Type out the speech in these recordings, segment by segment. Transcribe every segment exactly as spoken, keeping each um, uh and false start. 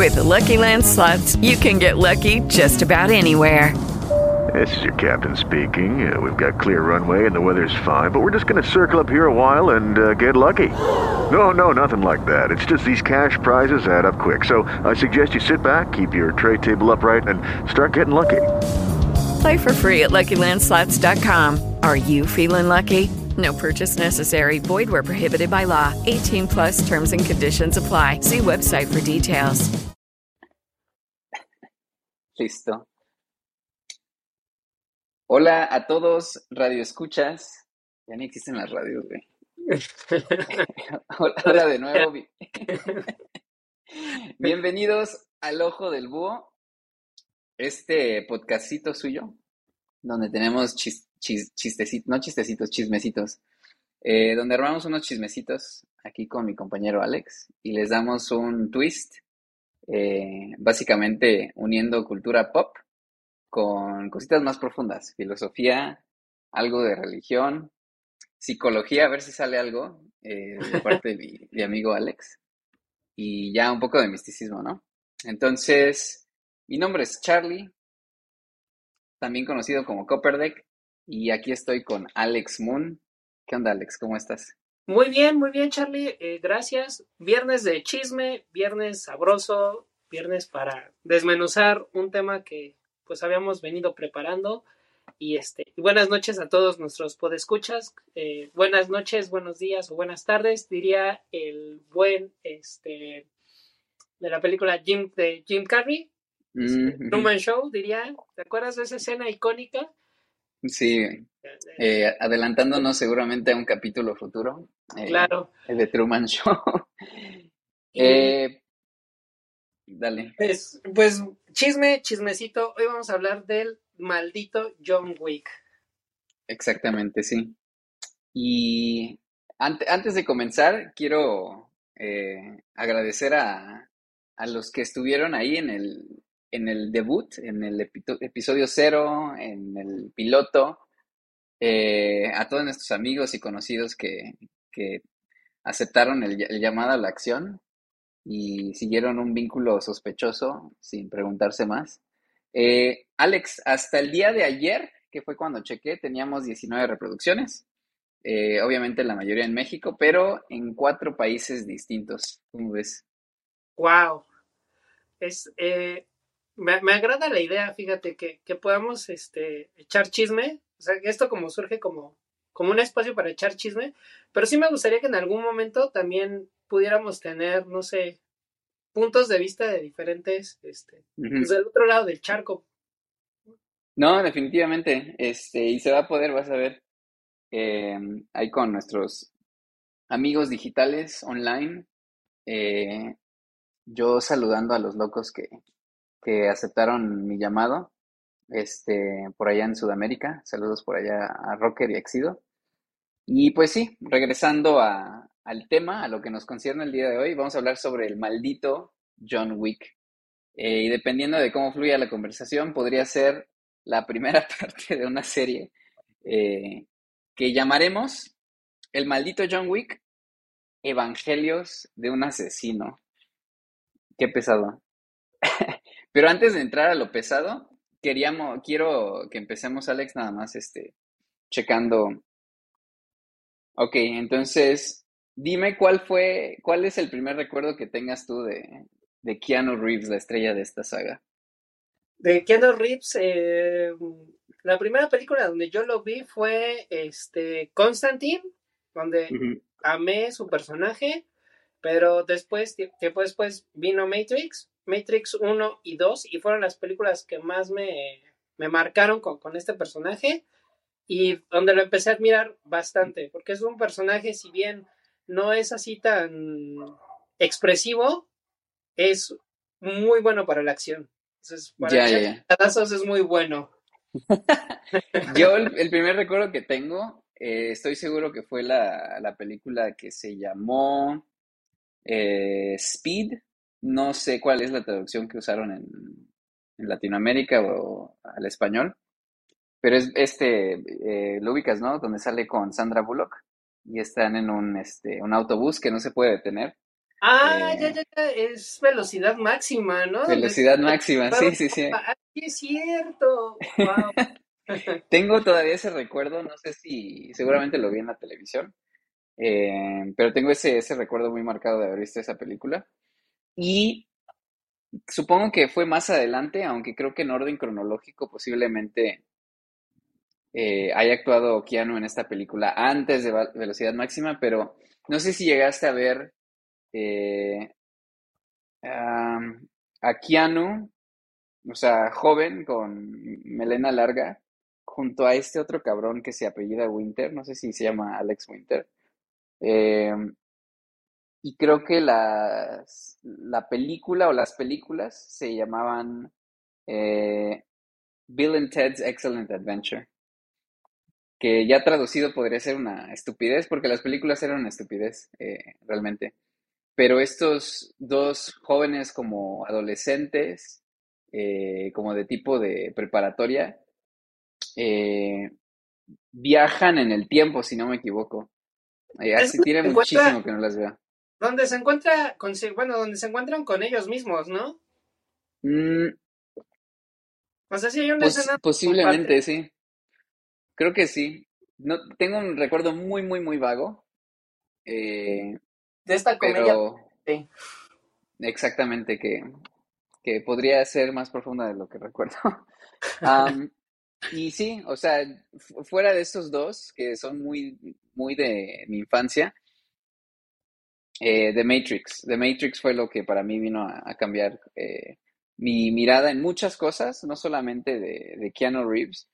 With Lucky Land Slots, you can get lucky just about anywhere. This is your captain speaking. Uh, we've got clear runway and the weather's fine, but we're just going to circle up here a while and uh, get lucky. No, no, nothing like that. It's just these cash prizes add up quick. So I suggest you sit back, keep your tray table upright, and start getting lucky. Play for free at Lucky Land Slots dot com. Are you feeling lucky? No purchase necessary. Void where prohibited by law. eighteen plus terms and conditions apply. See website for details. Listo. Hola a todos, radio escuchas. Ya ni existen las radios, güey. hola, hola de nuevo. Bienvenidos al Ojo del Búho, este podcastito suyo, donde tenemos chis, chis, chistecitos, no chistecitos, chismecitos, eh, donde armamos unos chismecitos aquí con mi compañero Alex y les damos un twist, eh, básicamente uniendo cultura pop con cositas más profundas, filosofía, algo de religión, psicología, a ver si sale algo eh, de parte de mi, mi amigo Alex, y ya un poco de misticismo, ¿no? Entonces, mi nombre es Charlie, también conocido como Copperdeck, y aquí estoy con Alex Moon. ¿Qué onda, Alex? ¿Cómo estás? Muy bien, muy bien, Charlie. Eh, gracias. Viernes de chisme, viernes sabroso, viernes para desmenuzar un tema que pues habíamos venido preparando. Y este, y buenas noches a todos nuestros podescuchas. Eh, buenas noches, buenos días o buenas tardes, diría el buen este de la película Jim de Jim Carrey, Mm-hmm. Truman Show, diría. ¿Te acuerdas de esa escena icónica? Sí, eh, adelantándonos seguramente a un capítulo futuro. Eh, claro. El de Truman Show. eh, dale. Pues, pues, chisme, chismecito. Hoy vamos a hablar del maldito John Wick. Exactamente, sí. Y ante, antes de comenzar, quiero eh, agradecer a, a los que estuvieron ahí en el, en el debut, en el epi- episodio cero, en el piloto, eh, a todos nuestros amigos y conocidos que, que aceptaron el, el llamado a la acción y siguieron un vínculo sospechoso sin preguntarse más. Eh, Alex, hasta el día de ayer, que fue cuando chequé, teníamos diecinueve reproducciones. Eh, obviamente la mayoría en México, pero en cuatro países distintos. ¿Cómo ves? Wow. Es, eh, me, me agrada la idea, fíjate, que, que podamos este, echar chisme. O sea, esto como surge como, como un espacio para echar chisme, pero sí me gustaría que en algún momento también pudiéramos tener, no sé, puntos de vista de diferentes, este, Uh-huh. pues del otro lado del charco. No, definitivamente, este, y se va a poder, vas a ver, eh, ahí con nuestros amigos digitales online, eh, yo saludando a los locos que, que aceptaron mi llamado, este, por allá en Sudamérica, saludos por allá a Rocker y Exido. Y pues sí, regresando a, al tema, a lo que nos concierne el día de hoy, vamos a hablar sobre el maldito John Wick. Eh, y dependiendo de cómo fluya la conversación, podría ser la primera parte de una serie eh, que llamaremos El maldito John Wick, Evangelios de un asesino. Qué pesado. Pero antes de entrar a lo pesado, queríamos, quiero que empecemos, Alex, nada más este, checando. Ok, entonces, dime cuál fue, cuál es el primer recuerdo que tengas tú de, de Keanu Reeves, la estrella de esta saga. De Keanu Reeves, eh, la primera película donde yo lo vi fue este, Constantine, donde Uh-huh. amé su personaje, pero después, tiempo después, vino Matrix, Matrix uno y dos, y fueron las películas que más me, me marcaron con, con este personaje, y donde lo empecé a admirar bastante, porque es un personaje, si bien no es así tan expresivo, es muy bueno para la acción. Entonces, para Ya, ya, echar ya. patazos es muy bueno. Yo el, el primer recuerdo que tengo, eh, estoy seguro que fue la, la película que se llamó eh, Speed. No sé cuál es la traducción que usaron en, en Latinoamérica o al español, pero es este, eh, lo ubicas, ¿no? Donde sale con Sandra Bullock y están en un, este, un autobús que no se puede detener. Ah, ya, Eh, ya, ya, es velocidad máxima, ¿no? Donde está Velocidad máxima, claro, sí, sí, sí. ah, sí es cierto. Wow. Tengo todavía ese recuerdo, no sé si seguramente lo vi en la televisión, eh, pero tengo ese, ese recuerdo muy marcado de haber visto esa película. Y supongo que fue más adelante, aunque creo que en orden cronológico posiblemente eh, haya actuado Keanu en esta película antes de Va- Velocidad Máxima, pero no sé si llegaste a ver eh, am, a Keanu, o sea, joven con melena larga, junto a este otro cabrón que se apellida Winter, no sé si se llama Alex Winter. Eh, y creo que las, la película o las películas se llamaban eh, Bill and Ted's Excellent Adventure, que ya traducido podría ser una estupidez, porque las películas eran una estupidez, eh, realmente. Pero estos dos jóvenes como adolescentes, eh, como de tipo de preparatoria, eh, viajan en el tiempo, si no me equivoco. Eh, Es así donde tiene se encuentra, muchísimo que no las veo. donde se encuentra, con, bueno, donde se encuentran con ellos mismos, ¿no? Mm, O sea, sí hay una pos- escena donde comparten posiblemente, sí. Creo que sí. No, tengo un recuerdo muy, muy, muy vago. eh, de esta comedia. pero Sí. exactamente que, que podría ser más profunda de lo que recuerdo. Am, y sí, o sea, fu- fuera de estos dos, que son muy, muy de mi infancia, eh, The Matrix. The Matrix fue lo que para mí vino a, a cambiar eh, mi mirada en muchas cosas, no solamente de, de Keanu Reeves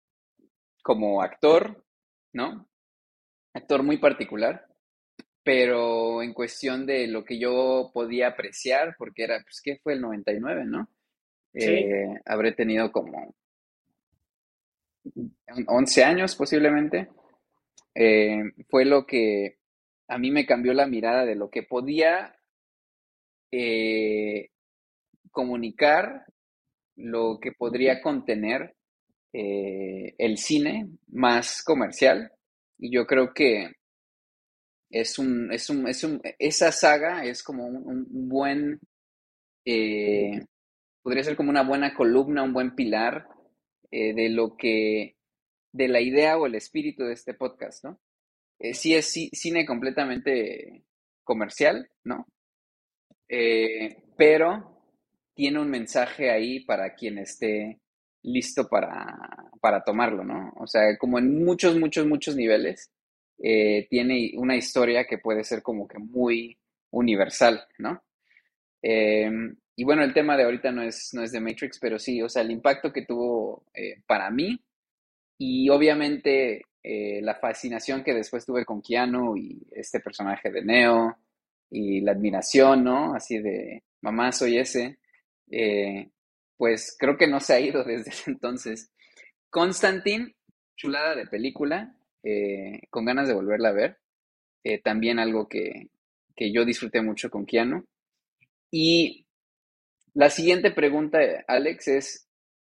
como actor, ¿no? Actor muy particular, pero en cuestión de lo que yo podía apreciar, porque era, pues, ¿qué fue el noventa y nueve, no? Sí. Eh, habré tenido como once años posiblemente. Eh, fue lo que a mí me cambió la mirada de lo que podía eh, comunicar, lo que podría contener eh, el cine más comercial. Y yo creo que es un, es un, es un, esa saga es como un, un buen, eh, podría ser como una buena columna, un buen pilar eh, de lo que, de la idea o el espíritu de este podcast, ¿no? Eh, sí es ci- cine completamente comercial, ¿no? Eh, pero tiene un mensaje ahí para quien esté listo para, para tomarlo, ¿no? O sea, como en muchos, muchos, muchos niveles, eh, tiene una historia que puede ser como que muy universal, ¿no? Eh, y bueno, el tema de ahorita no es, no es de Matrix, pero sí, o sea, el impacto que tuvo eh, para mí y obviamente eh, la fascinación que después tuve con Keanu y este personaje de Neo y la admiración, ¿no? Así de, mamá, soy ese. eh, pues creo que no se ha ido desde ese entonces. Constantine, chulada de película, eh, con ganas de volverla a ver. eh, también algo que, que yo disfruté mucho con Keanu. Y la siguiente pregunta, Alex, es,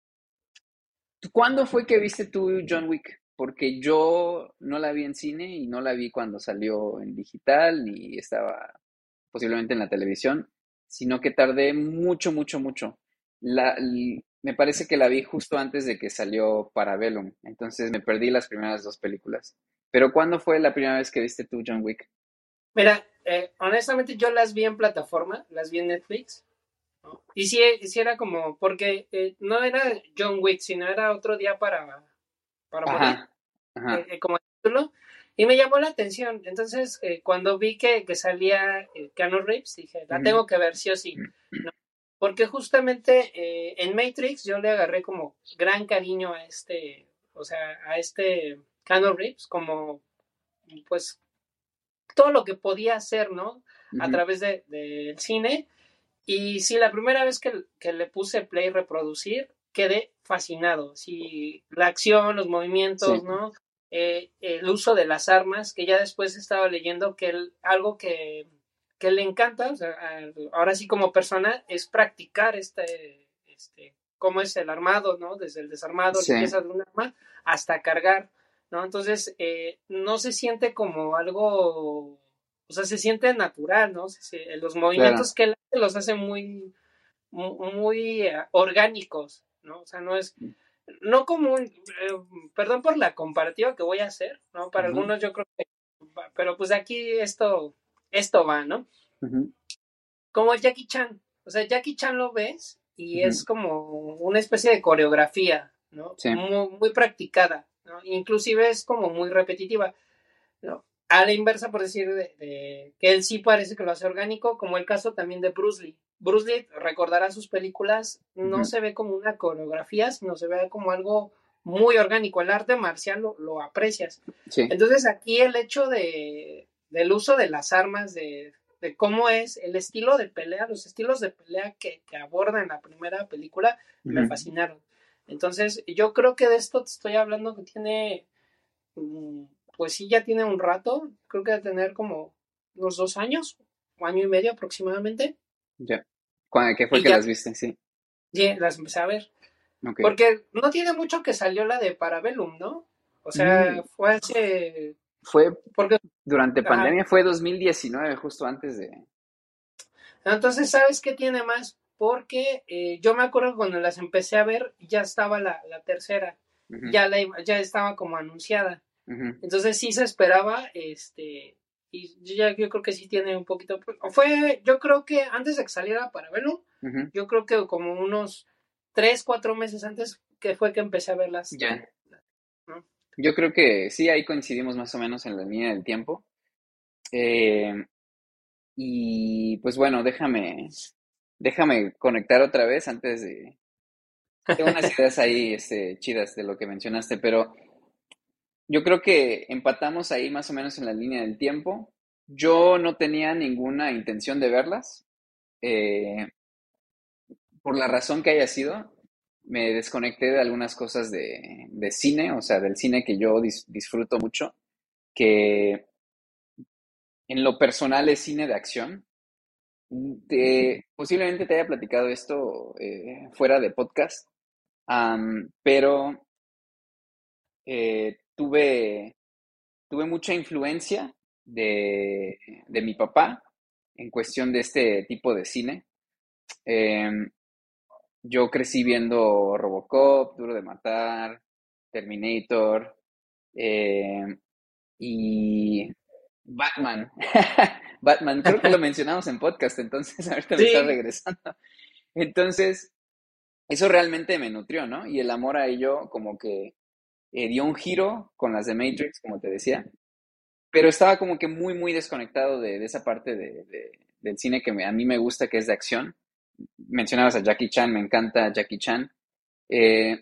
¿cuándo fue que viste tú John Wick? Porque yo no la vi en cine y no la vi cuando salió en digital ni estaba posiblemente en la televisión, sino que tardé mucho, mucho, mucho. La, l- me parece que la vi justo antes de que salió Parabellum, entonces me perdí las primeras dos películas. Pero ¿cuándo fue la primera vez que viste tú John Wick? Mira, eh, honestamente yo las vi en plataforma, las vi en Netflix, ¿no? Y sí, sí era como, porque eh, no era John Wick, sino era otro día para, para morir, Ajá, eh, ajá. eh, como título, y me llamó la atención. Entonces, eh, cuando vi que, que salía eh, Keanu Reeves, dije, la Ujú, tengo que ver sí o sí, ¿no? Porque justamente eh, en Matrix yo le agarré como gran cariño a este, o sea, a este Keanu Reeves, como pues todo lo que podía hacer, ¿no? A ujú. través de, del cine. Y sí, la primera vez que, que le puse play reproducir, quedé fascinado. Sí, la acción, los movimientos, Sí, ¿no? Eh, el uso de las armas, que ya después estaba leyendo que él, algo que, que le encanta, o sea, ahora sí como persona, es practicar este, este, cómo es el armado, ¿no? Desde el desarmado, sí, limpieza de un arma, hasta cargar, ¿no? Entonces, eh, no se siente como algo o sea, se siente natural, ¿no? Se- se- los Claro. movimientos que él hace los hace muy, mu- muy eh, orgánicos, ¿no? O sea, no es, no como un, eh, perdón por la comparativa que voy a hacer, ¿no? Para Ujú, algunos yo creo que, va- pero pues aquí esto, esto va, ¿no? ujú, Como Jackie Chan, o sea, Jackie Chan lo ves y ujú. es como una especie de coreografía, ¿no? Sí. Muy, muy practicada, ¿no? Inclusive es como muy repetitiva, ¿no? A la inversa, por decir, de, de, que él sí parece que lo hace orgánico, como el caso también de Bruce Lee. Bruce Lee, recordará sus películas, no Ujú, se ve como una coreografía, sino se ve como algo muy orgánico. El arte marcial lo, lo aprecias. sí. Entonces aquí el hecho de, del uso de las armas, de, de cómo es el estilo de pelea, los estilos de pelea que, que aborda en la primera película, me Ujú. fascinaron. Entonces yo creo que de esto te estoy hablando que tiene mm, pues sí, ya tiene un rato, creo que de tener como unos dos años, o año y medio aproximadamente, Ya. ¿Cuándo- ¿Qué fue y que ya, las viste? Sí. ya las empecé a ver. Ok. Porque no tiene mucho que salió la de Parabellum, ¿no? O sea, Mm, fue hace, fue porque, durante ajá, pandemia, fue dos mil diecinueve, justo antes de... entonces, ¿sabes qué tiene más? Porque eh, yo me acuerdo que cuando las empecé a ver, ya estaba la, la tercera, Ujú, ya, la, ya estaba como anunciada. ujú, Entonces sí se esperaba, este, y yo ya yo creo que sí tiene un poquito, fue, yo creo que antes de que saliera para verlo, ujú. yo creo que como unos tres, cuatro meses antes que fue que empecé a verlas, Ya. ¿no? Yo creo que sí, ahí coincidimos más o menos en la línea del tiempo. Eh, y pues bueno, déjame, déjame conectar otra vez antes de... Tengo unas ideas ahí, este, chidas de lo que mencionaste, pero yo creo que empatamos ahí más o menos en la línea del tiempo. Yo no tenía ninguna intención de verlas. eh, por la razón que haya sido, me desconecté de algunas cosas de, de cine, o sea, del cine que yo dis- disfruto mucho, que en lo personal es cine de acción. Te- posiblemente te haya platicado esto eh, fuera de podcast, am, pero eh, tuve, tuve mucha influencia de, de mi papá en cuestión de este tipo de cine. Em, yo crecí viendo Robocop, Duro de Matar, Terminator, em, y Batman. Batman, creo que lo mencionamos en podcast, entonces ahorita me está Sí, regresando. Entonces, eso realmente me nutrió, ¿no? Y el amor a ello como que eh, dio un giro con las de Matrix, como te decía, pero estaba como que muy, muy desconectado de, de esa parte de, de- del cine que me- a mí me gusta, que es de acción. Mencionabas a Jackie Chan, me encanta Jackie Chan. Eh,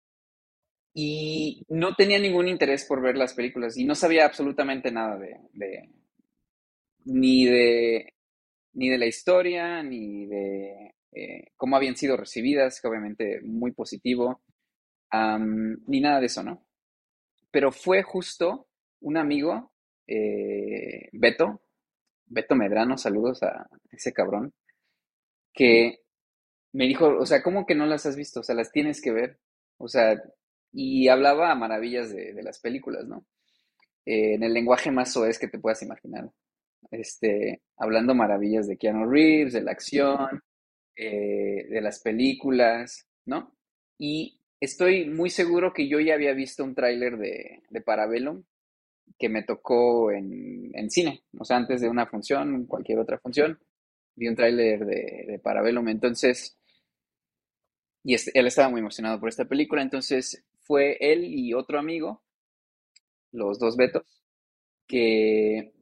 y no tenía ningún interés por ver las películas y no sabía absolutamente nada de, de- ni de ni de la historia, ni de eh, cómo habían sido recibidas, que obviamente muy positivo, am, ni nada de eso, ¿no? Pero fue justo un amigo, eh, Beto, Beto Medrano, saludos a ese cabrón, que me dijo, o sea, ¿cómo que no las has visto? O sea, las tienes que ver. O sea, y hablaba a maravillas de, de las películas, ¿no? Eh, en el lenguaje más soez que te puedas imaginar. Este, hablando maravillas de Keanu Reeves, de la acción, eh, de las películas, ¿no? Y estoy muy seguro que yo ya había visto un tráiler de, de Parabellum que me tocó en, en cine, o sea, antes de una función, cualquier otra función, vi un tráiler de, de Parabellum, entonces, y este- él estaba muy emocionado por esta película, entonces fue él y otro amigo, los dos Betos, que,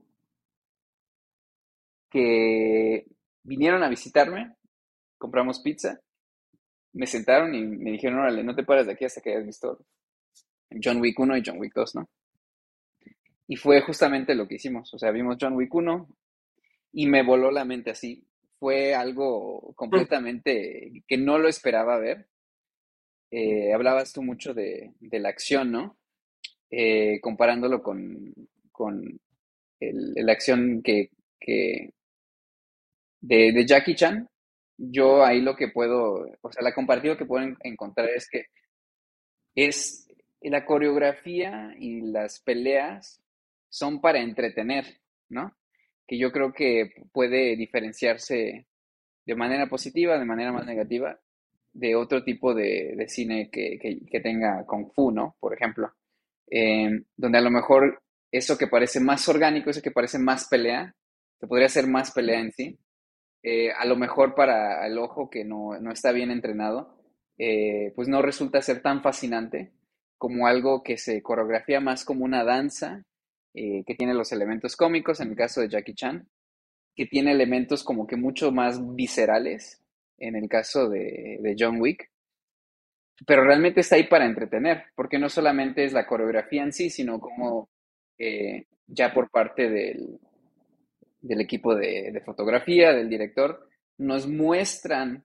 que vinieron a visitarme, compramos pizza, me sentaron y me dijeron, órale, no te pares de aquí hasta que hayas visto John Wick uno y John Wick dos, ¿no? Y fue justamente lo que hicimos, o sea, vimos John Wick uno y me voló la mente así. Fue algo completamente que no lo esperaba ver. Eh, hablabas tú mucho de, de la acción, ¿no? Eh, comparándolo con, con el, la acción que, que de, de Jackie Chan. Yo ahí lo que puedo, o sea, la comparativa que puedo en- encontrar es que es la coreografía y las peleas son para entretener, ¿no? que yo creo que puede diferenciarse de manera positiva, de manera más negativa, de otro tipo de, de cine que, que- que tenga Kung Fu, ¿no? Por ejemplo, Eh, donde a lo mejor eso que parece más orgánico, eso que parece más pelea, que podría ser más pelea en sí, eh, a lo mejor para el ojo que no, no está bien entrenado, eh, pues no resulta ser tan fascinante como algo que se coreografía más como una danza, eh, que tiene los elementos cómicos, en el caso de Jackie Chan, que tiene elementos como que mucho más viscerales, en el caso de, de John Wick, pero realmente está ahí para entretener, porque no solamente es la coreografía en sí, sino como eh, ya por parte del, del equipo de, de fotografía, del director, nos muestran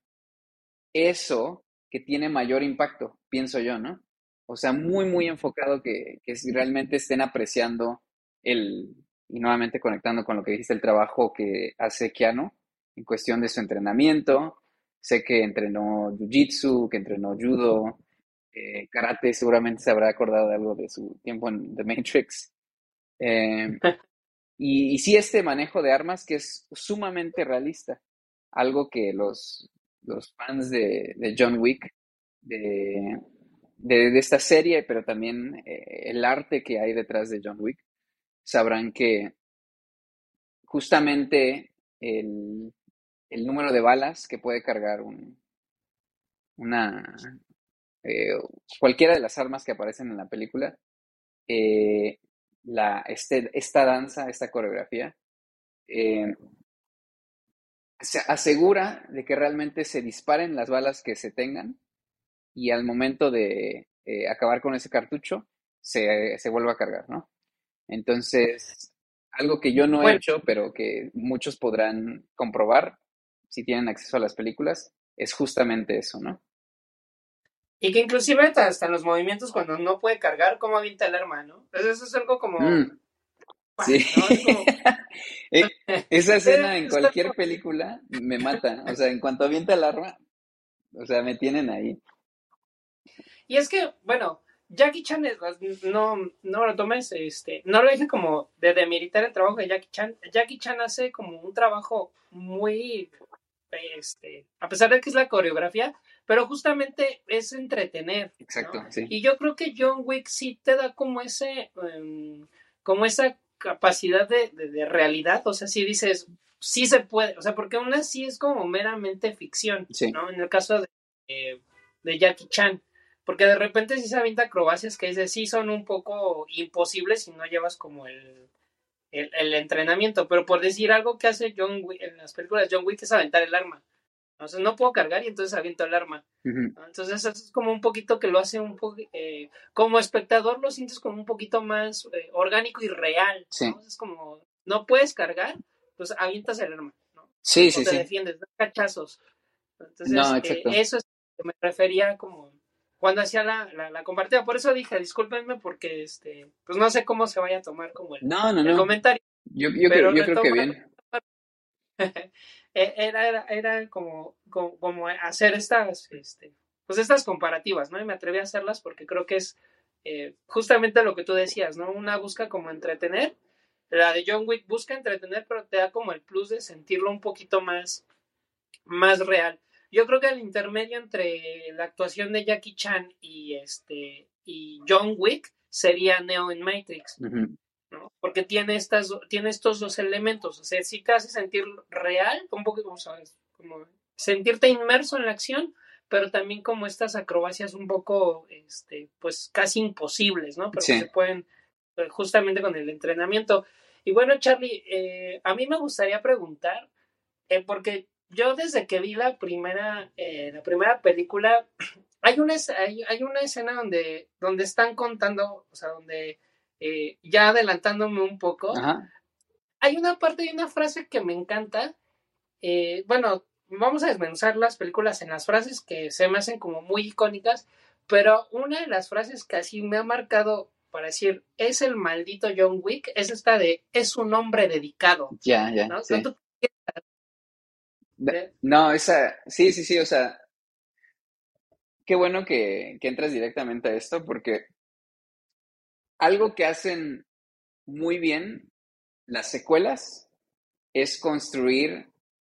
eso que tiene mayor impacto, pienso yo, ¿no? O sea, muy, muy enfocado que, que si realmente estén apreciando el, y nuevamente conectando con lo que dijiste, el trabajo que hace Keanu en cuestión de su entrenamiento. Sé que entrenó Jiu-Jitsu, que entrenó Judo, eh, Karate, seguramente se habrá acordado de algo de su tiempo en The Matrix. Eh, y, y sí este manejo de armas que es sumamente realista, algo que los, los fans de, de John Wick, de, de, de esta serie, pero también eh, el arte que hay detrás de John Wick, sabrán que justamente el, el número de balas que puede cargar un, una, eh, cualquiera de las armas que aparecen en la película, eh, la, este, esta danza, esta coreografía, eh, se asegura de que realmente se disparen las balas que se tengan y al momento de eh, acabar con ese cartucho se, se vuelva a cargar, ¿no? Entonces, algo que yo no he Bueno, hecho, pero que muchos podrán comprobar si tienen acceso a las películas, es justamente eso, ¿no? y que inclusive hasta hasta en los movimientos cuando no puede cargar, cómo avienta el arma, ¿no? Entonces eso es algo como, Mm, ¡pah! sí. ¿No? Es como, Eh, Esa escena en está cualquier película me mata. O sea, en cuanto avienta el arma, o sea, me tienen ahí. Y es que, bueno, Jackie Chan, es, no, no lo tomes, este, no lo dije como de demeritar el trabajo de Jackie Chan. Jackie Chan hace como un trabajo muy, este, a pesar de que es la coreografía, pero justamente es entretener, ¿no? Exacto, sí. Y yo creo que John Wick sí te da como ese, um, como esa capacidad de, de, de realidad, o sea, si dices, sí se puede, o sea, porque aún así es como meramente ficción, Sí, ¿no? En el caso de, eh, de Jackie Chan, porque de repente sí se avienta acrobacias que dices, sí son un poco imposibles si no llevas como el, el, el entrenamiento, pero por decir algo que hace John Wick, en las películas John Wick es aventar el arma. Entonces no puedo cargar y entonces aviento el arma. ujú, Entonces eso es como un poquito que lo hace un poco, eh, como espectador lo sientes como un poquito más eh, orgánico y real, sí. ¿no? Es como, no puedes cargar, pues avientas el arma, ¿no? Sí, O sí, te sí. defiendes, das cachazos. No, Entonces eh, exacto. eso es lo que me refería como cuando hacía la, la, la comparativa. Por eso dije, discúlpenme porque este, pues no sé cómo se vaya a tomar como el, No, no, el no. comentario, Yo, yo creo, pero yo creo que retomando bien. era, era, era como, como, como, hacer estas, este, pues estas comparativas, ¿no? Y me atreví a hacerlas porque creo que es eh, justamente lo que tú decías, ¿no? Una busca como entretener, la de John Wick busca entretener, pero te da como el plus de sentirlo un poquito más, más real. Yo creo que el intermedio entre la actuación de Jackie Chan y este y John Wick sería Neo en Matrix, Ujú, ¿no? Porque tiene, estas, tiene estos dos elementos, o sea, sí te hace sentir real, un poco, como sabes, como sentirte inmerso en la acción, pero también como estas acrobacias un poco, este, pues casi imposibles, ¿no? Pero que se sí. pueden, eh, justamente con el entrenamiento. Y bueno, Charlie, eh, a mí me gustaría preguntar, eh, porque yo desde que vi la primera, eh, la primera película, hay una, hay, hay una escena donde, donde están contando, o sea, donde eh, ya adelantándome un poco, Ajá. hay una parte y una frase que me encanta. Eh, bueno, vamos a desmenuzar las películas en las frases que se me hacen como muy icónicas, pero una de las frases que así me ha marcado para decir es el maldito John Wick es esta de es un hombre dedicado, Ya, ya, ¿no? ¿No? sí. ¿Tú, Da- eh, No, esa, sí, sí, sí, o sea, qué bueno que, que entras directamente a esto, porque algo que hacen muy bien las secuelas es construir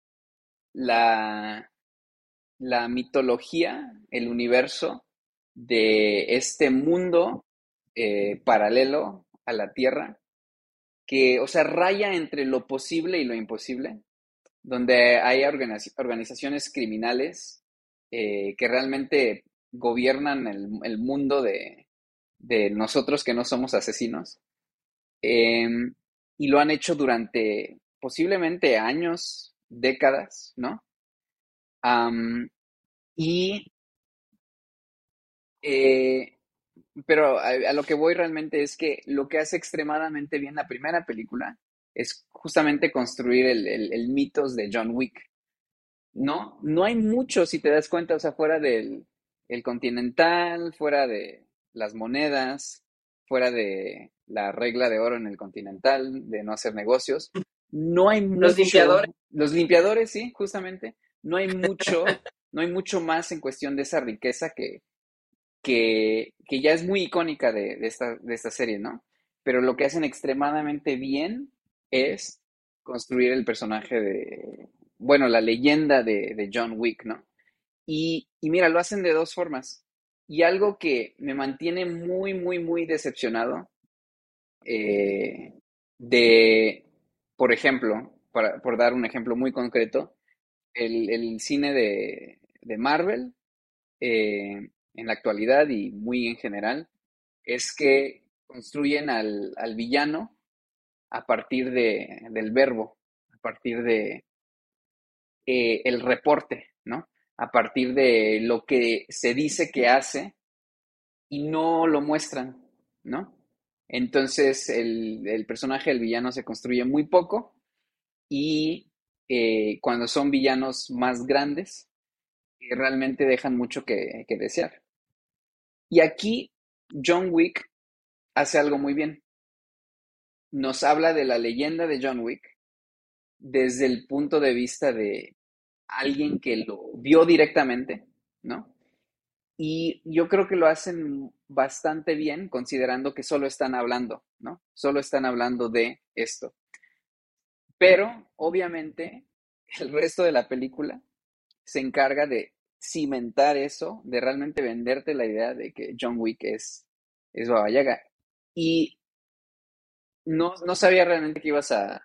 la, la mitología, el universo de este mundo eh, paralelo a la Tierra, que, o sea, raya entre lo posible y lo imposible, donde hay organiz- organizaciones criminales eh, que realmente gobiernan el, el mundo de, de nosotros que no somos asesinos. Eh, y lo han hecho durante posiblemente años, décadas, ¿no? Am, y, eh, pero a, a lo que voy realmente es que lo que hace extremadamente bien la primera película es justamente construir el, el, el mitos de John Wick. No, no hay mucho, si te das cuenta, o sea, fuera del el Continental, fuera de las monedas, fuera de la regla de oro en el Continental, de no hacer negocios, no hay Los mucho, limpiadores. los limpiadores, sí, justamente, no hay mucho, no hay mucho más en cuestión de esa riqueza que, que, que ya es muy icónica de, de esta, de esta serie, ¿no? Pero lo que hacen extremadamente bien es construir el personaje de, bueno, la leyenda de, de John Wick, ¿no? Y, y mira, lo hacen de dos formas. Y algo que me mantiene muy, muy, muy decepcionado eh, de, por ejemplo, para, por dar un ejemplo muy concreto, el, el cine de, de Marvel eh, en la actualidad y muy en general, es que construyen al, al villano a partir de, del verbo, a partir de eh, el reporte, ¿no? A partir de lo que se dice que hace y no lo muestran, ¿no? Entonces el, el personaje del villano se construye muy poco y eh, cuando son villanos más grandes, eh, realmente dejan mucho que, que desear. Y aquí John Wick hace algo muy bien. Nos habla de la leyenda de John Wick desde el punto de vista de alguien que lo vio directamente, ¿no? Y yo creo que lo hacen bastante bien considerando que solo están hablando, ¿no? Solo están hablando de esto. Pero, obviamente, el resto de la película se encarga de cimentar eso, de realmente venderte la idea de que John Wick es, es Baba Yaga. Y no, no sabía realmente que ibas a,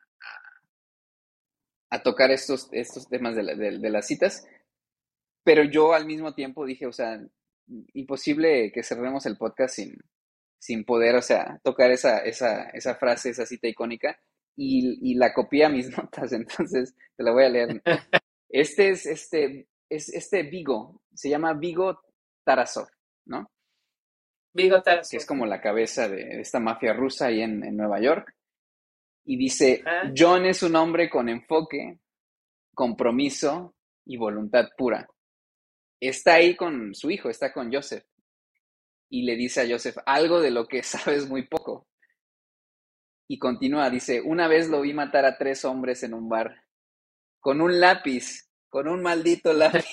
a tocar estos, estos temas de, la- de- de las citas, pero yo al mismo tiempo dije, o sea, imposible que cerremos el podcast sin, sin poder, o sea, tocar esa, esa, esa frase, esa cita icónica, y, y la copié a mis notas, entonces te la voy a leer. Este es este, es este Vigo, se llama Vigo Tarasov, ¿no? Vigo Que es Tarasov. como la cabeza de, de esta mafia rusa ahí en, en Nueva York. Y dice, Ah, John es un hombre con enfoque, compromiso y voluntad pura. Está ahí con su hijo, está con Joseph. Y le dice a Joseph algo de lo que sabes muy poco. Y continúa, dice, una vez lo vi matar a tres hombres en un bar, con un lápiz, con un maldito lápiz.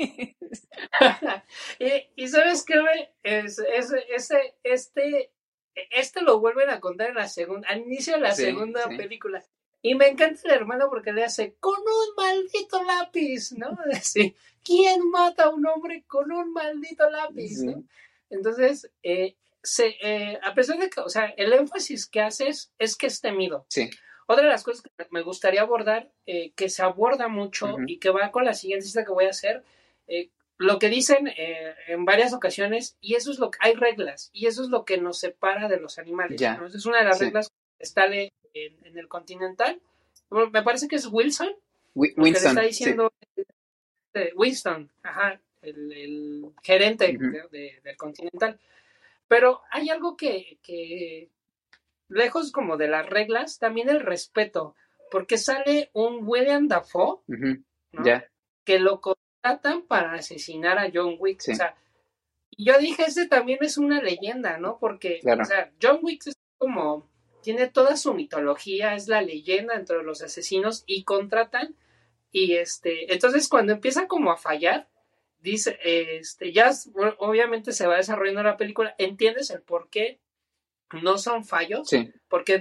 y, y sabes qué, güey? es, es, ese, este, este lo vuelven a contar en la segunda, al inicio de la Sí, segunda sí. película. Y me encanta el hermano porque le hace con un maldito lápiz, ¿no? Sí. ¿Quién mata a un hombre con un maldito lápiz, Sí. ¿no? Entonces, eh, se, eh, a pesar de que, o sea, el énfasis que haces es que es temido. Sí. Otra de las cosas que me gustaría abordar, eh, que se aborda mucho Ujú. y que va con la siguiente cita que voy a hacer, eh, lo que dicen eh, en varias ocasiones, y eso es lo que hay reglas, y eso es lo que nos separa de los animales. Ya. ¿no? Esa es una de las Sí. reglas que está en, en el Continental. Bueno, me parece que es Wilson, Wi- el que le Winston, está sí. diciendo eh, Winston, ajá, el, el gerente Ujú. de- de- del Continental. Pero hay algo que, que, lejos como de las reglas, también el respeto, porque sale un William Dafoe, Ujú. ¿no? Ya. Que lo contratan para asesinar a John Wick. Sí. O sea, y yo dije, este también es una leyenda, ¿no? Porque, Claro. o sea, John Wick es como, tiene toda su mitología, es la leyenda entre los asesinos y contratan, y este, entonces cuando empieza como a fallar, dice, este, ya bueno, obviamente se va desarrollando la película, entiendes el por qué no son fallos, Sí. porque todos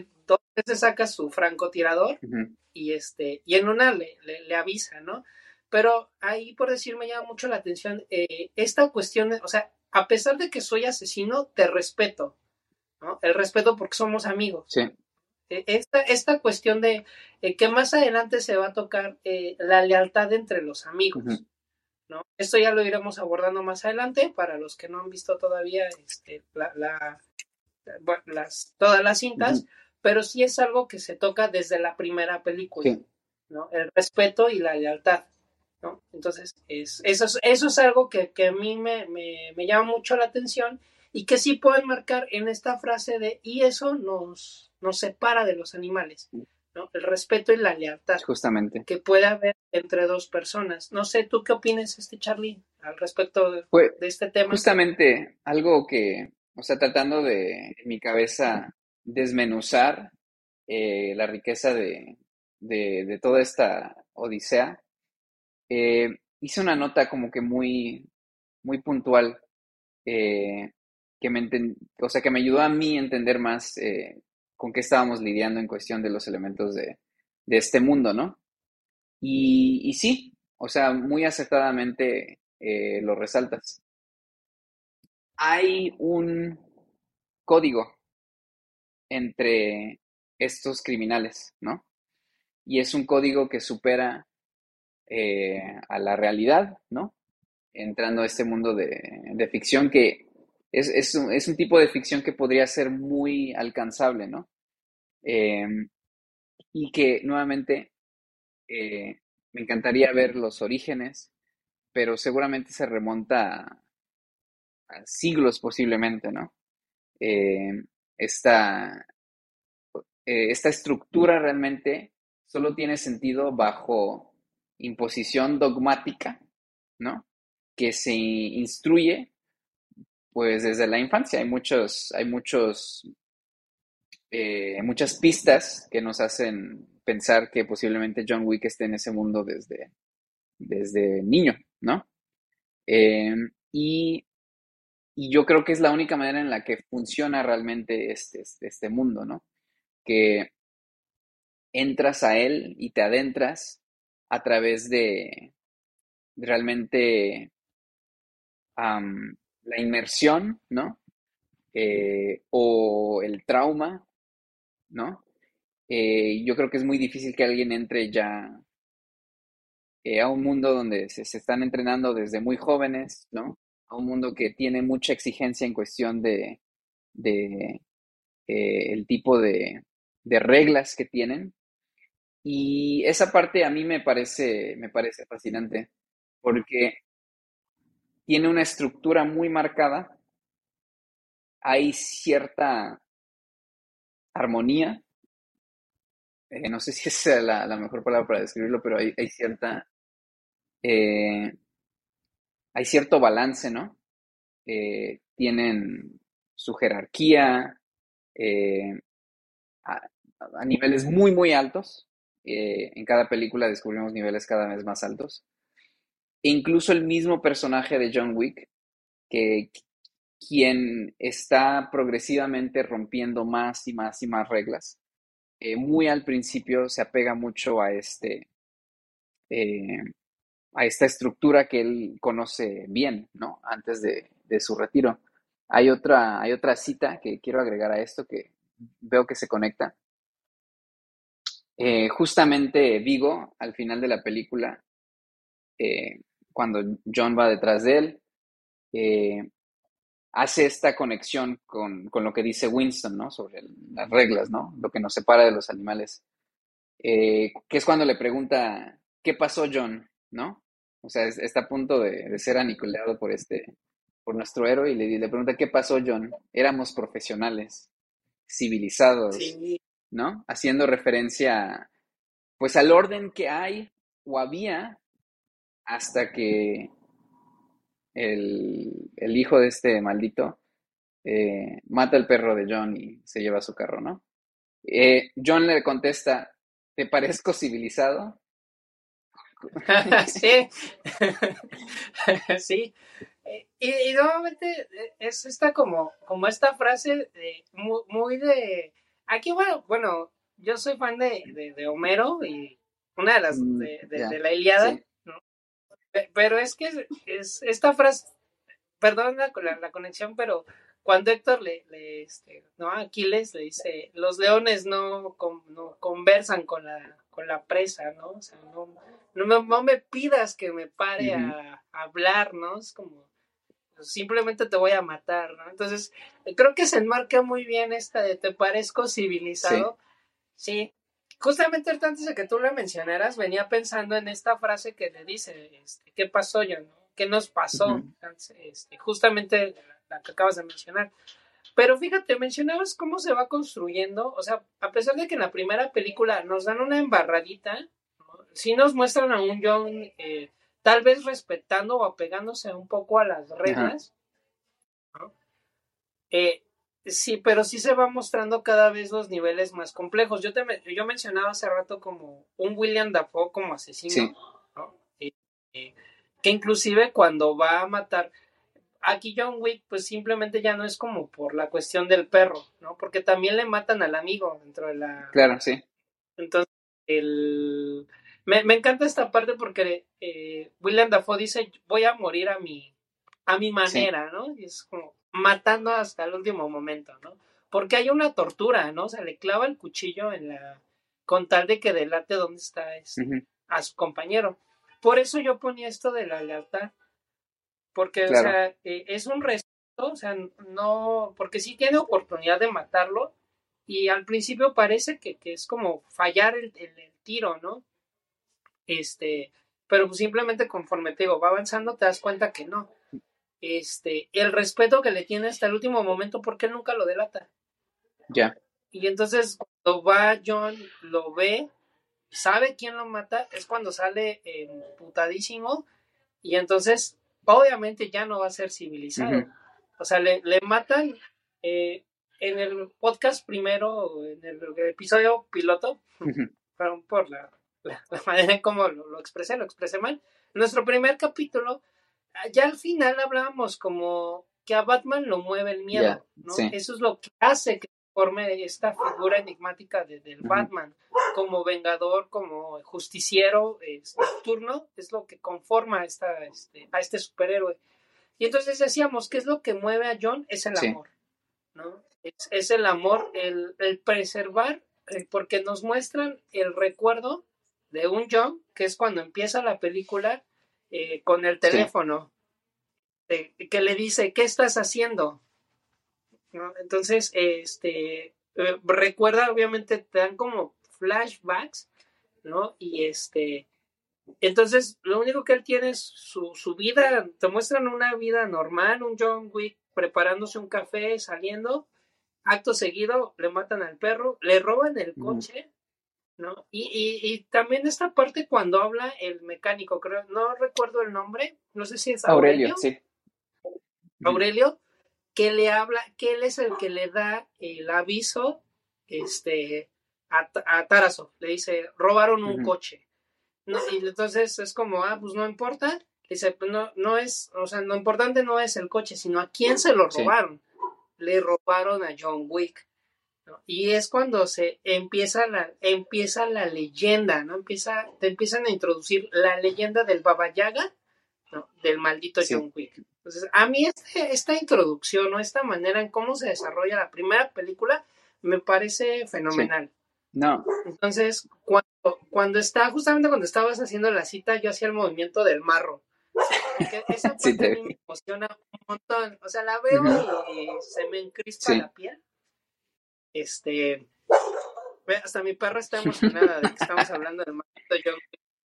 este saca su francotirador Ujú. y este y en una le, le, le avisa, ¿no? Pero ahí, por decir, me llama mucho la atención eh, esta cuestión, de, o sea, a pesar de que soy asesino, te respeto, ¿no? El respeto porque somos amigos. Sí. Eh, esta, esta cuestión de eh, que más adelante se va a tocar eh, la lealtad entre los amigos, Ujú. ¿no? Esto ya lo iremos abordando más adelante para los que no han visto todavía este, la, la, bueno, las, todas las cintas, Ujú. pero sí es algo que se toca desde la primera película, Sí. ¿no? El respeto y la lealtad, ¿no? Entonces, es, eso, es, eso es algo que, que a mí me, me, me llama mucho la atención y que sí pueden marcar en esta frase de, y eso nos, nos separa de los animales, ¿no? El respeto y la lealtad Justamente. que puede haber entre dos personas. No sé, ¿tú qué opinas, este Charlie, al respecto de, Fue de este tema? justamente algo que, o sea, tratando de, en mi cabeza, desmenuzar eh, la riqueza de, de, de toda esta odisea, eh, hice una nota como que muy, muy puntual, eh, que me enten- o sea, que me ayudó a mí a entender más eh, con qué estábamos lidiando en cuestión de los elementos de, de este mundo, ¿no? Y, y sí, o sea, muy acertadamente eh, lo resaltas. Hay un código entre estos criminales, ¿no? Y es un código que supera eh, a la realidad, ¿no? Entrando a este mundo de, de ficción que es, es, un, es, un, tipo de ficción que podría ser muy alcanzable, ¿no? Eh, y que nuevamente eh, me encantaría ver los orígenes, pero seguramente se remonta a, a siglos posiblemente, ¿no? Eh, esta, eh, esta estructura realmente solo tiene sentido bajo imposición dogmática, ¿no? Que se instruye pues desde la infancia. Hay muchos, hay muchos, eh, muchas pistas que nos hacen pensar que posiblemente John Wick esté en ese mundo desde, desde niño, ¿no? Eh, y, y yo creo que es la única manera en la que funciona realmente este, este, este mundo, ¿no? Que entras a él y te adentras a través de realmente um, la inmersión, ¿no? Eh, o el trauma, ¿no? Eh, yo creo que es muy difícil que alguien entre ya eh, a un mundo donde se, se, están entrenando desde muy jóvenes, ¿no? A un mundo que tiene mucha exigencia en cuestión de, de eh, el tipo de, de reglas que tienen. Y esa parte a mí me parece, me parece fascinante, porque tiene una estructura muy marcada, hay cierta armonía, eh, no sé si es la, la, mejor palabra para describirlo, pero hay, hay cierta, eh, hay cierto balance, ¿no? Eh, tienen su jerarquía eh, a, a, niveles muy, muy altos. Eh, en cada película descubrimos niveles cada vez más altos. E incluso el mismo personaje de John Wick, que quien está progresivamente rompiendo más y más y más reglas, eh, muy al principio se apega mucho a este eh, a esta estructura que él conoce bien, ¿no? Antes de, de su retiro. Hay otra, hay otra cita que quiero agregar a esto que veo que se conecta. Eh, justamente Vigo, al final de la película, eh, cuando John va detrás de él, eh, hace esta conexión con, con, lo que dice Winston, ¿no? Sobre las reglas, ¿no? Lo que nos separa de los animales. Eh, que es cuando le pregunta, ¿qué pasó, John? ¿No? O sea, es, está a punto de, de, ser aniquilado por este, por nuestro héroe y le, le pregunta, ¿qué pasó, John? Éramos profesionales, civilizados, Sí. ¿no? Haciendo referencia, pues, al orden que hay o había hasta que el, el hijo de este maldito eh, mata al perro de John y se lleva su carro, ¿no? Eh, John le contesta, ¿te parezco civilizado? Sí. Sí. Y, y nuevamente es esta como, como esta frase de, muy, muy de... Aquí, bueno, bueno, yo soy fan de, de, de Homero y una de las Mm, de, de, ya, de la Ilíada, sí. ¿no? Pe- Pero es que es, es esta frase, perdón la, la, la conexión, pero cuando Héctor le, le este, ¿no? A Aquiles le dice, los leones no, con- no conversan con la, con la presa, ¿no? O sea, no, no, me- no me pidas que me pare Ujú. a, a hablar, ¿no? Es como, pues, simplemente te voy a matar, ¿no? Entonces, creo que se enmarca muy bien esta de te parezco Sí, civilizado. Sí, justamente ahorita antes de que tú la mencionaras, venía pensando en esta frase que le dice, este, ¿qué pasó yo, no? ¿Qué nos pasó? ujú, Este, justamente la, la que acabas de mencionar. Pero fíjate, mencionabas cómo se va construyendo, o sea, a pesar de que en la primera película nos dan una embarradita, ¿no? Sí nos muestran a un John eh, tal vez respetando o apegándose un poco a las ajá, reglas, ¿no? Eh, sí, pero sí se va mostrando cada vez los niveles más complejos. Yo, te, yo mencionaba hace rato como un William Dafoe como asesino, sí, ¿no? Eh, eh, que inclusive cuando va a matar, aquí John Wick pues simplemente ya no es como por la cuestión del perro, ¿no? Porque también le matan al amigo dentro de la... claro, sí, Entonces, el... Me, me encanta esta parte porque eh, William Dafoe dice, voy a morir a mi, a mi sí, manera, ¿no? Y es como matando hasta el último momento, ¿no? Porque hay una tortura, ¿no? O sea, le clava el cuchillo en la... con tal de que delate dónde está este, ujú, a su compañero. Por eso yo ponía esto de la lealtad, porque, o claro, sea, eh, es un respeto, o sea, no, porque sí tiene oportunidad de matarlo y al principio parece que, que es como fallar el, el, el tiro, ¿no? Este, pero pues simplemente conforme te digo, va avanzando, te das cuenta que no. Este, el respeto que le tiene hasta el último momento, porque él nunca lo delata. ya, Y entonces, cuando va John, lo ve, sabe quién lo mata, es cuando sale emputadísimo, y entonces, obviamente, ya no va a ser civilizado. ujú, O sea, le, le matan eh, en el podcast primero, en el, el episodio piloto, ujú, perdón por la, la, la manera en cómo lo, lo expresé, lo expresé mal. Nuestro primer capítulo, ya al final hablábamos como que a Batman lo mueve el ya, miedo, ¿no? sí, Eso es lo que hace que forme esta figura enigmática de, del ujú, Batman, como vengador, como justiciero este, nocturno, es lo que conforma esta, este, a este superhéroe. Y entonces decíamos, ¿qué es lo que mueve a John? Es el sí, amor, ¿no? Es, es el amor, el, el preservar, eh, porque nos muestran el recuerdo de un John, que es cuando empieza la película eh, con el sí, teléfono, eh, que le dice, ¿qué estás haciendo? ¿No? Entonces, este, eh, recuerda, obviamente, te dan como flashbacks, ¿no? Y este, entonces, lo único que él tiene es su, su vida, te muestran una vida normal, un John Wick preparándose un café, saliendo, acto seguido, le matan al perro, le roban el ujú, coche, ¿no? Y, y, y también esta parte cuando habla el mecánico, creo, no recuerdo el nombre, no sé si es Aurelio, Aurelio, sí, ujú, Aurelio, que le habla, que él es el que le da el aviso este, a, a Tarazo, le dice, robaron un ujú, coche. No, y entonces es como, ah, pues no importa. Dice, pues no, no es, o sea, lo importante no es el coche, sino a quién se lo sí, robaron. Le robaron a John Wick, ¿no? Y es cuando se empieza la, empieza la leyenda, ¿no? Empieza, te empiezan a introducir la leyenda del Baba Yaga, ¿no? Del maldito sí, John Wick. Entonces, a mí este, esta introducción, ¿no? Esta manera en cómo se desarrolla la primera película, me parece sí, fenomenal. no, Entonces, cuando, cuando está, justamente cuando estabas haciendo la cita, yo hacía el movimiento del marro. Porque esa sí, parte a te mí me vi, emociona un montón. O sea, la veo ujú, y se me encrispa sí, la piel. Este, hasta mi perra está emocionada de que estamos hablando del maldito John.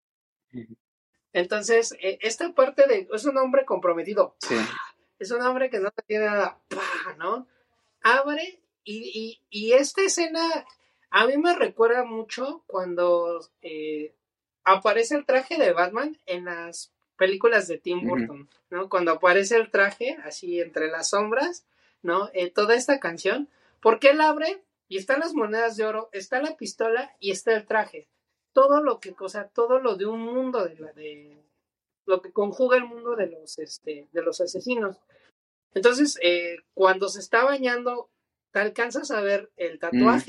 Entonces, eh, esta parte de, es un hombre comprometido. sí, Es un hombre que no tiene nada, ¿no? Abre y, y, y esta escena a mí me recuerda mucho cuando eh, aparece el traje de Batman en las películas de Tim ujú, Burton, ¿no? Cuando aparece el traje así entre las sombras, ¿no? Eh, toda esta canción, porque él abre y están las monedas de oro, está la pistola y está el traje. Todo lo que, o sea, todo lo de un mundo de la de lo que conjuga el mundo de los este de los asesinos. Entonces, eh, cuando se está bañando, te alcanzas a ver el mm, tatuaje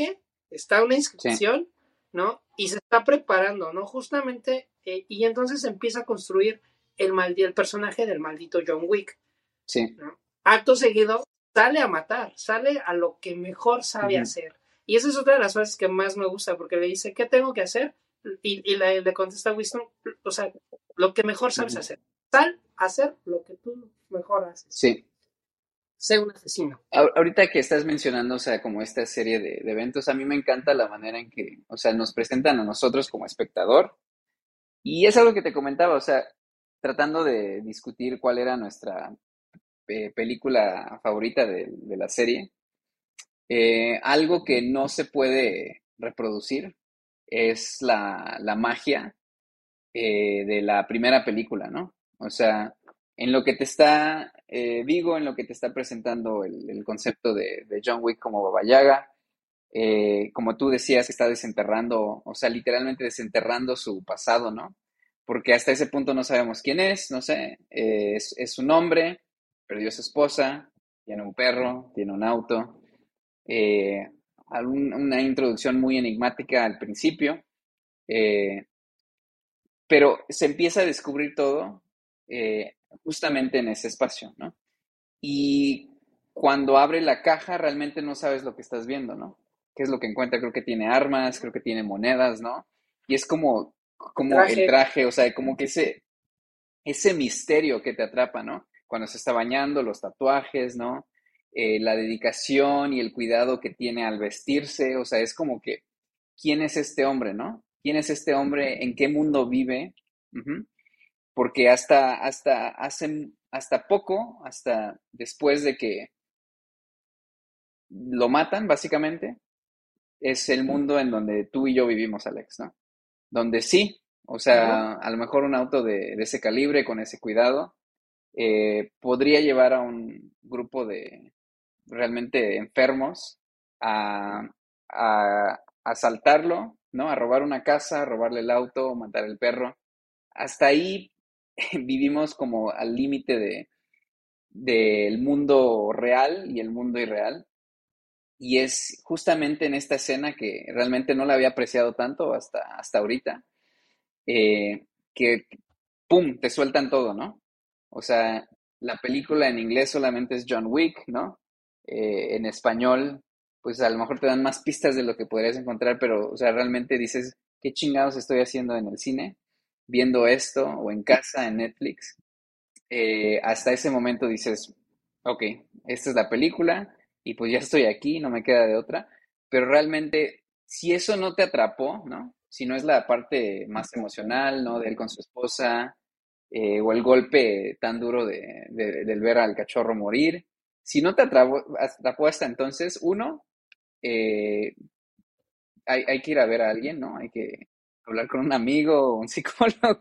está una Sí. inscripción, ¿no? Y se está preparando, ¿no? Justamente, eh, y entonces empieza a construir el, maldi- el personaje del maldito John Wick, Sí. ¿no? Acto seguido, sale a matar, sale a lo que mejor sabe Ujú. hacer. Y esa es otra de las frases que más me gusta, porque le dice, ¿qué tengo que hacer? Y, y le, le contesta Winston, o sea, lo que mejor sabes Ujú. hacer. Sal a hacer lo que tú mejor haces. Sí. Sé un asesino. Ahor- Ahorita que estás mencionando, o sea, como esta serie de, de eventos, a mí me encanta la manera en que, o sea, nos presentan a nosotros como espectador. Y es algo que te comentaba, o sea, tratando de discutir cuál era nuestra eh, película favorita de, de la serie. Eh, algo que no se puede reproducir es la, la magia eh, de la primera película, ¿no? O sea, en lo que te está, eh, Vigo, en lo que te está presentando el, el concepto de, de John Wick como Baba Yaga, eh, como tú decías, está desenterrando, o sea, literalmente desenterrando su pasado, ¿no? Porque hasta ese punto no sabemos quién es, no sé, eh, es, es un hombre, perdió a su esposa, tiene un perro, tiene un auto, eh, algún- una introducción muy enigmática al principio, eh, pero se empieza a descubrir todo eh, justamente en ese espacio, ¿no? Y cuando abre la caja realmente no sabes lo que estás viendo, ¿no? ¿Qué es lo que encuentra? Creo que tiene armas, creo que tiene monedas, ¿no? Y es como, El como el traje. traje, o sea, como que ese, ese misterio que te atrapa, ¿no? Cuando se está bañando, los tatuajes, ¿no? Eh, la dedicación y el cuidado que tiene al vestirse, o sea, es como que, ¿quién es este hombre, no? ¿Quién es este hombre? ¿En qué mundo vive? Ujú. Porque hasta, hasta hace, hasta poco, hasta después de que lo matan, básicamente, es el mundo en donde tú y yo vivimos, Alex, ¿no? Donde sí, o Ujú. sea, a lo mejor un auto de, de ese calibre, con ese cuidado, eh, podría llevar a un grupo de realmente enfermos a, a asaltarlo, ¿no? A robar una casa, a robarle el auto, matar el perro. Hasta ahí vivimos como al límite de, del mundo real y el mundo irreal. Y es justamente en esta escena que realmente no la había apreciado tanto hasta, hasta ahorita, eh, que, ¡pum!, te sueltan todo, ¿no? O sea, la película en inglés solamente es John Wick, ¿no? Eh, en español, pues a lo mejor te dan más pistas de lo que podrías encontrar, pero, o sea, realmente dices, ¿qué chingados estoy haciendo en el cine? Viendo esto, o en casa, en Netflix. Eh, hasta ese momento dices, ok, esta es la película y pues ya estoy aquí, no me queda de otra, pero realmente si eso no te atrapó, ¿no? Si no es la parte más emocional, ¿no? De él con su esposa, eh, o el golpe tan duro de, de- del ver al cachorro morir, si no te atrapó, atrapó hasta entonces, uno, eh, hay, hay que ir a ver a alguien, ¿no? Hay que hablar con un amigo o un psicólogo.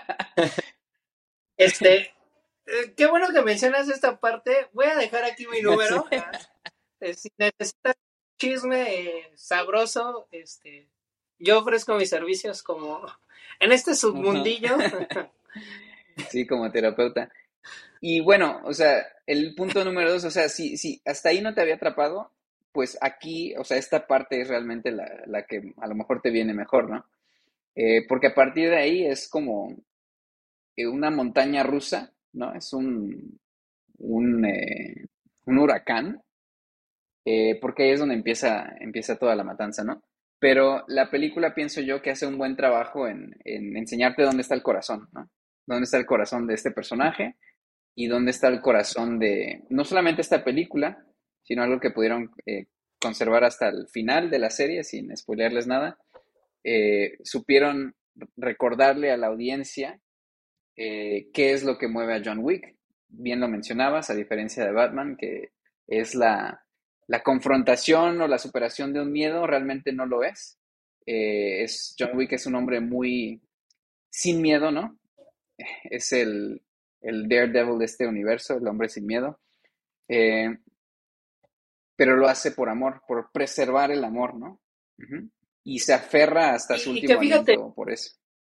Este, eh, qué bueno que mencionas esta parte. Voy a dejar aquí mi Sí. número. ah, eh, Si necesitas chisme eh, sabroso, este, yo ofrezco mis servicios como en este Ajá. submundillo. Sí, como terapeuta. Y bueno, o sea, el punto número dos, o sea, si, si hasta ahí no te había atrapado, pues aquí, o sea, esta parte es realmente la, la que a lo mejor te viene mejor, ¿no? Eh, porque a partir de ahí es como eh, una montaña rusa, ¿no? Es un, un, eh, un huracán, eh, porque ahí es donde empieza, empieza toda la matanza, ¿no? Pero la película pienso yo que hace un buen trabajo en, en enseñarte dónde está el corazón, ¿no? Dónde está el corazón de este personaje y dónde está el corazón de no solamente esta película, sino algo que pudieron eh, conservar hasta el final de la serie, sin spoilearles nada. Eh, supieron recordarle a la audiencia eh, qué es lo que mueve a John Wick. Bien lo mencionabas, a diferencia de Batman, que es la, la confrontación o la superación de un miedo, realmente no lo es. Eh, es John Wick es un hombre muy sin miedo, ¿no? Es el, el Daredevil de este universo, el hombre sin miedo. Eh, pero lo hace por amor, por preservar el amor, ¿no? Ujú. Y se aferra hasta su Y, y que último fíjate, aliento por eso.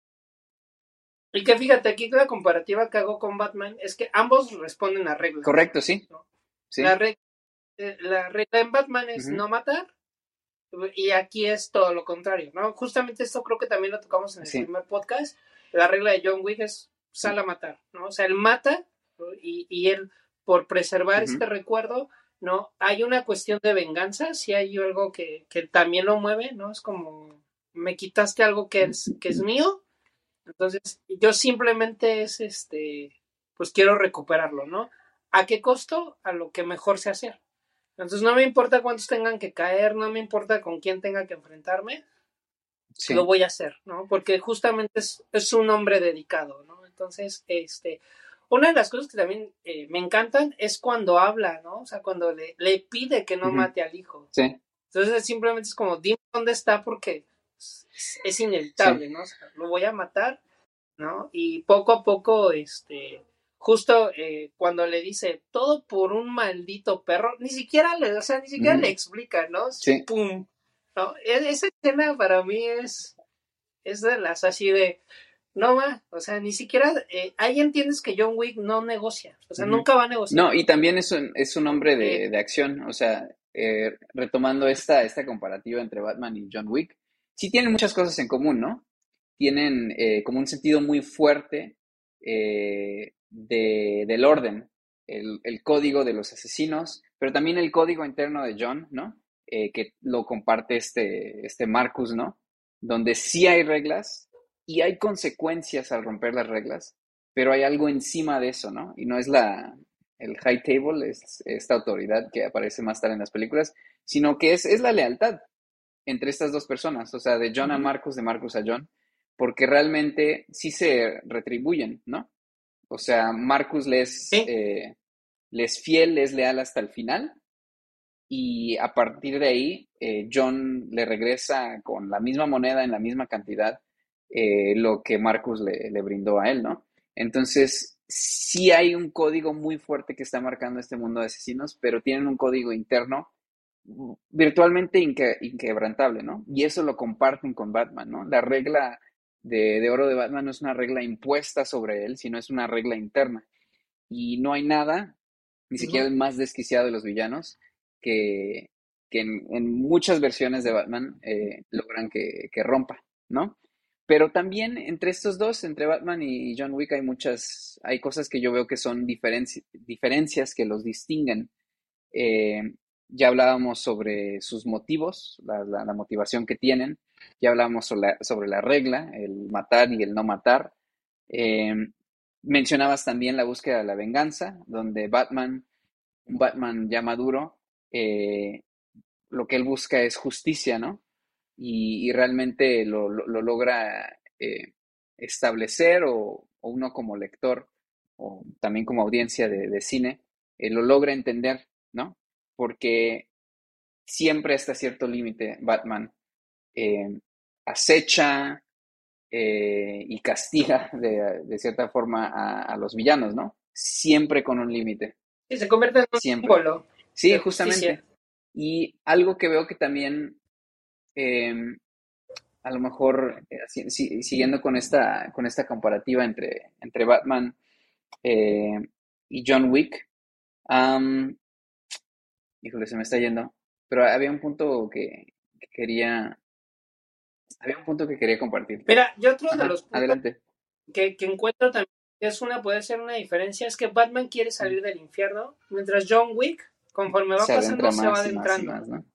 y que fíjate, aquí la comparativa que hago con Batman es que ambos responden a reglas, Correcto, sí, ¿no? La sí. regla, la regla en Batman es Ujú. no matar Y aquí es todo lo contrario, ¿no? Justamente esto creo que también lo tocamos en el Sí. primer podcast. La regla de John Wick es sal a matar, ¿no? O sea, él mata, ¿no? y, y él, por preservar Ujú. este recuerdo, ¿no? Hay una cuestión de venganza, si hay algo que, que también lo mueve, ¿no? Es como, me quitaste algo que es, que es mío, entonces yo simplemente es, este, pues quiero recuperarlo, ¿no? ¿A qué costo? A lo que mejor sé hacer. Entonces no me importa cuántos tengan que caer, no me importa con quién tenga que enfrentarme, Sí. lo voy a hacer, ¿no? Porque justamente es, es un hombre dedicado, ¿no? Entonces, este, una de las cosas que también eh, me encantan es cuando habla, ¿no? O sea, cuando le, le pide que no Ujú. mate al hijo. Sí. Entonces simplemente es como, dime dónde está porque es, es inevitable, Sí. ¿no? O sea, lo voy a matar, ¿no? Y poco a poco, este, justo eh, cuando le dice todo por un maldito perro, ni siquiera le, o sea, ni siquiera Ujú. le explica, ¿no? Es Sí. pum, ¿no? E- Esa escena para mí es, es de las así de, no va, o sea, ni siquiera, eh, ahí entiendes que John Wick no negocia, o sea, Ujú. nunca va a negociar. No, y también es un, es un hombre Eh, de, de acción, o sea, eh, retomando esta, esta comparativa entre Batman y John Wick, sí tienen muchas cosas en común, ¿no? Tienen eh, como un sentido muy fuerte eh, de, del orden, el, el código de los asesinos, pero también el código interno de John, ¿no? Eh, que lo comparte este, este Marcus, ¿no? Donde sí hay reglas y hay consecuencias al romper las reglas, pero hay algo encima de eso, ¿no? Y no es la, el high table, es esta autoridad que aparece más tarde en las películas, sino que es, es la lealtad entre estas dos personas, o sea, de John a ujú, Marcus, de Marcus a John, porque realmente sí se retribuyen, ¿no? O sea, Marcus le es, sí, eh, le es fiel, le es leal hasta el final, y a partir de ahí, eh, John le regresa con la misma moneda en la misma cantidad eh, lo que Marcus le, le brindó a él, ¿no? Entonces, sí hay un código muy fuerte que está marcando este mundo de asesinos, pero tienen un código interno mm, virtualmente inque- inquebrantable, ¿no? Y eso lo comparten con Batman, ¿no? La regla de, de oro de Batman no es una regla impuesta sobre él, sino es una regla interna. Y no hay nada, ni siquiera ujú, el más desquiciado de los villanos, que, que en, en muchas versiones de Batman eh, logran que, que rompa, ¿no? Pero también entre estos dos, entre Batman y John Wick, hay muchas, hay cosas que yo veo que son diferenci- diferencias que los distinguen. Eh, ya hablábamos sobre sus motivos, la, la- la motivación que tienen. Ya hablábamos sobre la, sobre la regla, el matar y el no matar. Eh, mencionabas también la búsqueda de la venganza, donde Batman, un Batman ya maduro, eh, lo que él busca es justicia, ¿no? Y, y realmente lo, lo- lo logra eh, establecer o, o uno como lector o también como audiencia de, de cine, eh, lo logra entender, ¿no? Porque siempre hasta cierto límite Batman eh, acecha eh, y castiga de, de cierta forma a, a los villanos, ¿no? Siempre con un límite, y se convierte en un siempre. símbolo Sí, de justicia. justamente. Y algo que veo que también, eh, a lo mejor, eh, si- si- siguiendo con esta, con esta comparativa entre, entre Batman eh, y John Wick, am, híjole, se me está yendo, pero había un punto que, que quería, había un punto que quería compartirte. Mira, yo otro de Ajá, los puntos adelante. que, que encuentro también que es una, puede ser una diferencia, es que Batman quiere Mm. salir del infierno, mientras John Wick, conforme va Se pasando, adentra se va más y más y adentrando. más, ¿no?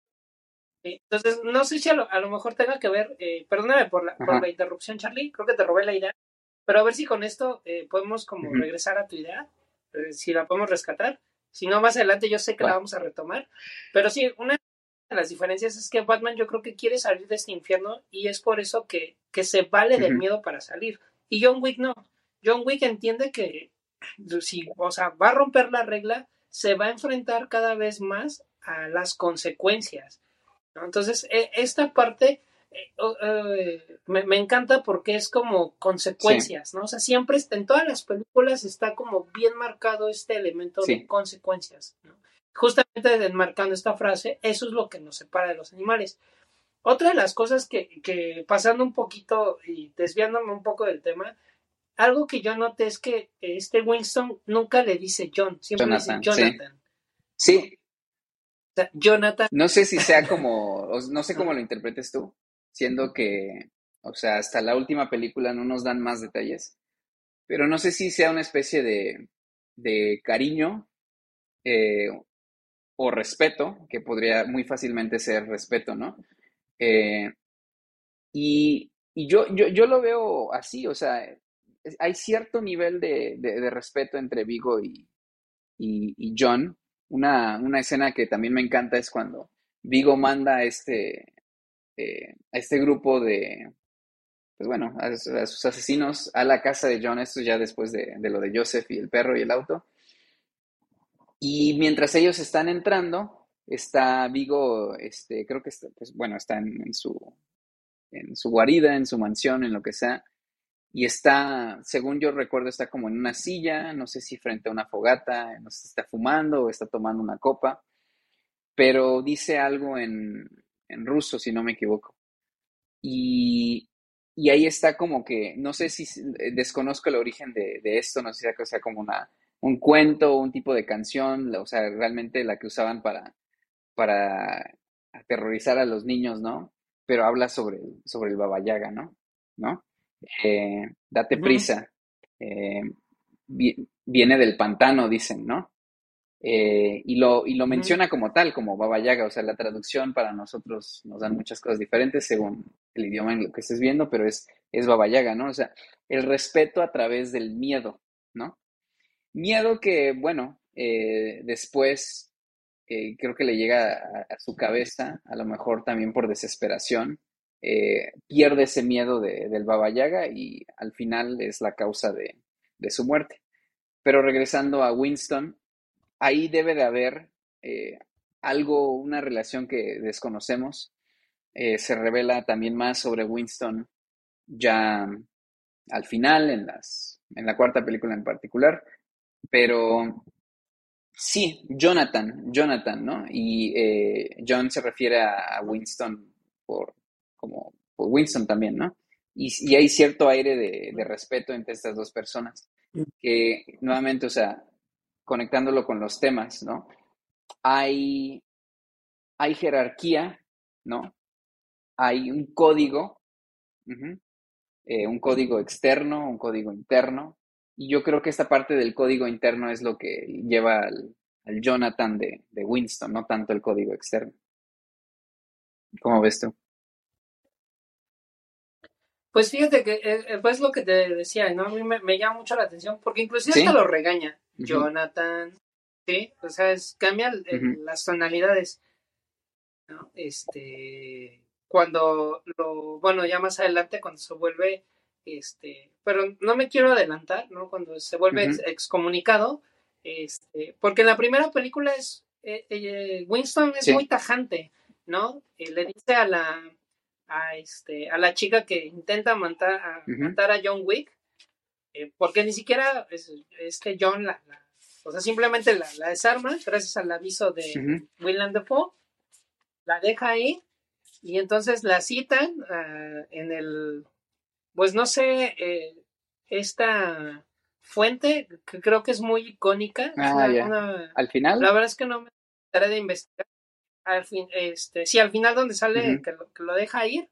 ¿Sí? Entonces, no sé si a lo, a lo mejor tenga que ver, eh, perdóname por la, por la Ajá. interrupción, Charlie, creo que te robé la idea, pero a ver si con esto eh, podemos como Ujú. regresar a tu idea, eh, si la podemos rescatar. Si no, más adelante yo sé que la Va. vamos a retomar. Pero sí, una de las diferencias es que Batman yo creo que quiere salir de este infierno y es por eso que, que se vale del Ujú. miedo para salir. Y John Wick no. John Wick entiende que si, o sea, va a romper la regla, se va a enfrentar cada vez más a las consecuencias, ¿no? Entonces, eh, esta parte eh, eh, me, me encanta porque es como Sí, consecuencias, ¿no? O sea, siempre está, en todas las películas está como bien marcado este elemento de sí, consecuencias, ¿no? Justamente enmarcando esta frase, eso es lo que nos separa de los animales. Otra de las cosas que, que pasando un poquito y desviándome un poco del tema, algo que yo noté es que este Winston nunca le dice John, siempre le dice Jonathan, sí, Jonathan, ¿no? sí, sea, Jonathan. No sé si sea como, o no sé cómo lo interpretes tú, siendo que, o sea, hasta la última película no nos dan más detalles, pero no sé si sea una especie de, de cariño eh, o respeto, que podría muy fácilmente ser respeto, ¿no? Eh, y y yo, yo, yo lo veo así, o sea, es- hay cierto nivel de, de- de respeto entre Vigo y, y, y John. Una, una escena que también me encanta es cuando Vigo manda a este, eh, a este grupo de, pues bueno, a, a sus asesinos a la casa de John, esto ya después de, de lo de Joseph y el perro y el auto. Y mientras ellos están entrando, está Vigo, este, creo que está, pues bueno, está en, en su, en su guarida, en su mansión, en lo que sea, y está, según yo recuerdo, está como en una silla, no sé si frente a una fogata, no sé si está fumando o está tomando una copa, pero dice algo en, en ruso, si no me equivoco. Y, y ahí está como que, no sé si eh, desconozco el origen de, de esto, no sé si sea, sea como una, un cuento, un tipo de canción, o sea, realmente la que usaban para, para aterrorizar a los niños, ¿no? Pero habla sobre, el- sobre el Baba Yaga, ¿no? ¿No? Eh, date Ujú, prisa. eh, vi- Viene del pantano, dicen, ¿no? Eh, y lo, y lo ujú. menciona como tal, como Baba Yaga, o sea, la traducción para nosotros nos dan muchas cosas diferentes según el idioma en lo que estés viendo, pero es, es Baba Yaga, ¿no? O sea, el respeto a través del miedo, ¿no? Miedo que, bueno, eh, después eh, creo que le llega a, a su cabeza, a lo mejor también por desesperación, eh, pierde ese miedo de- del Baba Yaga y al final es la causa de, de su muerte. Pero regresando a Winston, ahí debe de haber eh, algo, una relación que desconocemos. Eh, se revela también más sobre Winston ya al final, en las, en la cuarta película en particular, pero sí, Jonathan, Jonathan, ¿no? Y eh, John se refiere a, a Winston por, como, por Winston también, ¿no? Y, y hay cierto aire de, de respeto entre estas dos personas, que nuevamente, o sea, conectándolo con los temas, ¿no? Hay, hay jerarquía, ¿no? Hay un código, ujú, eh, un código externo, un código interno, y yo creo que esta parte del código interno es lo que lleva al, al Jonathan de, de Winston, no tanto el código externo. ¿Cómo ves tú? Pues fíjate que eh, eh, pues lo que te decía, ¿no? A mí me, me llama mucho la atención, porque inclusive hasta ¿Sí? lo regaña. Ujú, Jonathan, ¿sí? O sea, es, cambia el- ujú, el- las tonalidades, ¿no? Este, cuando lo, bueno, ya más adelante cuando se vuelve, este, pero no me quiero adelantar, ¿no? Cuando se vuelve ex- ujú, excomunicado, este, porque en la primera película es, eh, eh, Winston es muy sí, tajante, ¿no? Y le dice a la, a este, a la chica que intenta matar a, ujú, matar a John Wick, eh, porque ni siquiera es- este John la, la- o sea, simplemente la, la desarma gracias al aviso de ujú, Willem Dafoe, la deja ahí y entonces la citan uh, en el, pues no sé, eh, esta fuente que creo que es muy icónica, es ah, una, ya. una, ¿Al la final? verdad es que no me daré de investigar. Al fin, este, sí, al final donde sale Ujú, que lo, que lo deja ir,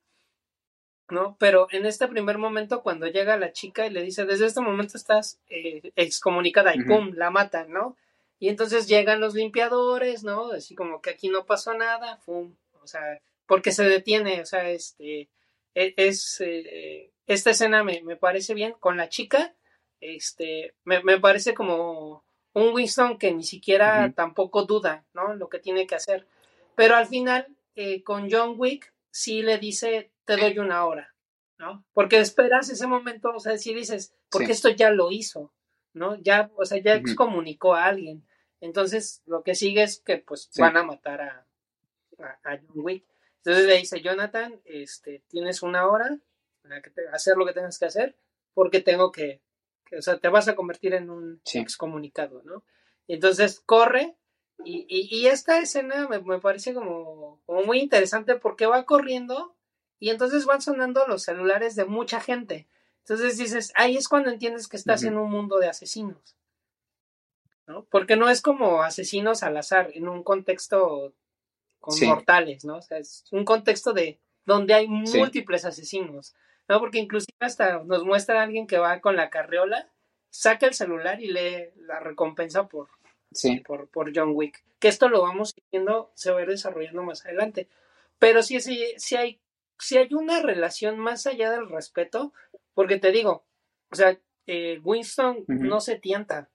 ¿no? Pero en este primer momento, cuando llega la chica y le dice, desde este momento estás eh, excomunicada y ujú, pum, la matan, ¿no? Y entonces llegan los limpiadores, ¿no? Así como que aquí no pasó nada, pum, o sea, porque se detiene, o sea, este, e- es, eh, esta escena me, me parece bien con la chica, este, me, me parece como un Winston que ni siquiera ujú, tampoco duda, ¿no? Lo que tiene que hacer. Pero al final, eh, con John Wick, sí le dice, te doy una hora, ¿no? Porque esperas ese momento, o sea, si dices, porque sí, esto ya lo hizo, ¿no? Ya, o sea, ya ujú, excomunicó a alguien. Entonces, lo que sigue es que, pues, sí, van a matar a, a, a John Wick. Entonces le dice, Jonathan, este, tienes una hora para que te, hacer lo que tengas que hacer, porque tengo que, que, o sea, te vas a convertir en un sí, excomunicado, ¿no? Y entonces corre, y, y, y esta escena me, me parece como, como muy interesante porque va corriendo y entonces van sonando los celulares de mucha gente. Entonces dices, ahí es cuando entiendes que estás ujú, en un mundo de asesinos, ¿no? Porque no es como asesinos al azar, en un contexto con Sí, mortales, ¿no? O sea, es un contexto de donde hay sí, múltiples asesinos, ¿no? Porque inclusive hasta nos muestra a alguien que va con la carriola, saca el celular y lee la recompensa por, sí. por, por John Wick. Que esto lo vamos viendo, se va a ir desarrollando más adelante. Pero sí, sí, sí hay, sí hay una relación más allá del respeto, porque te digo, o sea, eh, Winston Ujú. no se tienta,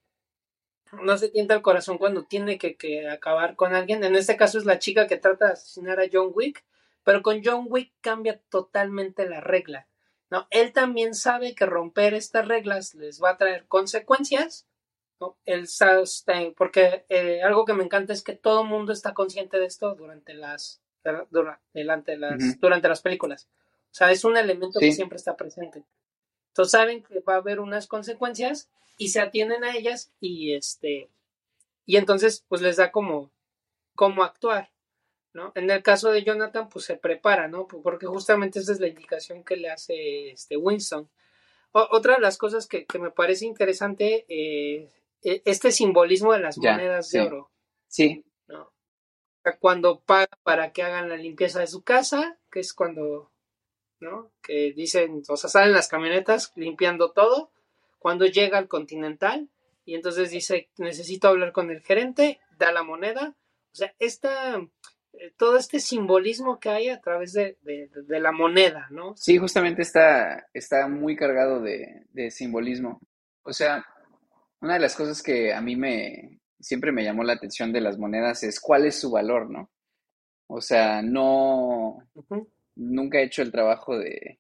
no se tienta el corazón cuando tiene que, que acabar con alguien. En este caso es la chica que trata de asesinar a John Wick, pero con John Wick cambia totalmente la regla. ¿No? Él también sabe que romper estas reglas les va a traer consecuencias, ¿no? Él sabe, porque eh, algo que me encanta es que todo el mundo está consciente de esto durante las, durante las, Ujú. durante las películas. O sea, es un elemento que Sí, siempre está presente. Entonces saben que va a haber unas consecuencias y se atienen a ellas y este y entonces pues les da como cómo actuar, ¿no? En el caso de Jonathan pues se prepara, ¿no? Porque justamente esa es la indicación que le hace este Winston. O, otra de las cosas que, que me parece interesante eh, este simbolismo de las ya, monedas de sí, oro, sí, ¿no? O sea, cuando paga para que hagan la limpieza de su casa, que es cuando, ¿no? Que dicen, o sea, salen las camionetas limpiando todo, cuando llega al Continental y entonces dice, necesito hablar con el gerente, da la moneda, o sea, esta, eh, todo este simbolismo que hay a través de, de, de la moneda, ¿no? sí, justamente está, está muy cargado de, de simbolismo. O sea, una de las cosas que a mí me siempre me llamó la atención de las monedas es cuál es su valor, ¿no? O sea, no, Uh-huh. nunca he hecho el trabajo de,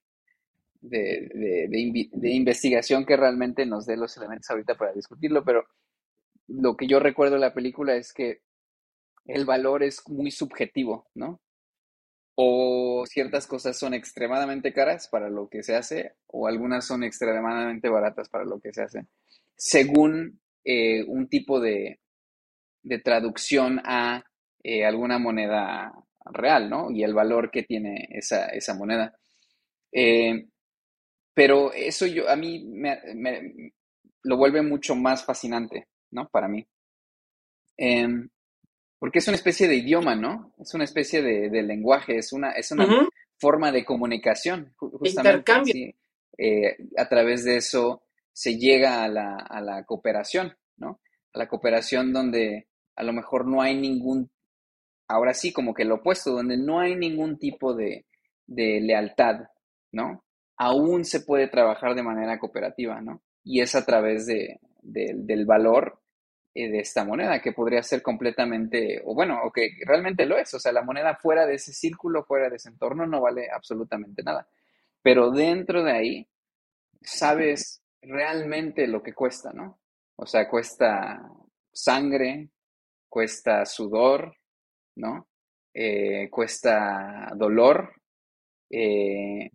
de, de, de invi- de investigación que realmente nos dé los elementos ahorita para discutirlo, pero lo que yo recuerdo de la película es que el valor es muy subjetivo, ¿no? O ciertas cosas son extremadamente caras para lo que se hace, o algunas son extremadamente baratas para lo que se hace, según eh, un tipo de, de traducción a eh, alguna moneda real, ¿no? Y el valor que tiene esa, esa moneda. Eh, pero eso yo, a mí me, me- lo vuelve mucho más fascinante, ¿no? Para mí. Em, Porque es una especie de idioma, ¿no? Es una especie de, de lenguaje, es una, es una Uh-huh. forma de comunicación, ju- justamente, Intercambio. ¿sí? Eh, a través de eso se llega a la, a la cooperación, ¿no? A la cooperación donde a lo mejor no hay ningún, ahora sí, como que lo opuesto, donde no hay ningún tipo de, de lealtad, ¿no? Aún se puede trabajar de manera cooperativa, ¿no? Y es a través de, de- del valor eh, de esta moneda, que podría ser completamente, o bueno, o que realmente lo es, o sea, la moneda fuera de ese círculo, fuera de ese entorno, no vale absolutamente nada. Pero dentro de ahí, sabes realmente lo que cuesta, ¿no? O sea, cuesta sangre, cuesta sudor, ¿no? Eh, cuesta dolor, eh,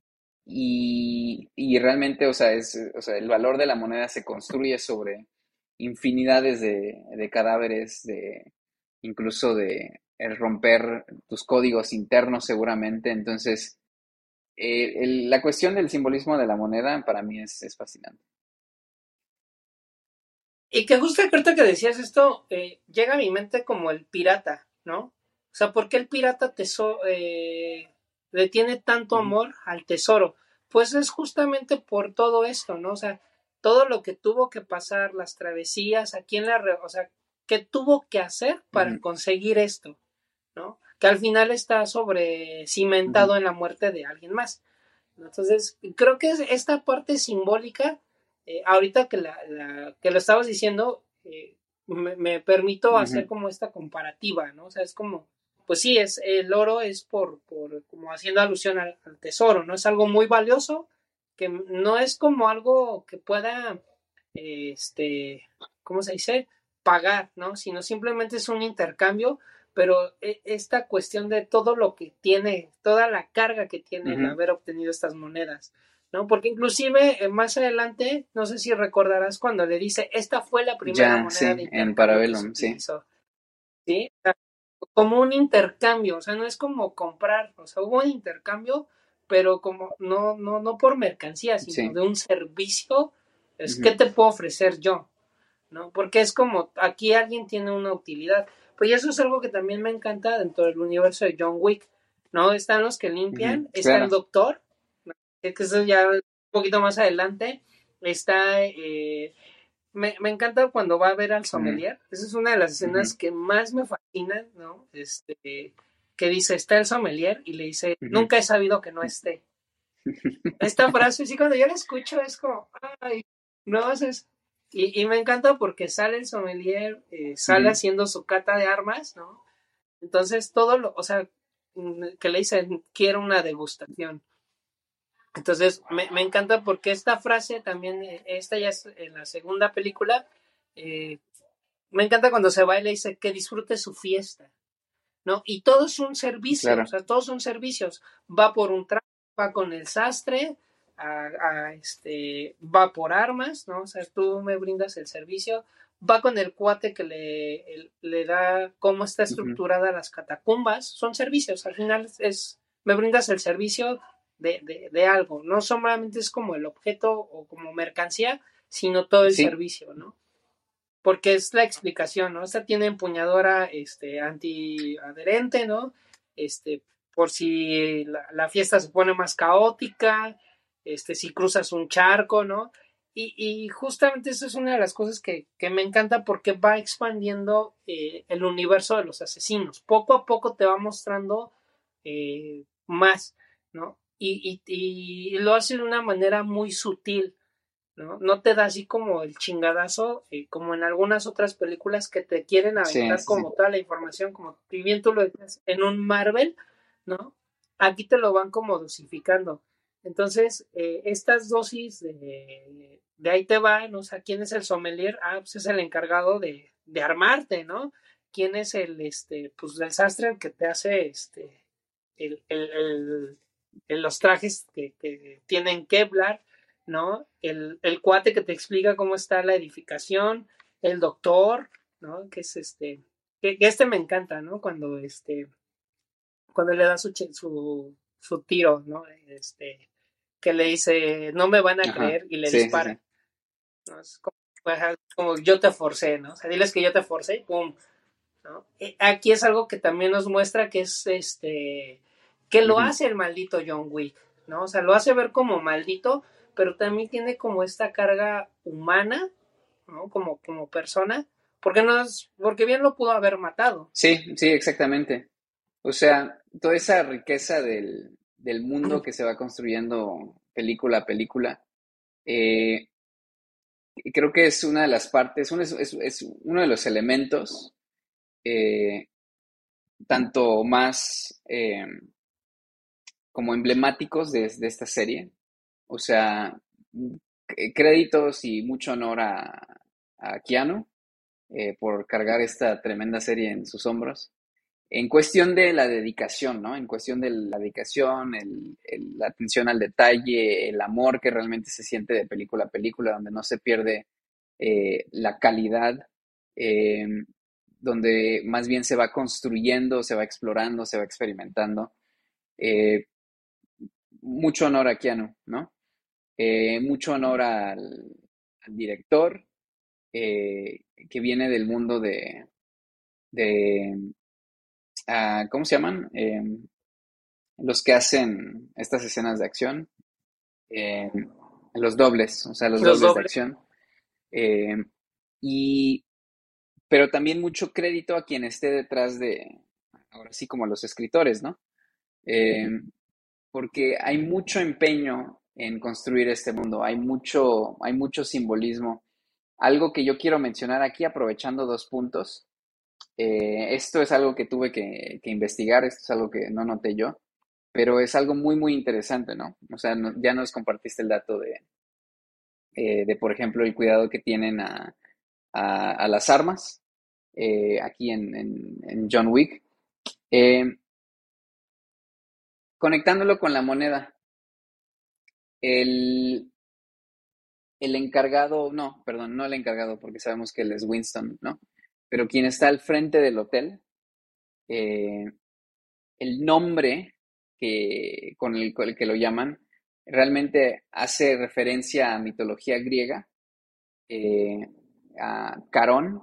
y, y realmente, o sea, es, o sea, el valor de la moneda se construye sobre infinidades de, de cadáveres, de incluso de el romper tus códigos internos seguramente. Entonces, eh, el- la cuestión del simbolismo de la moneda para mí es, es fascinante. Y que justo ahorita que decías esto, eh, llega a mi mente como el pirata, ¿no? O sea, ¿por qué el pirata teso eh, le tiene tanto Ujú, amor al tesoro? Pues es justamente por todo esto, ¿no? O sea, todo lo que tuvo que pasar, las travesías, a quién la, re o sea, qué tuvo que hacer para ujú, conseguir esto, ¿no? Que al final está sobre ujú. cimentado en la muerte de alguien más. Entonces, creo que es esta parte simbólica, eh, ahorita que, la, la, que lo estabas diciendo, eh, me, me, permito hacer Ujú. como esta comparativa, ¿no? O sea, es como, pues sí, es, el oro es por, por como haciendo alusión al, al tesoro, ¿no? Es algo muy valioso, que no es como algo que pueda, eh, este, ¿cómo se dice? Pagar, ¿no? Sino simplemente es un intercambio, pero esta cuestión de todo lo que tiene, toda la carga que tiene el Ujú. haber obtenido estas monedas, ¿no? Porque inclusive eh, más adelante, no sé si recordarás cuando le dice, esta fue la primera Ya, moneda de sí, en intercambio que se Parabellum, sí, utilizó, ¿sí? O sea, como un intercambio, o sea, no es como comprar, o sea, hubo un intercambio, pero como no, no, no por mercancía, sino sí. de un servicio, es qué Ujú. te puedo ofrecer yo, ¿no? Porque es como, aquí alguien tiene una utilidad. Pues eso es algo que también me encanta dentro del universo de John Wick, ¿no? Están los que limpian, Ujú, está el claro. doctor, ¿no? Que eso ya un poquito más adelante, está... Eh, me, me encanta cuando va a ver al Ujú, sommelier. Esa es una de las escenas ujú, que más me fascinan, ¿no? Este, que dice, está el sommelier y le dice, ujú. nunca he sabido que no esté. Esta frase, sí, cuando yo la escucho es como, ay, no, es... Y, y me encanta porque sale el sommelier, eh, sale Ujú, haciendo su cata de armas, ¿no? Entonces todo lo, o sea, que le dicen, quiero una degustación. Entonces, me, me encanta porque esta frase también, eh, esta ya es en la segunda película, eh, me encanta cuando se va y le dice que disfrute su fiesta, ¿no? Y todo es un servicio, o claro. sea, todos son servicios. Va por un trago, va con el sastre, a, a, este, va por armas, ¿no? O sea, tú me brindas el servicio, va con el cuate que le, el, le da cómo está Ujú, estructurada las catacumbas, son servicios, al final es, me brindas el servicio de, de, de algo, no solamente es como el objeto o como mercancía, sino todo el sí. servicio, ¿no? Porque es la explicación, ¿no? Esta tiene empuñadura este, antiadherente, ¿no? Este, por si la, la, fiesta se pone más caótica, este, si cruzas un charco, ¿no? Y, y justamente eso es una de las cosas que, que me encanta porque va expandiendo eh, el universo de los asesinos. Poco a poco te va mostrando eh, más, ¿no? Y, y, y lo hace de una manera muy sutil, ¿no? No te da así como el chingadazo, eh, como en algunas otras películas que te quieren Sí, aventar sí, sí. como toda la información, como y bien tú lo decías, en un Marvel, ¿no? Aquí te lo van como dosificando. Entonces, eh, estas dosis de, de ahí te van, ¿no? O sea, ¿quién es el sommelier? Ah, pues es el encargado de, de armarte, ¿no? ¿Quién es el, este, pues del sastre el que te hace, este, el, el, el, el los trajes que, que tienen Kevlar, ¿no? El, el cuate que te explica cómo está la edificación, el doctor, ¿no? Que es este, que, que este me encanta, ¿no? Cuando este, cuando le da su, su, su tiro, ¿no? Este, que le dice, no me van a Ajá. creer y le Sí, sí, sí. dispara, ¿no? Es como, como yo te forcé, ¿no? O sea, diles que yo te forcé y pum, ¿no? Aquí es algo que también nos muestra que es este, que lo Ujú. hace el maldito John Wick, ¿no? O sea, lo hace ver como maldito, pero también tiene como esta carga humana, ¿no? Como, como persona, porque no es, porque bien lo pudo haber matado. Sí, sí, exactamente. O sea, toda esa riqueza del, del mundo que se va construyendo película a película, eh, creo que es una de las partes, un- es, es- es uno de los elementos eh, tanto más eh, como emblemáticos de, de esta serie. O sea, c- créditos y mucho honor a, a Keanu eh, por cargar esta tremenda serie en sus hombros. En cuestión de la dedicación, ¿no? En cuestión de la dedicación, el, el- la atención al detalle, el amor que realmente se siente de película a película, donde no se pierde eh, la calidad, eh, donde más bien se va construyendo, se va explorando, se va experimentando. Eh, Mucho honor a Keanu, ¿no? Eh, mucho honor al, al director, eh, que viene del mundo de, de ah, ¿cómo se llaman? Eh, los que hacen estas escenas de acción, eh, los dobles, o sea, los Los dobles de dobles. acción. Eh, y, pero también mucho crédito a quien esté detrás de, ahora sí como los escritores, ¿no? Eh, Porque hay mucho empeño en construir este mundo, hay mucho, hay mucho simbolismo. Algo que yo quiero mencionar aquí, aprovechando dos puntos. Eh, esto es algo que tuve que, que investigar, esto es algo que no noté yo, pero es algo muy, muy interesante, ¿no? O sea, no- ya nos compartiste el dato de, eh, de, por ejemplo, el cuidado que tienen a, a- a las armas eh, aquí en, en- en John Wick. Eh, Conectándolo con la moneda, el, el encargado, no, perdón, no el encargado, porque sabemos que él es Winston, ¿no? Pero quien está al frente del hotel, eh, el nombre que, con, el, con el que lo llaman realmente hace referencia a mitología griega. Eh, a Carón,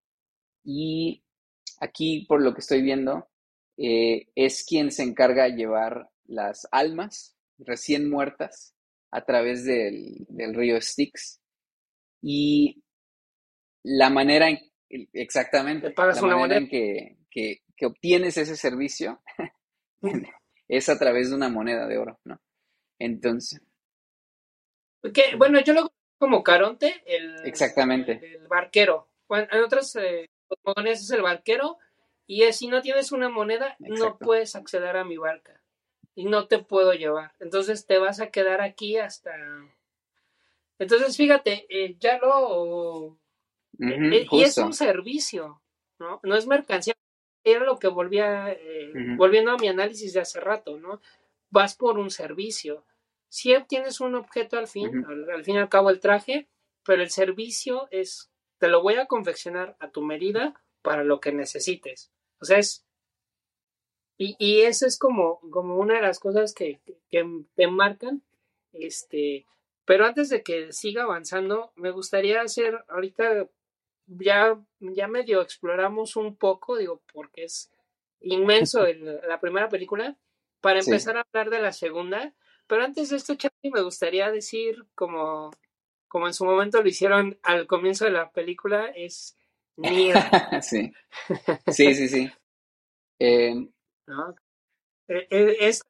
y aquí, por lo que estoy viendo, eh, es quien se encarga de llevar las almas recién muertas a través del, del río Styx. Y la manera en, Te exactamente, pagas la una manera moneda. en que, que, que obtienes ese servicio es a través de una moneda de oro, ¿no? Entonces, Que, bueno, yo lo conozco como Caronte, el, el, exactamente, el barquero. Bueno, en otras eh, cosmogonías es el barquero, y es, si no tienes una moneda, no exacto. puedes acceder a mi barca y no te puedo llevar. Entonces te vas a quedar aquí hasta... Entonces, fíjate, eh, ya lo... eh, Ujú, eh, y es un justo. servicio, ¿no? No es mercancía. Era lo que volvía, eh, Ujú, volviendo a mi análisis de hace rato, ¿no? Vas por un servicio. Si obtienes un objeto al fin, ujú, al, al fin y al cabo el traje, pero el servicio es, te lo voy a confeccionar a tu medida para lo que necesites. O sea, es, y, y eso es como, como una de las cosas que, que te marcan, este, pero antes de que siga avanzando, me gustaría hacer, ahorita ya, ya medio exploramos un poco, digo, porque es inmenso el- la primera película, para sí. empezar a hablar de la segunda. Pero antes de esto, Charlie, me gustaría decir, como, como en su momento lo hicieron al comienzo de la película, es Neo, Sí, sí, sí, sí. Eh, ¿no? Eh, eh, Es,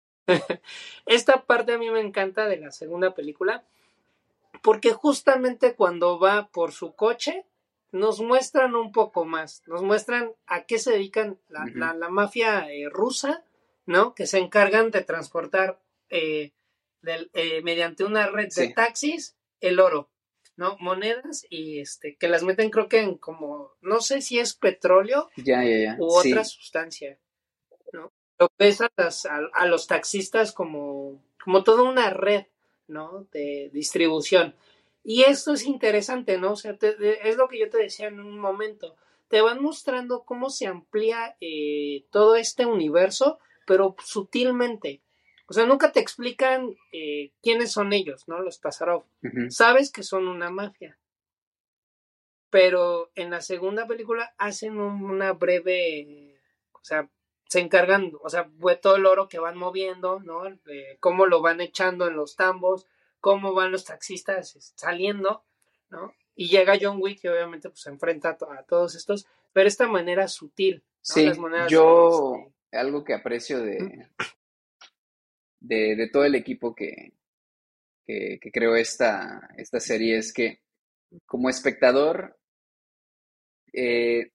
esta parte a mí me encanta de la segunda película, porque justamente cuando va por su coche, nos muestran un poco más, nos muestran a qué se dedican la, ujú, la, la mafia eh, rusa, ¿no? Que se encargan de transportar eh, del, eh, mediante una red de sí, taxis el oro, ¿no? Monedas y este, que las meten creo que en como, no sé si es petróleo ya, ya, ya. u otra Sí, sustancia, ¿no? Lo ves a, las, a, a los taxistas como, como toda una red, ¿no? De distribución. Y esto es interesante, ¿no? O sea, te, de, es lo que yo te decía en un momento. Te van mostrando cómo se amplía eh, todo este universo, pero sutilmente. O sea, nunca te explican eh, quiénes son ellos, ¿no? Los Pazarov. ujú, Sabes que son una mafia, pero en la segunda película hacen un, una breve, o sea, se encargan, o sea, fue todo el oro que van moviendo, ¿no? Eh, cómo lo van echando en los tambos, cómo van los taxistas saliendo, ¿no? Y llega John Wick y obviamente pues se enfrenta a, to a todos estos, pero de esta manera sutil, ¿no? Las sí. monedas de Yo, este... algo que aprecio de, de, de todo el equipo que, que, que creó esta, esta serie es que como espectador eh,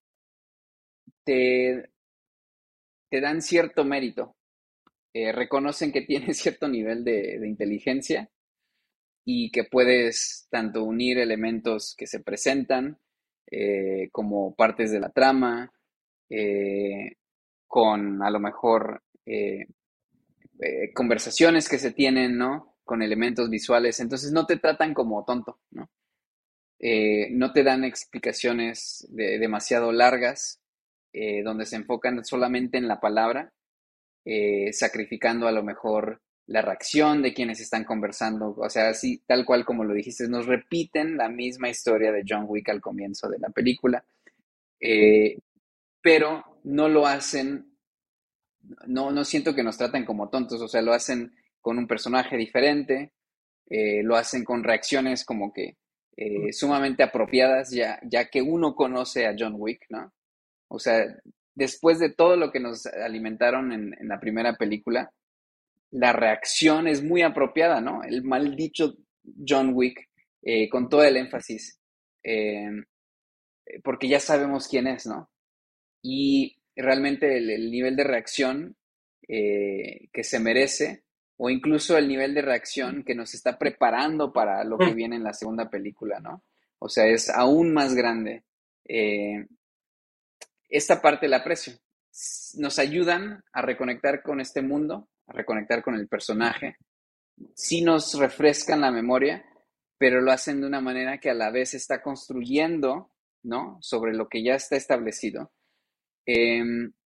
te, te dan cierto mérito, eh, reconocen que tienes cierto nivel de, de inteligencia y que puedes tanto unir elementos que se presentan eh, como partes de la trama, eh, con a lo mejor eh, eh, conversaciones que se tienen, ¿no? Con elementos visuales. Entonces no te tratan como tonto, ¿no? Eh, no te dan explicaciones de, demasiado largas, eh, donde se enfocan solamente en la palabra, eh, sacrificando a lo mejor la reacción de quienes están conversando, o sea, así tal cual como lo dijiste, nos repiten la misma historia de John Wick al comienzo de la película, eh, pero no lo hacen, no, no siento que nos traten como tontos, o sea, lo hacen con un personaje diferente, eh, lo hacen con reacciones como que eh, sumamente apropiadas, ya, ya que uno conoce a John Wick, ¿no? O sea, después de todo lo que nos alimentaron en, en la primera película, la reacción es muy apropiada, ¿no? El mal dicho John Wick, eh, con todo el énfasis, eh, porque ya sabemos quién es, ¿no? Y realmente el, el nivel de reacción eh, que se merece, o incluso el nivel de reacción que nos está preparando para lo que viene en la segunda película, ¿no? O sea, es aún más grande. Eh, esta parte la aprecio. Nos ayudan a reconectar con este mundo, a reconectar con el personaje, sí nos refrescan la memoria, pero lo hacen de una manera que a la vez está construyendo, ¿no? Sobre lo que ya está establecido. Eh,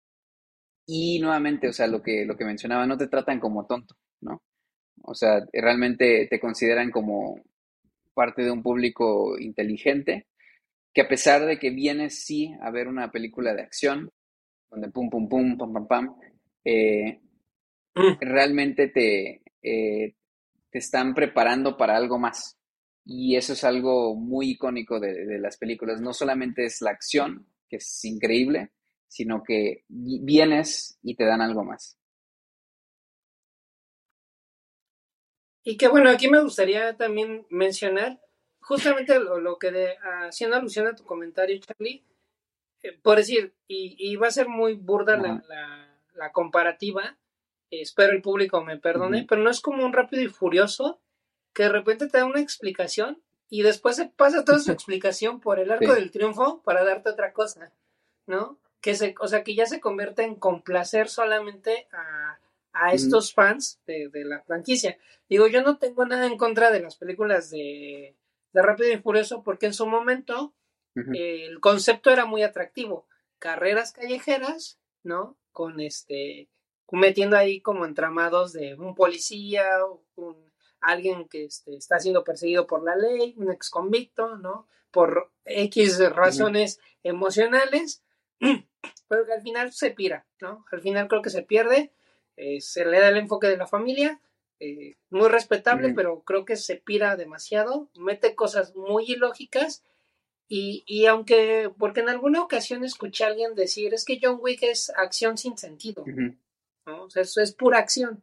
y nuevamente, o sea, lo que, lo que mencionaba, no te tratan como tonto, ¿no? O sea, realmente te consideran como parte de un público inteligente que a pesar de que vienes sí a ver una película de acción, donde pum, pum, pum, pam, pam, pam, eh, Mm. realmente te, eh, te están preparando para algo más. Y eso es algo muy icónico de, de las películas. No solamente es la acción, que es increíble, sino que vi- vienes y te dan algo más. Y que bueno, aquí me gustaría también mencionar justamente lo, lo que de, haciendo alusión a tu comentario, Charlie, eh, por decir, y, y va a ser muy burda la, Ajá. la, la comparativa, eh, espero el público me perdone, Ujú. pero no es como un Rápido y Furioso que de repente te da una explicación y después se pasa toda su explicación por el arco Sí. del triunfo para darte otra cosa, ¿no? Que se, o sea, que ya se convierte en complacer solamente a, a Ujú. estos fans de, de la franquicia. Digo, yo no tengo nada en contra de las películas de, de Rápido y Furioso porque en su momento Ujú. eh, el concepto era muy atractivo. Carreras callejeras, ¿no? Con este, metiendo ahí como entramados de un policía, un, alguien que este, está siendo perseguido por la ley, un ex convicto, ¿no? Por X Ujú. razones emocionales, pero que al final se pira, ¿no? Al final creo que se pierde, eh, se le da el enfoque de la familia, eh, muy respetable, Ujú. pero creo que se pira demasiado, mete cosas muy ilógicas y, y aunque, porque en alguna ocasión escuché a alguien decir, es que John Wick es acción sin sentido, Ujú. ¿no? O sea, eso es pura acción.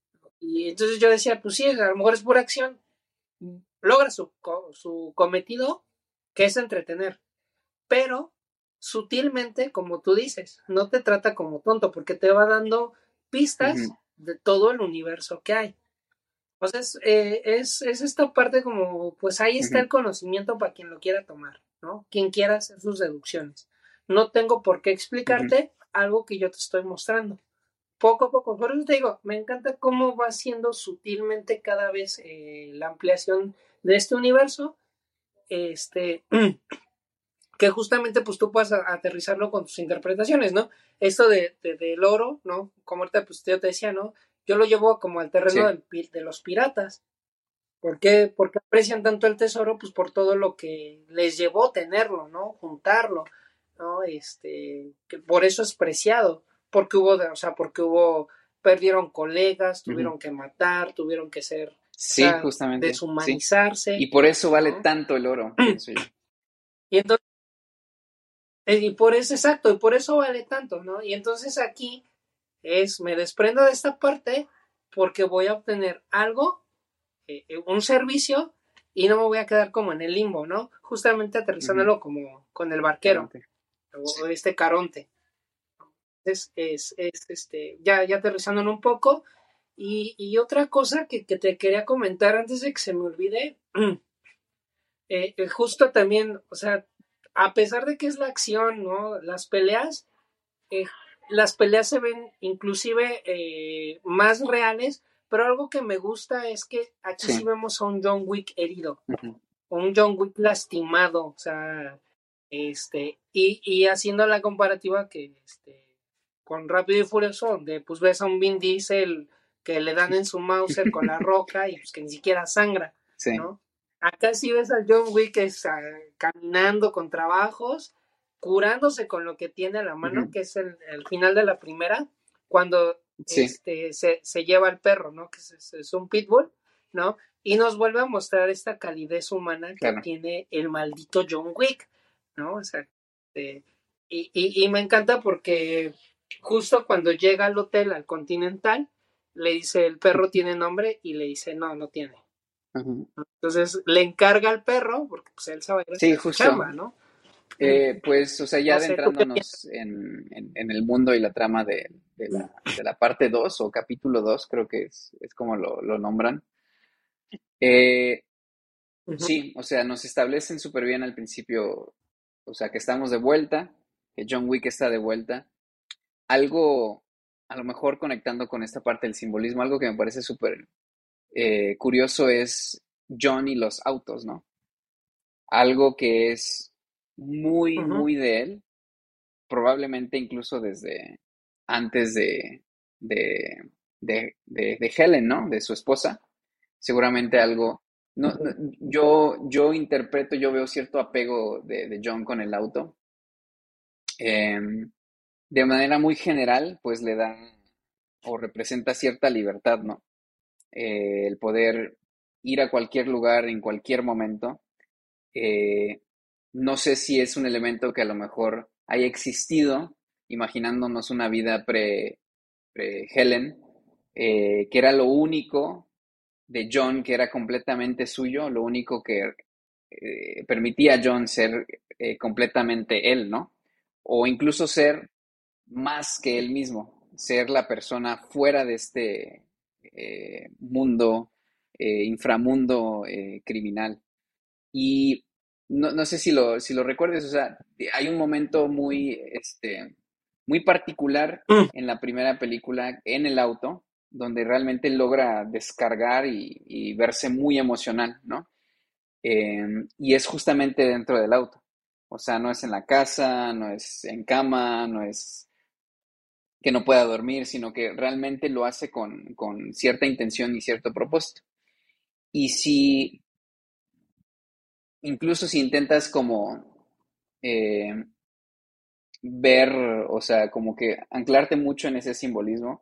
Y entonces yo decía, pues sí, a lo mejor es pura acción, logra su, su cometido, que es entretener, pero sutilmente, como tú dices, no te trata como tonto, porque te va dando pistas Ujú. de todo el universo que hay. O sea, es, eh, es, es esta parte como, pues ahí está el Ujú. conocimiento para quien lo quiera tomar, ¿no? Quien quiera hacer sus deducciones. No tengo por qué Ujú. explicarte algo que yo te estoy mostrando. Poco a poco, por eso te digo, me encanta cómo va siendo sutilmente cada vez eh, la ampliación de este universo, este, que justamente pues tú puedas a- aterrizarlo con tus interpretaciones, ¿no? Esto de, de- del oro, ¿no? Como ahorita pues yo te decía, ¿no? Yo lo llevo como al terreno Sí. del pi- de los piratas. ¿Por qué? ¿Por qué aprecian tanto el tesoro? Pues por todo lo que les llevó tenerlo, ¿no? Juntarlo, ¿no? Este, que por eso es preciado, porque hubo, de- o sea, porque hubo, perdieron colegas, Ujú. tuvieron que matar, tuvieron que ser, o Sí, sea, justamente, sí. Y deshumanizarse, por eso vale ¿no? tanto el oro, pienso yo. Y entonces, eh, y por eso, exacto, y por eso vale tanto, ¿no? Y entonces aquí es, me desprendo de esta parte porque voy a obtener algo, eh, eh, un servicio, y no me voy a quedar como en el limbo, ¿no? Justamente Ujú. aterrizándolo como con el barquero, Caronte. o, Sí. o este Caronte. Es, es, es este, ya, ya aterrizándolo un poco. Y, y otra cosa que, que, te quería comentar antes de que se me olvide, eh, eh, justo también, o sea, a pesar de que es la acción, ¿no? Las peleas, eh, las peleas se ven inclusive eh, más reales, pero algo que me gusta es que aquí sí Sí. vemos a un John Wick herido, Ujú. o un John Wick lastimado, o sea, este, y, y haciendo la comparativa que este, con Rápido y Furioso, donde pues ves a un Vin Diesel que le dan en su Mauser con la roca y pues que ni siquiera sangra, Sí. ¿no? Acá sí ves al John Wick es, uh, caminando con trabajos, curándose con lo que tiene a la mano, Ujú. que es el, el final de la primera, cuando Sí, este, se, se lleva al perro, ¿no? Que es, es un pitbull, ¿no? Y nos vuelve a mostrar esta calidez humana que claro. tiene el maldito John Wick, ¿no? O sea, eh, y, y, y me encanta porque justo cuando llega al hotel, al Continental, le dice, el perro tiene nombre, y le dice, no, no tiene. Ujú. Entonces le encarga al perro, porque pues él sabe Sí, hacer su justo. chamba, ¿no? Eh, pues, o sea, ya No sé, ¿tú qué adentrándonos en, en- en el mundo y la trama de, de la, de la parte dos o capítulo dos, creo que es, es como lo, lo nombran. Eh, piensas? sí, o sea, nos establecen súper bien al principio, o sea, que estamos de vuelta, que John Wick está de vuelta. Algo, a lo mejor conectando con esta parte del simbolismo, algo que me parece súper eh, curioso es John y los autos, ¿no? Algo que es muy, Uh -huh, muy de él, probablemente incluso desde antes de, de, de, de, de Helen, ¿no? De su esposa, seguramente algo no, no, yo, yo interpreto, yo veo cierto apego de, de John con el auto. Em, de manera muy general, pues le da o representa cierta libertad, ¿no? Eh, el poder ir a cualquier lugar en cualquier momento. Eh, no sé si es un elemento que a lo mejor haya existido, imaginándonos una vida pre, pre Helen, eh, que era lo único de John que era completamente suyo, lo único que eh, permitía a John ser eh, completamente él, ¿no? O incluso ser más que él mismo, ser la persona fuera de este eh, mundo, eh, inframundo eh, criminal. Y no, no sé si lo, si lo recuerdes, o sea, hay un momento muy, este, muy particular Mm. en la primera película, en el auto, donde realmente logra descargar y, y verse muy emocional, ¿no? Eh, y es justamente dentro del auto. O sea, no es en la casa, no es en cama, no es que no pueda dormir, sino que realmente lo hace con, con cierta intención y cierto propósito. Y si, incluso si intentas como eh, ver, o sea, como que anclarte mucho en ese simbolismo,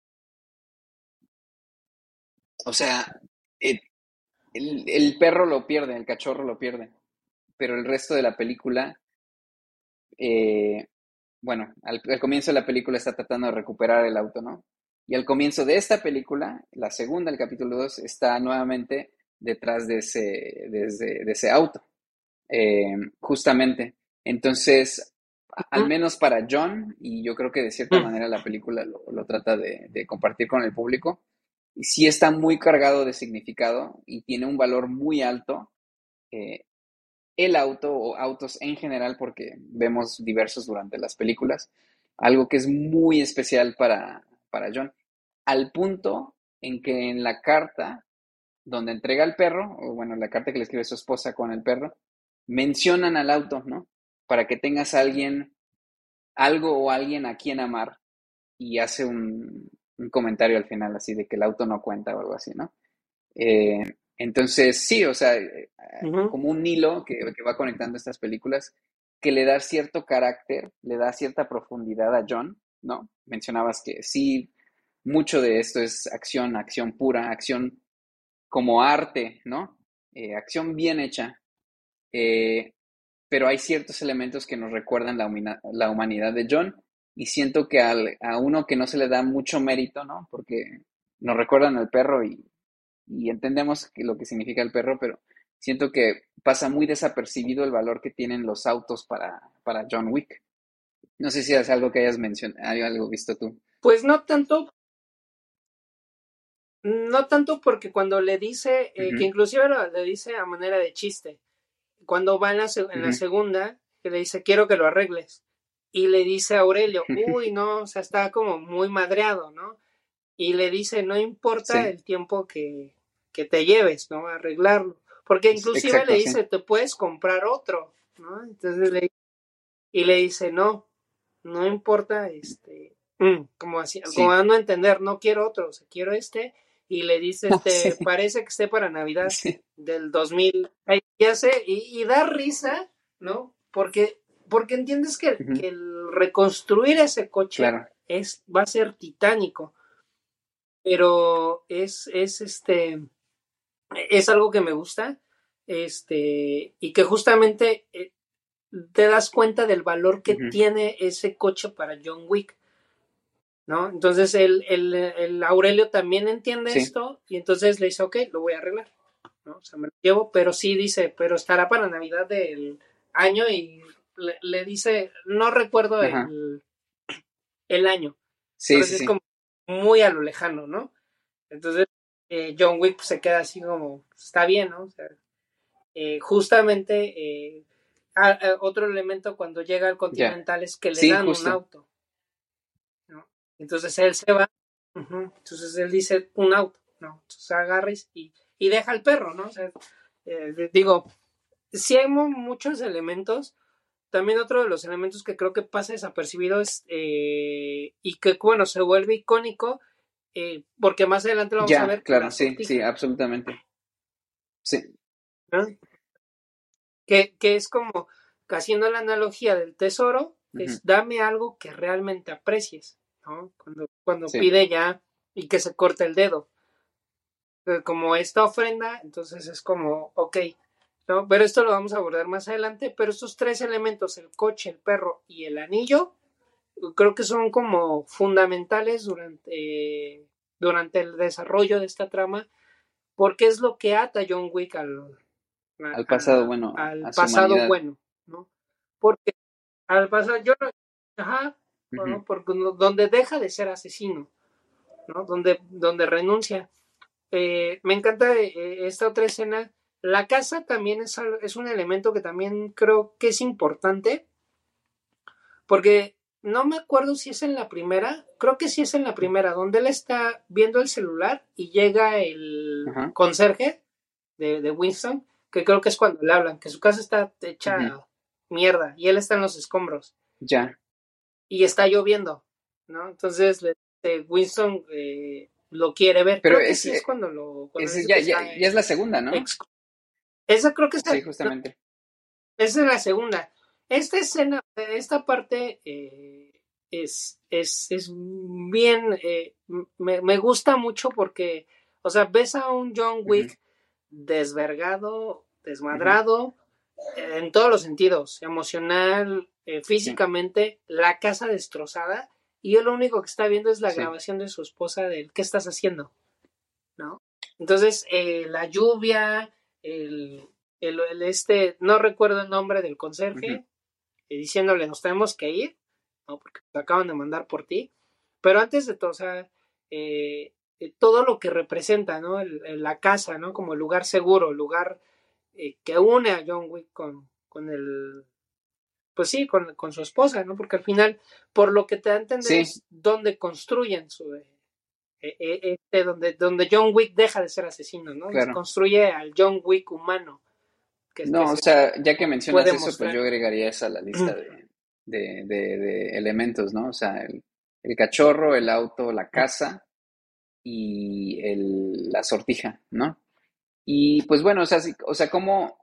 o sea, el, el, el perro lo pierde, el cachorro lo pierde, pero el resto de la película, eh, bueno, al, al comienzo de la película está tratando de recuperar el auto, ¿no? Y al comienzo de esta película, la segunda, el capítulo dos, está nuevamente detrás de ese, de ese, de ese auto, eh, justamente. Entonces, a- al menos para John, y yo creo que de cierta Mm. manera la película lo, lo trata de, de compartir con el público, sí está muy cargado de significado y tiene un valor muy alto, eh, el auto o autos en general, porque vemos diversos durante las películas, algo que es muy especial para, para John, al punto en que en la carta donde entrega el perro, o bueno, la carta que le escribe su esposa con el perro, mencionan al auto, ¿no? Para que tengas a alguien, algo o alguien a quien amar, y hace un, un comentario al final así de que el auto no cuenta o algo así, ¿no? Eh, entonces, sí, o sea, eh, Ujú. como un hilo que, que va conectando estas películas, que le da cierto carácter, le da cierta profundidad a John, ¿no? Mencionabas que sí, mucho de esto es acción, acción pura, acción como arte, ¿no? Eh, acción bien hecha, eh, pero hay ciertos elementos que nos recuerdan la, humina- la humanidad de John y siento que al- a uno que no se le da mucho mérito, ¿no? Porque nos recuerdan al perro y, y entendemos que- lo que significa el perro, pero siento que pasa muy desapercibido el valor que tienen los autos para, para John Wick. No sé si es algo que hayas mencionado, hay algo visto tú. Pues no tanto, no tanto porque cuando le dice, eh, que Ujú, inclusive lo- le dice a manera de chiste, cuando va en la, se- en la ujú. segunda, que le dice, quiero que lo arregles. Y le dice a Aurelio, uy, no, o sea, está como muy madreado, ¿no? Y le dice, no importa Sí, el tiempo que, que te lleves, ¿no? A arreglarlo. Porque inclusive le exacto, dice, sí. te puedes comprar otro, ¿no? Entonces le, y le dice, no, no importa, este, mm, como así, como Sí, dando a entender, no quiero otro, o sea, quiero este. Y le dice, este, sí, parece que esté para Navidad sí. del dos mil. Ay, ya sé, y, y da risa, ¿no? Porque, porque entiendes que, Ujú, que el reconstruir ese coche claro, es, va a ser titánico, pero es, es este, es algo que me gusta, este, y que justamente eh, te das cuenta del valor que ujú, tiene ese coche para John Wick, ¿no? Entonces el, el, el Aurelio también entiende sí, esto y entonces le dice, ok, lo voy a arreglar, ¿no? O sea, me lo llevo, pero sí dice, pero estará para Navidad del año y le, le dice, no recuerdo ajá, el, el año, sí, pero sí, sí es sí, como muy a lo lejano, ¿no? Entonces eh, John Wick pues, se queda así como, está bien, ¿no? O sea, eh, justamente eh, a, a otro elemento cuando llega al ya, Continental es que le sí, dan un justo, auto, ¿no? Entonces él se va, uh-huh, entonces él dice un auto, ¿no? Entonces agarres y, y deja al perro, ¿no? O sea, eh, digo, sí hay muchos elementos. También otro de los elementos que creo que pasa desapercibido es, eh, y que, bueno, se vuelve icónico, eh, porque más adelante lo vamos a ya, ver, la claro, sí, sí, sortija. absolutamente, Sí. ¿no? Que, que es como, haciendo la analogía del tesoro, Ujú. es dame algo que realmente aprecies, ¿no? Cuando, cuando Sí. pide ya y que se corte el dedo. Eh, Como esta ofrenda, entonces es como, ok, ¿no? Pero esto lo vamos a abordar más adelante, pero estos tres elementos, el coche, el perro y el anillo, creo que son como fundamentales durante, durante el desarrollo de esta trama, porque es lo que ata a John Wick al, a- Al pasado, a- bueno, al a su pasado humanidad. bueno, ¿no? Porque al pasado, yo, no- ajá, Ujú. bueno, porque no- donde deja de ser asesino, ¿no? Donde, donde renuncia. Eh, me encanta eh, esta otra escena. La casa también es, al- es un elemento que también creo que es importante, porque no me acuerdo si es en la primera, creo que sí es en la primera, donde él está viendo el celular y llega el Ajá. conserje de, de Winston, que creo que es cuando le hablan, que su casa está hecha Ujú. mierda y él está en los escombros Ya. y está lloviendo, ¿no? Entonces le- eh, Winston eh, lo quiere ver. Pero Creo que es, sí es eh, cuando lo cuando es dice ya, que ya, está ya es eh, la segunda, ¿no? ex- esa creo que es Sí, la, no, justamente. esa es la segunda. Esta escena, esta parte eh, es, es, es bien, eh, me, me gusta mucho porque, o sea, ves a un John Ujú. Wick desvergado, Ujú. desmadrado, eh, en todos los sentidos, emocional, eh, Sí, físicamente, la casa destrozada, y él lo único que está viendo es la sí. grabación de su esposa del ¿qué estás haciendo? ¿No? Entonces, eh, la lluvia, el, el, el este, no recuerdo el nombre del Ujú. conserje, eh, diciéndole nos tenemos que ir, ¿no? Porque te acaban de mandar por ti, pero antes de todo, o sea, eh, eh, todo lo que representa, ¿no? El, el, la casa, ¿no? Como el lugar seguro, el lugar eh, que une a John Wick con, con el, pues sí, con, con, su esposa, ¿no? Porque al final, por lo que te da a entender Sí, es donde construyen su, eh, eh, este, donde, donde John Wick deja de ser asesino, ¿no? Se claro. construye al John Wick humano que, que No, o se sea, ya que mencionas puede eso, pues mostrar. yo agregaría esa a la lista de, de, de, de elementos, ¿no? O sea, el, el cachorro, el auto, la casa y el, la sortija, ¿no? Y pues bueno, o sea, sí- o sea, como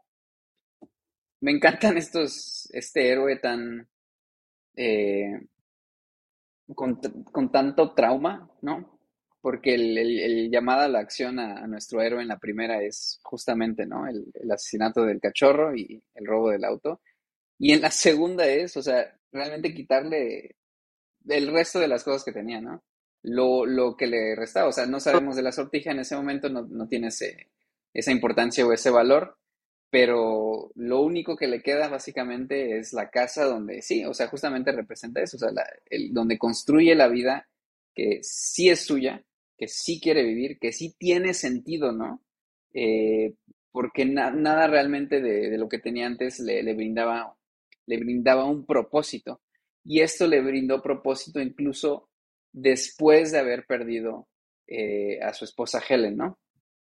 me encantan estos, este héroe tan, eh, con, t- con tanto trauma, ¿no? Porque el, el, el llamada a la acción a, a nuestro héroe en la primera es justamente, ¿no? El, el asesinato del cachorro y el robo del auto. Y en la segunda es, o sea, realmente quitarle el resto de las cosas que tenía, ¿no? Lo, lo que le restaba, o sea, no sabemos de la sortija en ese momento, no, no tiene ese, esa importancia o ese valor, pero lo único que le queda básicamente es la casa donde, sí, o sea, justamente representa eso, o sea, la- el, donde construye la vida que sí es suya, que sí quiere vivir, que sí tiene sentido, ¿no? Eh, porque na- nada realmente de, de lo que tenía antes le, le brindaba, le brindaba un propósito. Y esto le brindó propósito incluso después de haber perdido eh, a su esposa Helen, ¿no?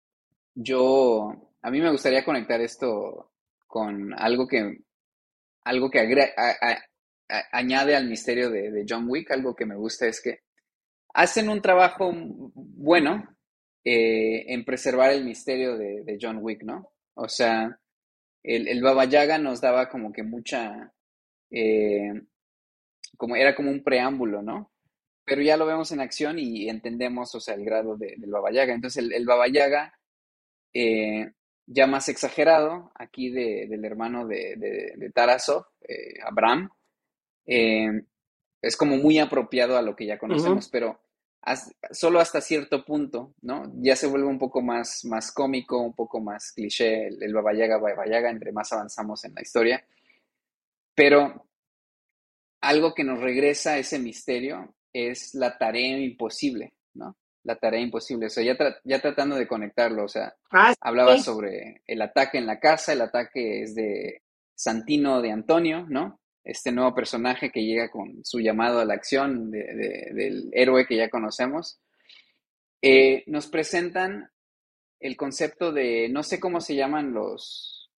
Yo, a mí me gustaría conectar esto con algo que, algo que agre- a- a- a- añade al misterio de, de John Wick. Algo que me gusta es que hacen un trabajo bueno eh, en preservar el misterio de, de John Wick, ¿no? O sea, el, el Baba Yaga nos daba como que mucha, eh, como era como un preámbulo, ¿no? Pero ya lo vemos en acción y entendemos, o sea, el grado de- del Baba Yaga. Entonces, el, el Baba Yaga, eh, ya más exagerado, aquí de- del hermano de, de, de Tarasov, eh, Abraham, eh, es como muy apropiado a lo que ya Uh-huh. conocemos, pero has- solo hasta cierto punto, ¿no? Ya se vuelve un poco más, más cómico, un poco más cliché el, el Baba Yaga, Baba Yaga, entre más avanzamos en la historia. Pero algo que nos regresa a ese misterio es la tarea imposible, ¿no? La tarea imposible. O sea, ya, tra- ya tratando de conectarlo, o sea, Ah, hablaba sí. sobre el ataque en la casa, el ataque es de Santino de Antonio, ¿no? Este nuevo personaje que llega con su llamado a la acción de- de- del héroe que ya conocemos. Eh, nos presentan el concepto de, no sé cómo se llaman los,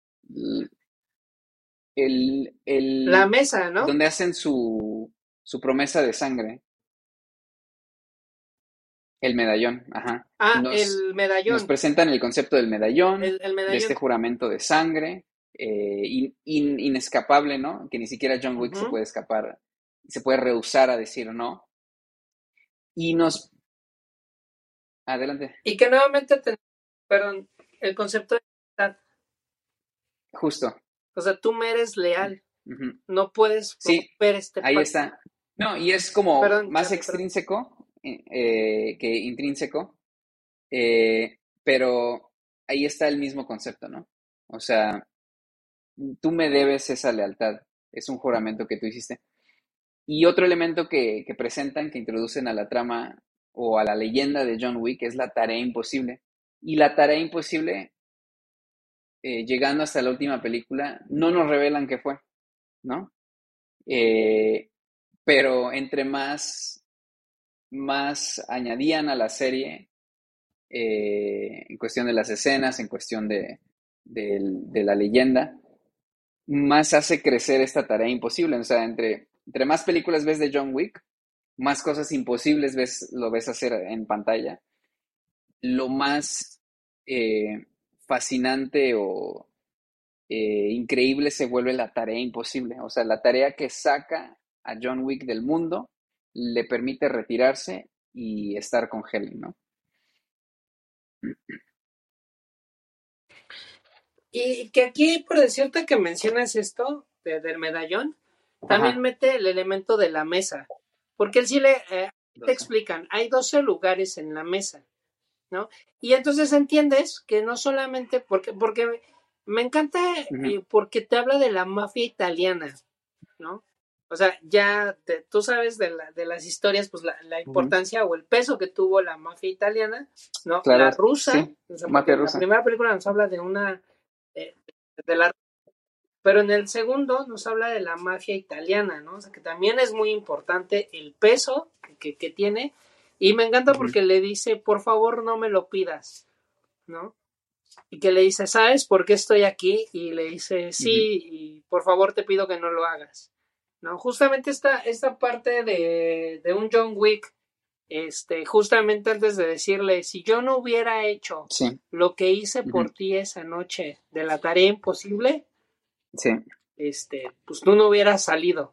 el, La el, mesa, ¿no? donde hacen su, su promesa de sangre. El medallón, ajá. Ah, Nos, el nos medallón. presentan el concepto del medallón, El, el de este medallón. juramento de sangre, eh, in- in- inescapable, ¿no? Que ni siquiera John Wick se Ujú. puede escapar, se puede rehusar a decir no. Y nos... Adelante, Y que nuevamente, te, perdón, el concepto de lealtad. justo. O sea, tú me eres leal. Ujú. No puedes Sí, romper este ahí pacto. está. No, y es como Perdón, más Charlie, perdón. extrínseco eh, eh, que intrínseco, eh, pero ahí está el mismo concepto, ¿no? O sea, tú me debes esa lealtad, es un juramento que tú hiciste. Y otro elemento que, que presentan, que introducen a la trama o a la leyenda de John Wick es la tarea imposible. Y la tarea imposible, eh, llegando hasta la última película, no nos revelan qué fue, ¿no? Eh, pero entre más, más añadían a la serie, eh, en cuestión de las escenas, en cuestión de, de, de la leyenda, más hace crecer esta tarea imposible. O sea, entre, entre más películas ves de John Wick, más cosas imposibles ves, lo ves hacer en pantalla. Lo más eh, fascinante o eh, increíble se vuelve la tarea imposible. O sea, la tarea que saca a John Wick del mundo le permite retirarse y estar con Helen, ¿no? Y que aquí, por decirte que mencionas esto de, del medallón, también Ajá. mete el elemento de la mesa. Porque él sí le eh, te doce. explican, hay doce lugares en la mesa, ¿no? Y entonces entiendes que no solamente, porque, porque me encanta, Uh-huh. eh, porque te habla de la mafia italiana, ¿no? O sea, ya te, tú sabes de, la, de las historias, pues la, la Uh-huh. importancia o el peso que tuvo la mafia italiana, ¿no? Claro, La rusa, sí, o sea, porque mafia en la rusa. primera película nos habla de una, eh, de la, pero en el segundo nos habla de la mafia italiana, ¿no? O sea, que también es muy importante el peso que, que, que tiene, y me encanta Uh-huh. porque le dice, por favor, no me lo pidas, ¿no? Y que le dice, ¿sabes por qué estoy aquí? Y le dice, Uh-huh. sí, y por favor te pido que no lo hagas, ¿no? Justamente esta, esta parte de, de un John Wick, este, justamente antes de decirle, si yo no hubiera hecho Sí. lo que hice Uh-huh. por ti esa noche de la tarea imposible, Sí. este, pues tú no hubieras salido,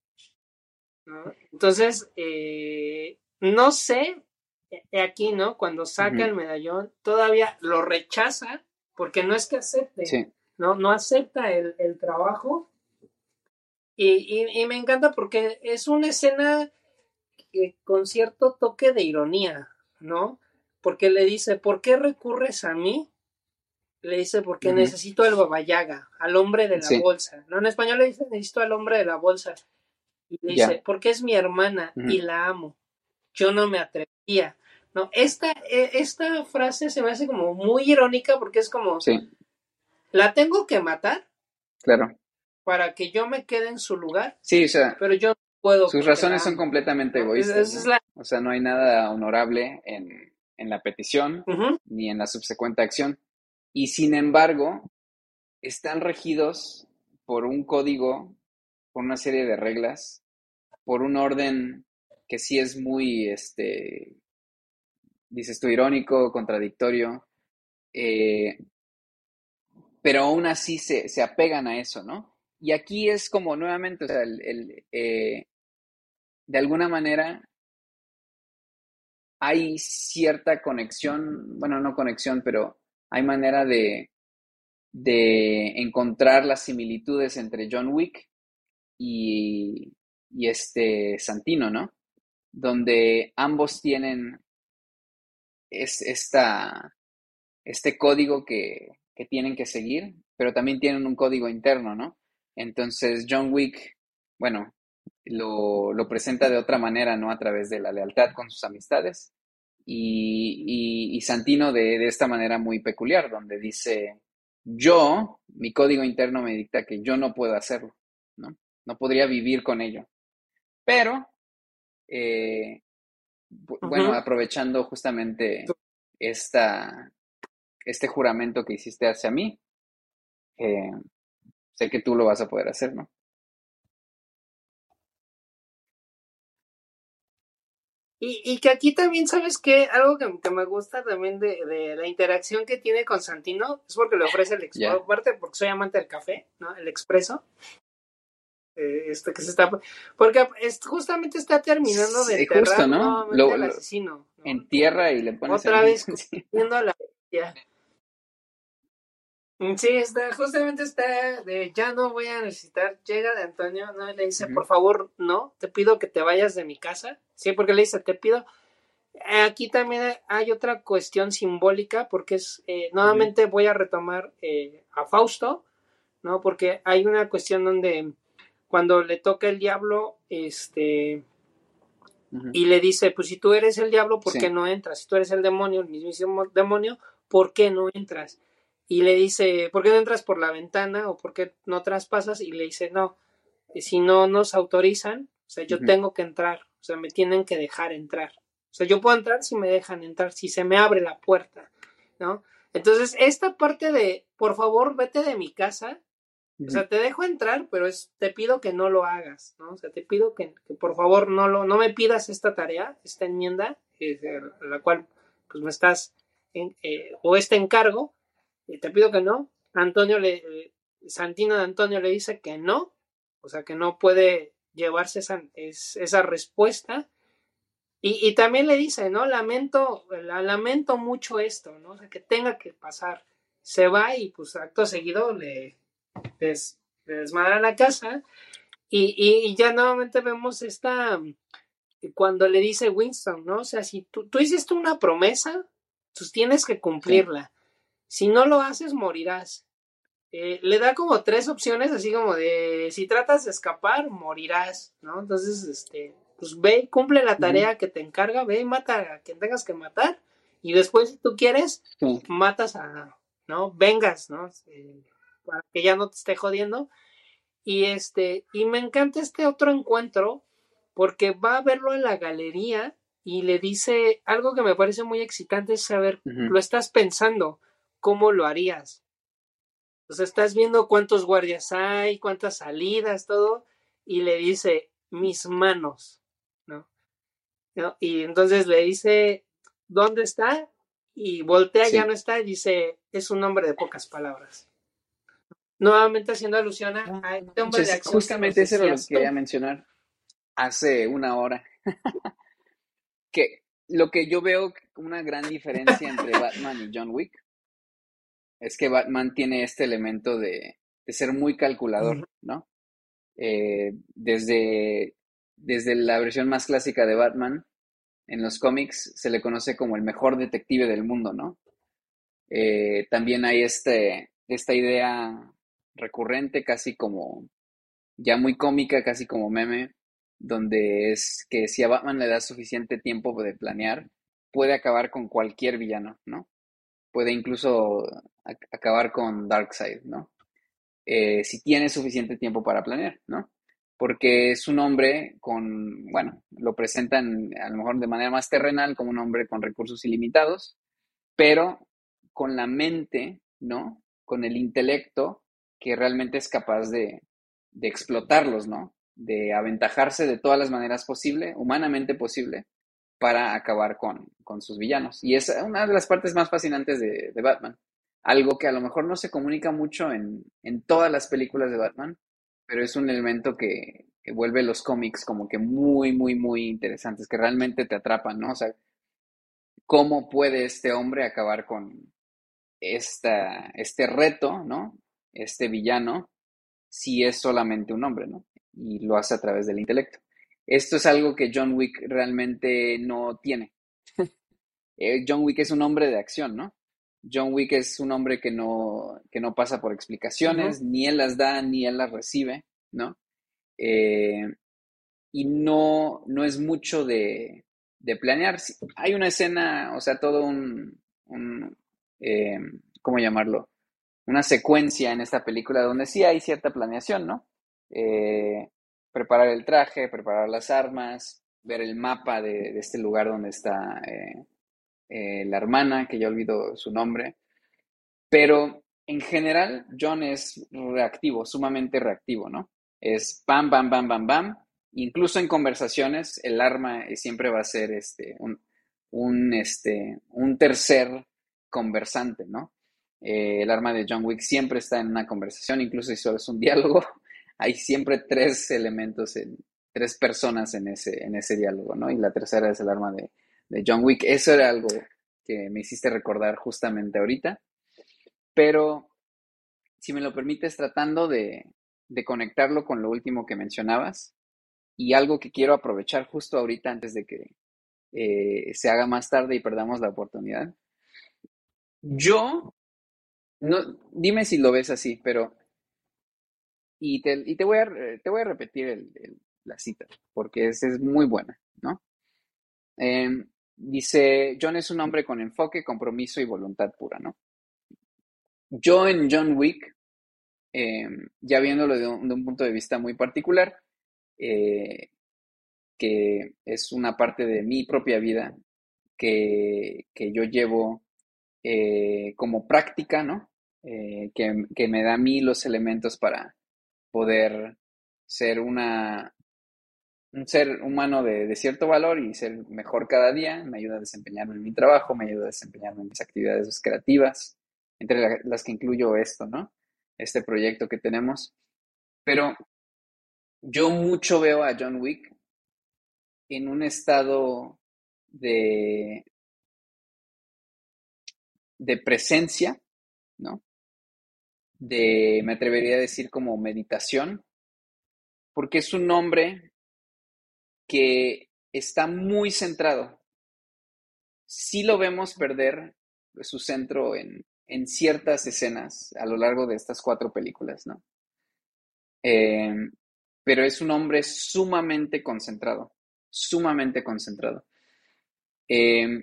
¿no? Entonces, eh, no sé, eh, aquí, ¿no? Cuando saca Uh-huh. el medallón, todavía lo rechaza, porque no es que acepte, Sí. ¿no? No acepta el, el trabajo. Y, y, y, me encanta porque es una escena que, con cierto toque de ironía, ¿no? Porque le dice, ¿por qué recurres a mí? Le dice, porque Uh-huh. necesito al Baba Yaga, al hombre de la Sí. bolsa. No, en español le dice, necesito al hombre de la bolsa. Y le dice, Ya. porque es mi hermana Uh-huh. y la amo. Yo no me atrevía. No, esta, esta frase se me hace como muy irónica porque es como, Sí, la tengo que matar claro. para que yo me quede en su lugar, Sí, o sea, pero yo no puedo sus porque la razones son amo, completamente ¿no? Esa egoístas, es ¿no? la... O sea, no hay nada honorable en, en la petición Uh-huh. ni en la subsecuente acción. Y sin embargo, están regidos por un código, por una serie de reglas, por un orden que sí es muy, este, dices tú, irónico, contradictorio, eh, pero aún así se, se apegan a eso, ¿no? Y aquí es como nuevamente, o sea, el, el, eh, de alguna manera hay cierta conexión, bueno, no conexión, pero hay manera de, de encontrar las similitudes entre John Wick y, y este Santino, ¿no? Donde ambos tienen es, esta, este código que, que tienen que seguir, pero también tienen un código interno, ¿no? Entonces John Wick, bueno, lo, lo presenta de otra manera, ¿no? A través de la lealtad con sus amistades. Y, y, y Santino de, de esta manera muy peculiar, donde dice, yo, mi código interno me dicta que yo no puedo hacerlo, ¿no? No podría vivir con ello. Pero, eh, bu- bueno, Uh-huh. aprovechando justamente esta, este juramento que hiciste hacia mí, eh, sé que tú lo vas a poder hacer, ¿no? Y, y que aquí también, ¿sabes qué? Algo que, que me gusta también de, de la interacción que tiene con Santino es porque le ofrece el expreso, Ya. aparte porque soy amante del café, ¿no? El expreso. Eh, este que se está. Porque es, justamente está terminando de Sí, justo, enterrar ¿no? nuevamente Lo, al lo asesino, ¿no? entierra y le pone Otra cemento vez encima. viendo a la bestia. Sí, está, justamente está de ya no voy a necesitar, llega de Antonio, no le dice, Ujú, por favor, no, te pido que te vayas de mi casa. Sí, porque le dice, te pido. Aquí también hay otra cuestión simbólica, porque es, eh, ujú, nuevamente voy a retomar eh, a Fausto, ¿no? Porque hay una cuestión donde cuando le toca el diablo, este, ujú. y le dice, pues si tú eres el diablo, ¿por qué Sí. no entras? Si tú eres el demonio, el mismísimo demonio, ¿por qué no entras? Y le dice, ¿por qué no entras por la ventana o por qué no traspasas? Y le dice, no, si no nos autorizan, o sea, yo Ujú, tengo que entrar, o sea, me tienen que dejar entrar. O sea, yo puedo entrar si me dejan entrar, si se me abre la puerta, ¿no? Entonces, esta parte de, por favor, vete de mi casa, o ujú. sea, te dejo entrar, pero es, te pido que no lo hagas, ¿no? O sea, te pido que, que por favor no lo, no me pidas esta tarea, esta enmienda, eh, la cual pues me estás, en, eh, o este encargo, eh, te pido que no. Antonio le, eh, Santino de Antonio le dice que no, o sea, que no puede llevarse esa, es, esa respuesta. Y, y también le dice, ¿no? Lamento, la, lamento mucho esto, ¿no? O sea, que tenga que pasar. Se va y pues acto seguido le, des, desmadra la casa y, y, y, ya nuevamente vemos esta, cuando le dice Winston, ¿no? O sea, si tú, tú hiciste una promesa, pues tienes que Sí. cumplirla. Si no lo haces, morirás. Eh, le da como tres opciones, así como de, si tratas de escapar, morirás, ¿no? Entonces, este, pues ve y cumple la Ujú, tarea que te encarga, ve y mata a quien tengas que matar, y después, si tú quieres, sí. matas a, ¿no? Vengas, ¿no? Eh, para que ya no te esté jodiendo. Y este, y me encanta este otro encuentro porque va a verlo en la galería y le dice algo que me parece muy excitante es saber, Ujú. lo estás pensando, ¿cómo lo harías? O sea, estás viendo cuántos guardias hay, cuántas salidas, todo, y le dice, mis manos, ¿no? ¿No? Y entonces le dice, ¿dónde está? Y voltea, ya Sí. no está, y dice, es un hombre de pocas palabras. Nuevamente haciendo alusión a, a este hombre de Entonces, acción que nos justamente eso era lo que decías quería tú. mencionar hace una hora. Que lo que yo veo una gran diferencia entre Batman y John Wick es que Batman tiene este elemento de, de ser muy calculador, ¿no? Eh, desde, desde la versión más clásica de Batman, en los cómics se le conoce como el mejor detective del mundo, ¿no? Eh, también hay este, esta idea recurrente, casi como, ya muy cómica, casi como meme, donde es que si a Batman le da suficiente tiempo de planear, puede acabar con cualquier villano, ¿no? Puede incluso a- acabar con Darkseid, ¿no? Eh, si tiene suficiente tiempo para planear, ¿no? Porque es un hombre con, bueno, lo presentan a lo mejor de manera más terrenal como un hombre con recursos ilimitados, pero con la mente, ¿no? Con el intelecto que realmente es capaz de, de explotarlos, ¿no? De aventajarse de todas las maneras posible, humanamente posible, para acabar con, con sus villanos. Y es una de las partes más fascinantes de, de Batman. Algo que a lo mejor no se comunica mucho en, en todas las películas de Batman, pero es un elemento que, que vuelve los cómics como que muy, muy, muy interesantes, que realmente te atrapan, ¿no? O sea, ¿cómo puede este hombre acabar con esta, este reto, ¿no? Este villano, si es solamente un hombre, ¿no? Y lo hace a través del intelecto. Esto es algo que John Wick realmente no tiene. Eh, John Wick es un hombre de acción, ¿no? John Wick es un hombre que no, que no pasa por Ujú. explicaciones, ni él las da, ni él las recibe, ¿no? Eh, y no, no es mucho de, de planear. Sí, hay una escena, o sea, todo un, un eh, ¿cómo llamarlo? Una secuencia en esta película donde sí hay cierta planeación, ¿no? Eh, preparar el traje, preparar las armas, ver el mapa de, de este lugar donde está eh, eh, la hermana, que ya olvido su nombre, pero en general John es reactivo, sumamente reactivo, ¿no? Es bam, bam, bam, bam, bam, incluso en conversaciones, el arma siempre va a ser este, un, un, este, un tercer conversante, ¿no? Eh, el arma de John Wick siempre está en una conversación, incluso si solo es un diálogo, hay siempre tres elementos, en, tres personas en ese, en ese diálogo, ¿no? Y la tercera es el arma de, de John Wick. Eso era algo que me hiciste recordar justamente ahorita, pero si me lo permites, tratando de, de conectarlo con lo último que mencionabas y algo que quiero aprovechar justo ahorita antes de que eh, se haga más tarde y perdamos la oportunidad. Yo, no, dime si lo ves así, pero, y te, y te, voy, a, te voy a repetir el, el, la cita, porque es, es muy buena, ¿no? Eh, dice, John es un hombre con enfoque, compromiso y voluntad pura, ¿no? Yo en John Wick, eh, ya viéndolo de un, de un punto de vista muy particular, eh, que es una parte de mi propia vida que, que yo llevo eh, como práctica, ¿no? Eh, que, que me da a mí los elementos para poder ser una, un ser humano de, de cierto valor y ser mejor cada día. Me ayuda a desempeñarme en mi trabajo, me ayuda a desempeñarme en mis actividades creativas, entre la- las que incluyo esto, ¿no? Este proyecto que tenemos. Pero yo mucho veo a John Wick en un estado de, de presencia, ¿no? De, me atrevería a decir como meditación, porque es un hombre que está muy centrado. Sí lo vemos perder su centro en, en ciertas escenas a lo largo de estas cuatro películas, ¿no? Eh, pero es un hombre sumamente concentrado, sumamente concentrado. Eh,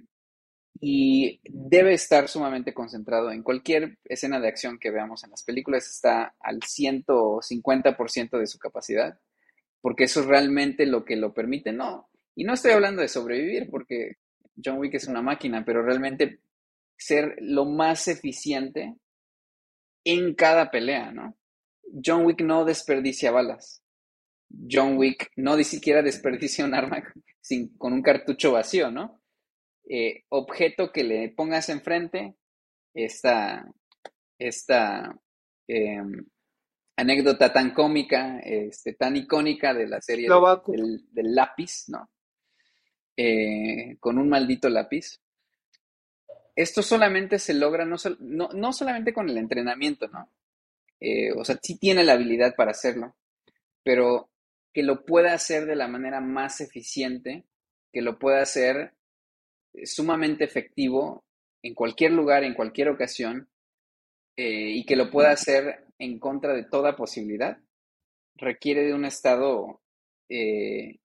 y debe estar sumamente concentrado en cualquier escena de acción que veamos en las películas, está al ciento cincuenta por ciento de su capacidad, porque eso es realmente lo que lo permite, no, y no estoy hablando de sobrevivir, porque John Wick es una máquina, pero realmente ser lo más eficiente en cada pelea, ¿no? John Wick no desperdicia balas, John Wick no ni siquiera desperdicia un arma sin, con un cartucho vacío, ¿no? Eh, objeto que le pongas enfrente, esta, esta eh, anécdota tan cómica, este, tan icónica de la serie Lo de, va a ocupar. del, del lápiz, ¿no? Eh, con un maldito lápiz. Esto solamente se logra, no, sol, no, no solamente con el entrenamiento, ¿no? Eh, o sea, sí tiene la habilidad para hacerlo, pero que lo pueda hacer de la manera más eficiente, que lo pueda hacer sumamente efectivo en cualquier lugar, en cualquier ocasión, eh, y que lo pueda hacer en contra de toda posibilidad, requiere de un estado eh,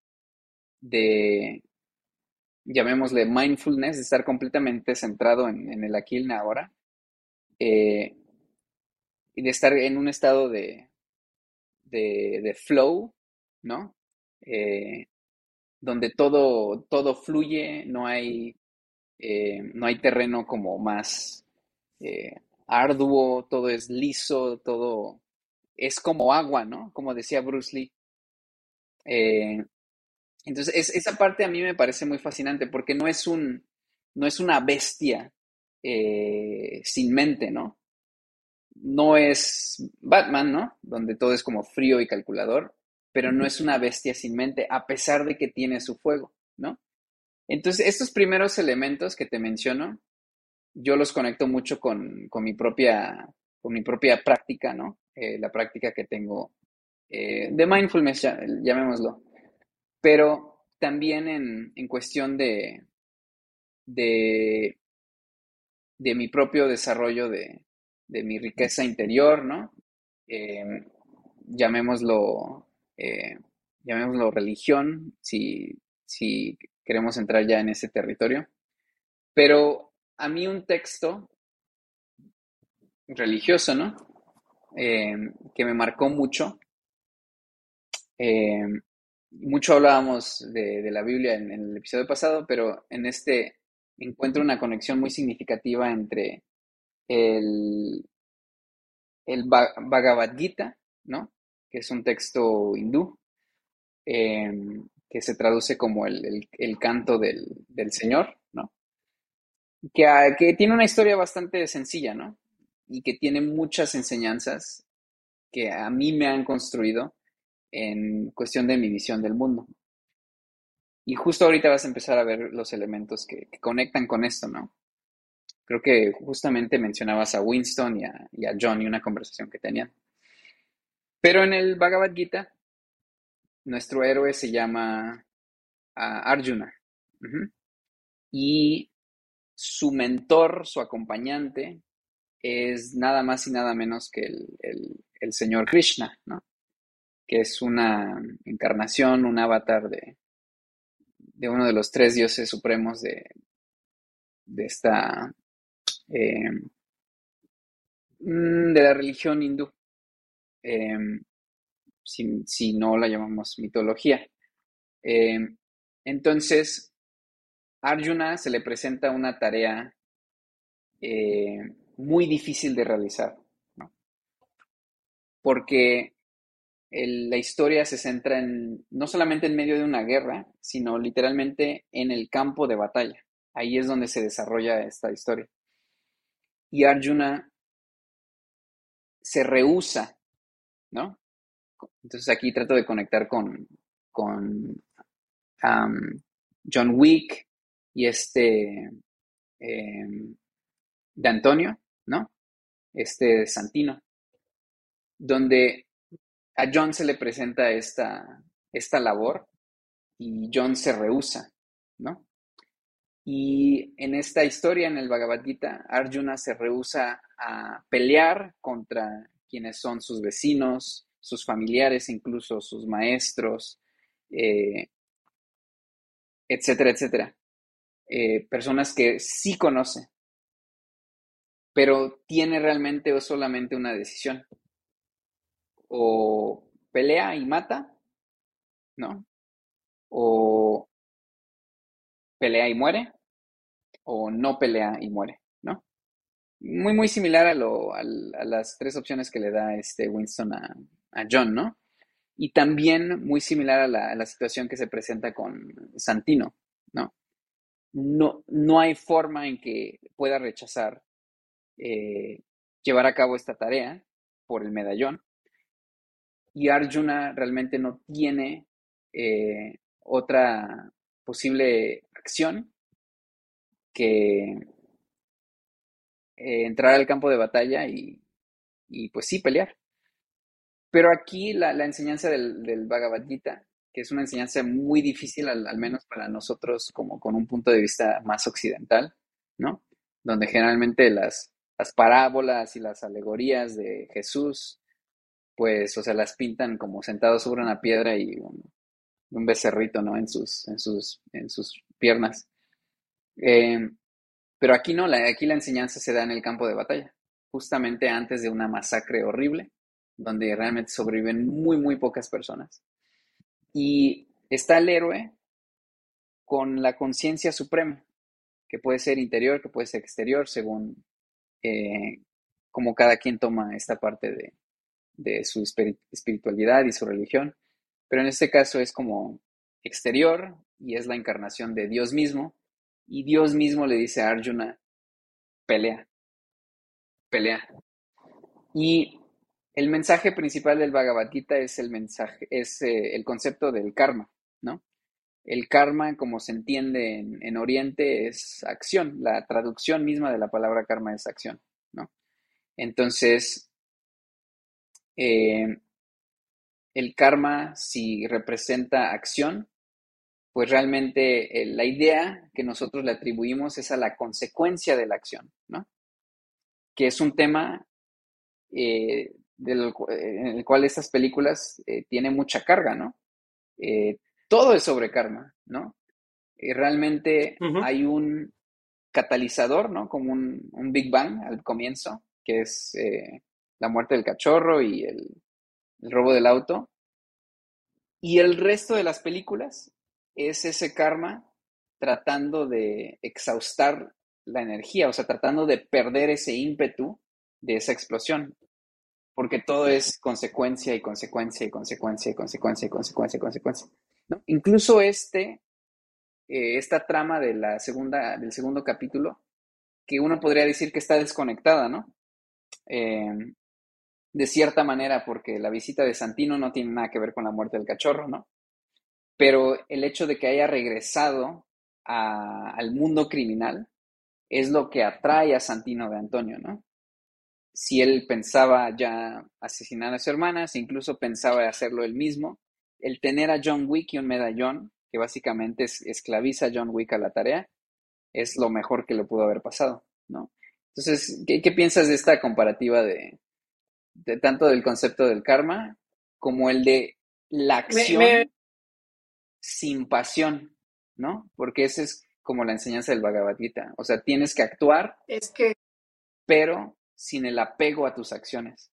de, llamémosle, mindfulness, de estar completamente centrado en, en el aquí y el ahora, eh, y de estar en un estado de, de, de flow, ¿no? Eh, donde todo, todo fluye, no hay, eh, no hay terreno como más eh, arduo, todo es liso, todo es como agua, ¿no? Como decía Bruce Lee. Eh, entonces, es, esa parte a mí me parece muy fascinante porque no es un, no es una bestia eh, sin mente, ¿no? No es Batman, ¿no? Donde todo es como frío y calculador, pero no es una bestia sin mente, a pesar de que tiene su fuego, ¿no? Entonces, estos primeros elementos que te menciono, yo los conecto mucho con, con mi propia, con mi propia práctica, ¿no? Eh, la práctica que tengo eh, de mindfulness, ya- llamémoslo. Pero también en, en cuestión de, de, de mi propio desarrollo de, de mi riqueza interior, ¿no? Eh, llamémoslo, eh, llamémoslo religión, si, si queremos entrar ya en ese territorio. Pero a mí un texto religioso, ¿no? Eh, que me marcó mucho. Eh, mucho hablábamos de, de la Biblia en, en el episodio pasado, pero en este encuentro una conexión muy significativa entre el, el Bhagavad Gita, ¿no? Que es un texto hindú, eh, que se traduce como el, el- el canto del, del Señor, ¿no? Que, ah, que tiene una historia bastante sencilla, ¿no? Y que tiene muchas enseñanzas que a mí me han construido en cuestión de mi visión del mundo. Y justo ahorita vas a empezar a ver los elementos que, que conectan con esto, ¿no? Creo que justamente mencionabas a Winston y a, y a John y una conversación que tenían. Pero en el Bhagavad Gita, nuestro héroe se llama ah, Arjuna. Ujú. Y su mentor, su acompañante, es nada más y nada menos que el, el- el señor Krishna, ¿no? Que es una encarnación, un avatar de, de uno de los tres dioses supremos de, de esta, eh, mm, de la religión hindú, eh, si, si no la llamamos mitología. Eh, entonces, Arjuna se le presenta una tarea eh, muy difícil de realizar, ¿no? Porque el- la historia se centra en no solamente en medio de una guerra, sino literalmente en el campo de batalla. Ahí es donde se desarrolla esta historia. Y Arjuna se rehúsa, ¿no? Entonces aquí trato de conectar con, con um, John Wick y este eh, de Antonio, ¿no? Este Santino, donde a John se le presenta esta, esta labor y John se rehúsa, ¿no? Y en esta historia, en el Bhagavad Gita, Arjuna se rehúsa a pelear contra quienes son sus vecinos, sus familiares, incluso sus maestros, eh, etcétera, etcétera. Eh, personas que sí conoce, pero tiene realmente o solamente una decisión. O pelea y mata, ¿no? O pelea y muere, o no pelea y muere, ¿no? Muy, muy similar a, lo, a, a las tres opciones que le da este Winston a, a John, ¿no? Y también muy similar a la, a la situación que se presenta con Santino, ¿no? No, no hay forma en que pueda rechazar eh, llevar a cabo esta tarea por el medallón. Y Arjuna realmente no tiene eh, otra posible acción que eh, entrar al campo de batalla y, y pues sí, pelear. Pero aquí la, la enseñanza del, del Bhagavad Gita, que es una enseñanza muy difícil, al, al menos para nosotros, como con un punto de vista más occidental, ¿no? Donde generalmente las, las parábolas y las alegorías de Jesús, pues, o sea, las pintan como sentado sobre una piedra y un, un becerrito, ¿no? En sus, en sus, en sus piernas. Eh, pero aquí no, la, aquí la enseñanza se da en el campo de batalla, justamente antes de una masacre horrible, donde realmente sobreviven muy, muy pocas personas. Y está el héroe con la conciencia suprema, que puede ser interior, que puede ser exterior, según eh, como cada quien toma esta parte de, de su espiritualidad y su religión. Pero en este caso es como exterior y es la encarnación de Dios mismo. Y Dios mismo le dice a Arjuna, pelea, pelea. Y el mensaje principal del Bhagavad Gita es el mensaje, es eh, el concepto del karma, ¿no? El karma, como se entiende en, en Oriente, es acción. La traducción misma de la palabra karma es acción, ¿no? Entonces, eh, el karma, si representa acción, pues realmente eh, la idea que nosotros le atribuimos es a la consecuencia de la acción, ¿no? Que es un tema eh, del, en el cual estas películas eh, tienen mucha carga, ¿no? Eh, todo es sobre karma, ¿no? Y realmente Ujú. hay un catalizador, ¿no? Como un, un Big Bang al comienzo, que es eh, la muerte del cachorro y el, el robo del auto. Y el resto de las películas es ese karma tratando de exhaustar la energía, o sea, tratando de perder ese ímpetu de esa explosión. porque todo es consecuencia y consecuencia y consecuencia y consecuencia y consecuencia y consecuencia, ¿no? Incluso este, eh, esta trama de la segunda, del segundo capítulo, que uno podría decir que está desconectada, ¿no? Eh, de cierta manera, porque la visita de Santino no tiene nada que ver con la muerte del cachorro, ¿no? Pero el hecho de que haya regresado a, al mundo criminal es lo que atrae a Santino de Antonio, ¿no? Si él pensaba ya asesinar a su hermana, si incluso pensaba hacerlo él mismo, el tener a John Wick y un medallón, que básicamente es, esclaviza a John Wick a la tarea, es lo mejor que le pudo haber pasado, ¿no? Entonces, ¿qué, qué piensas de esta comparativa de, de tanto del concepto del karma como el de la Me, me, acción sin pasión, ¿no? Porque esa es como la enseñanza del Bhagavad Gita. O sea, tienes que actuar, es que pero sin el apego a tus acciones.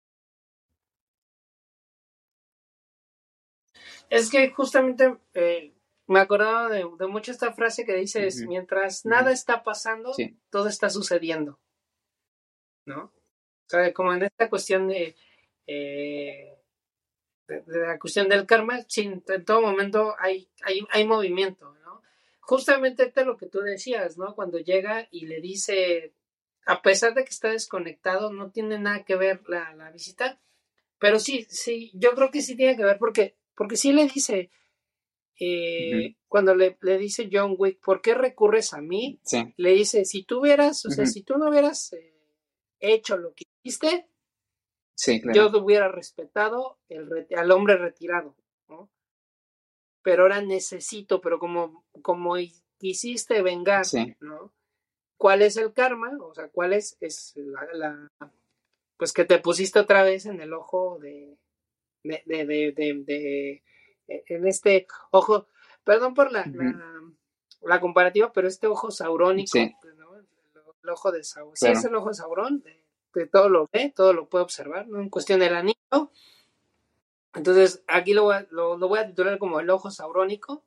Es que justamente eh, me acordaba de, de mucho esta frase que dices, Ujú, mientras ujú. nada está pasando, Sí, todo está sucediendo, ¿no? O sea, como en esta cuestión de, eh, de, de la cuestión del karma, sí, en todo momento hay, hay, hay movimiento, ¿no? Justamente ahorita lo que tú decías, ¿no? Cuando llega y le dice, a pesar de que está desconectado, no tiene nada que ver la, la visita, pero sí, sí, yo creo que sí tiene que ver porque, porque sí le dice, ujú, eh, cuando le, le dice John Wick, ¿por qué recurres a mí? sí, Le dice, si tú hubieras, o sea, ujú, si tú no hubieras eh, hecho lo que hiciste, sí, yo claro, te hubiera respetado el reti- al hombre retirado, ¿no? Pero ahora necesito, pero como, como quisiste vengar, sí, ¿no? ¿Cuál es el karma? O sea, ¿cuál es, es la, la, pues que te pusiste otra vez en el ojo de, de, de, de, de, de en este ojo, perdón por la, ujú, la, la comparativa, pero este ojo saurónico, sí, ¿no? el, el, ojo de Sauron, sí es claro, el ojo de Sauron, de, que todo lo ve, todo lo puede observar, ¿no? En cuestión del anillo. Entonces, aquí lo voy a, lo, lo voy a titular como el ojo saurónico.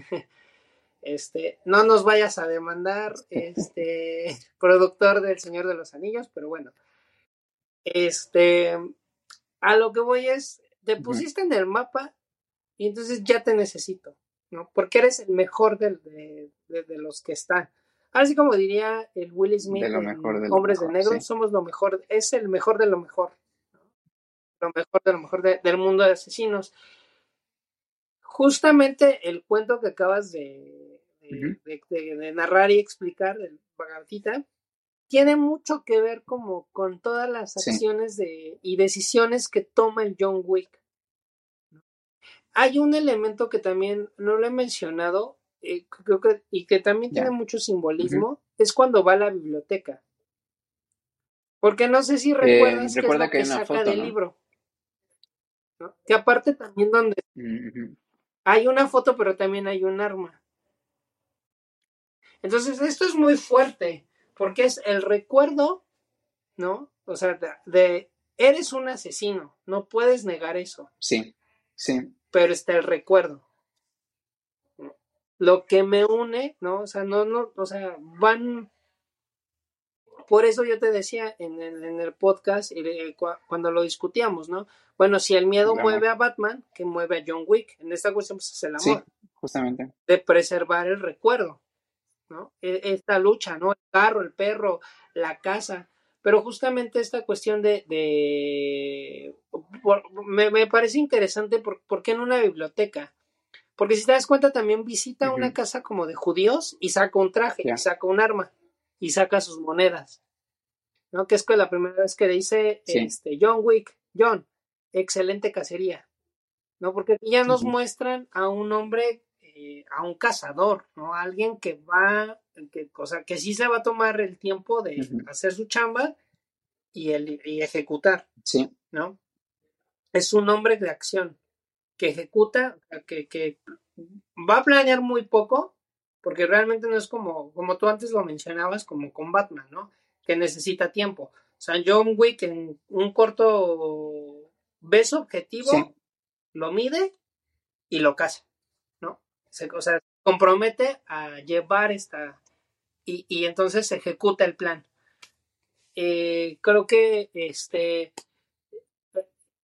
Este, no nos vayas a demandar, este, productor del Señor de los Anillos, pero bueno, este, a lo que voy es, te ujú, pusiste en el mapa y entonces ya te necesito, ¿no? Porque eres el mejor de, de, de, de los que están. Así como diría el Will de Smith lo mejor, en de lo Hombres de mejor, Negro, sí, somos lo mejor, es el mejor de lo mejor, ¿no? Lo mejor de lo mejor de, del mundo de asesinos. Justamente el cuento que acabas de, ujú, de, de, de, de narrar y explicar, el Bhagavad Gita, tiene mucho que ver como con todas las sí, acciones de, y decisiones que toma el John Wick. Hay un elemento que también no lo he mencionado, eh, creo que, y que también tiene ya, mucho ujú. simbolismo, es cuando va a la biblioteca. Porque no sé si Eh, recuerdas qué es recuerda lo que hay que una saca foto, del ¿no? libro, ¿no? Que aparte también donde Ujú, hay una foto, pero también hay un arma. Entonces, esto es muy fuerte, porque es el recuerdo, ¿no? O sea, de, de eres un asesino, no puedes negar eso, sí, sí, pero está el recuerdo, ¿no? Lo que me une, ¿no? O sea, no, no, o sea, van. Por eso yo te decía en el, en el podcast, eh, cu- cuando lo discutíamos, ¿no? Bueno, si el miedo el amor, mueve a Batman, que mueve a John Wick. En esta cuestión pues, es el sí, amor, justamente, de preservar el recuerdo, ¿no? E- Esta lucha, ¿no? El carro, el perro, la casa. Pero justamente esta cuestión de... de por- me, me parece interesante por, porque en una biblioteca. Porque si te das cuenta, también visita una ujú, casa como de judíos y saca un traje, y ya, saca un arma, y saca sus monedas. ¿No? Que es que la primera vez que dice sí, este, John Wick, John, excelente cacería, ¿no? Porque aquí ya nos ujú, muestran a un hombre, eh, a un cazador, ¿no? Alguien que va, que, o sea, que sí se va a tomar el tiempo de ujú, hacer su chamba y, el, y ejecutar, sí, ¿no? Es un hombre de acción que ejecuta, que, que va a planear muy poco, porque realmente no es como, como tú antes lo mencionabas, como con Batman, ¿no? Que necesita tiempo. O sea, John Wick en un corto ve su objetivo, sí, lo mide y lo caza, ¿no? Se, o sea, se compromete a llevar esta, y, y entonces ejecuta el plan. Eh, creo que este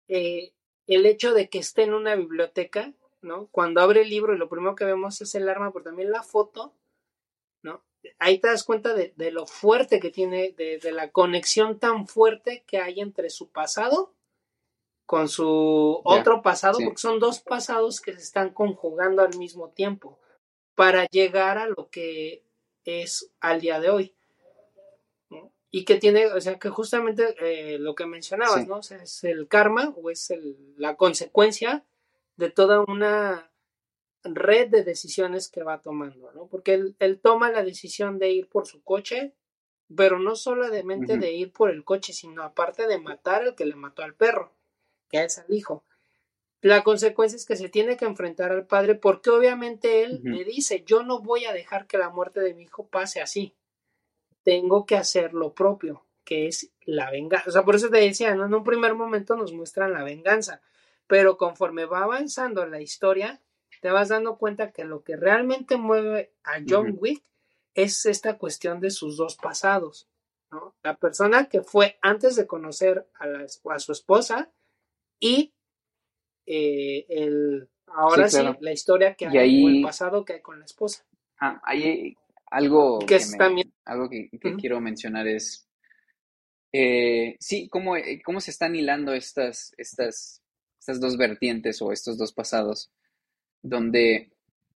eh, el hecho de que esté en una biblioteca, ¿no? Cuando abre el libro y lo primero que vemos es el arma, pero también la foto, ¿no? Ahí te das cuenta de, de lo fuerte que tiene, de, de la conexión tan fuerte que hay entre su pasado con su Ya, otro pasado, sí. porque son dos pasados que se están conjugando al mismo tiempo para llegar a lo que es al día de hoy, ¿no? Y que tiene, o sea, que justamente eh, lo que mencionabas, Sí. ¿no? O sea, es el karma o es el, la consecuencia de toda una red de decisiones que va tomando, ¿no? Porque él, él toma la decisión de ir por su coche, pero no solamente Ujú, de ir por el coche, sino aparte de matar al que le mató al perro, que es al hijo. La consecuencia es que se tiene que enfrentar al padre porque obviamente él ujú, le dice, yo no voy a dejar que la muerte de mi hijo pase así, tengo que hacer lo propio, que es la venganza. O sea, por eso te decía, ¿no? En un primer momento nos muestran la venganza, pero conforme va avanzando la historia, te vas dando cuenta que lo que realmente mueve a John ujú. Wick es esta cuestión de sus dos pasados, ¿no? La persona que fue antes de conocer a, la, a su esposa y eh, el, Sí, ahora sí, claro. la historia que Y hay o el ahí pasado que hay con la esposa. ah, hay Y algo que que es también... me, algo que, que Uh-huh, quiero mencionar es, eh, sí, cómo, eh, cómo se están hilando estas, estas, estas dos vertientes o estos dos pasados, donde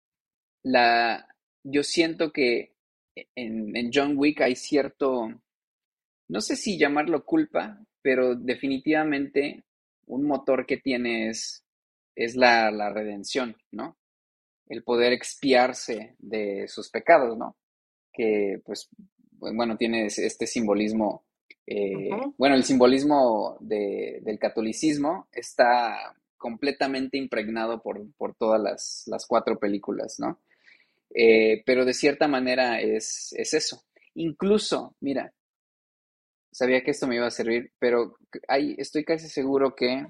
la, yo siento que en, en John Wick hay cierto, no sé si llamarlo culpa, pero definitivamente un motor que tiene es, es la, la redención, ¿no? El poder expiarse de sus pecados, ¿no? Que pues, bueno, tiene este simbolismo, eh, uh-huh. bueno, el simbolismo de, del catolicismo está completamente impregnado por, por todas las, las cuatro películas, ¿no? Eh, pero de cierta manera es, es eso. Incluso, mira, sabía que esto me iba a servir, pero hay, estoy casi seguro que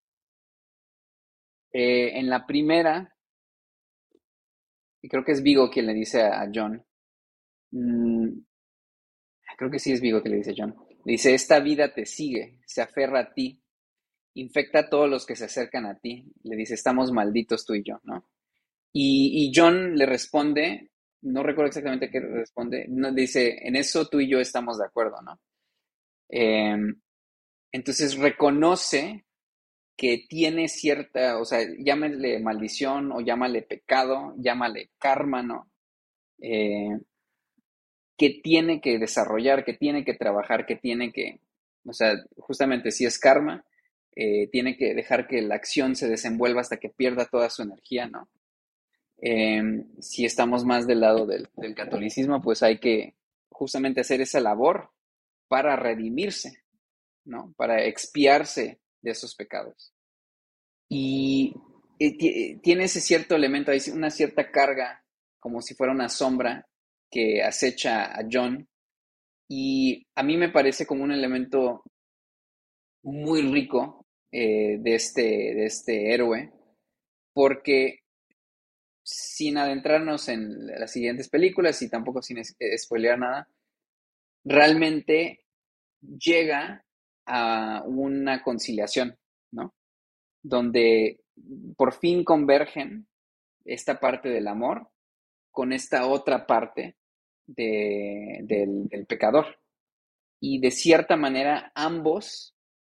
eh, en la primera, y creo que es Vigo quien le dice a, a John, mmm, creo que sí es Vigo que le dice a John, le dice, esta vida te sigue, se aferra a ti, infecta a todos los que se acercan a ti, le dice, estamos malditos tú y yo, ¿no? Y, y John le responde, no recuerdo exactamente qué responde, no, dice, en eso tú y yo estamos de acuerdo, ¿no? Eh, entonces reconoce que tiene cierta, o sea, llámale maldición o llámale pecado, llámale karma, ¿no? Eh, que tiene que desarrollar, que tiene que trabajar, que tiene que, o sea, justamente si es karma, eh, tiene que dejar que la acción se desenvuelva hasta que pierda toda su energía, ¿no? Eh, si estamos más del lado del, del catolicismo, pues hay que justamente hacer esa labor para redimirse, ¿no? Para expiarse de esos pecados. Y eh, tiene ese cierto elemento, hay una cierta carga, como si fuera una sombra que acecha a John. Y a mí me parece como un elemento muy rico eh, de, este, de este héroe, porque sin adentrarnos en las siguientes películas y tampoco sin es, eh, spoilear nada, realmente llega a una conciliación, ¿no? Donde por fin convergen esta parte del amor con esta otra parte de, del, del pecador. Y de cierta manera ambos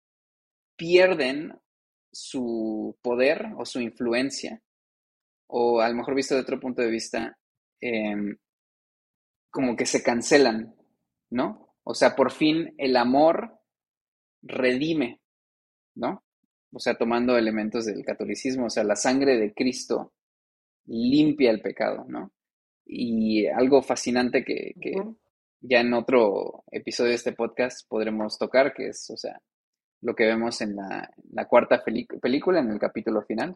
pierden su poder o su influencia, o a lo mejor visto de otro punto de vista, eh, como que se cancelan, ¿no? O sea, por fin el amor redime, ¿no? O sea, tomando elementos del catolicismo, o sea, la sangre de Cristo limpia el pecado, ¿no? Y algo fascinante que, que Uh-huh. ya en otro episodio de este podcast podremos tocar, que es, o sea, lo que vemos en la, la cuarta película, en el capítulo final.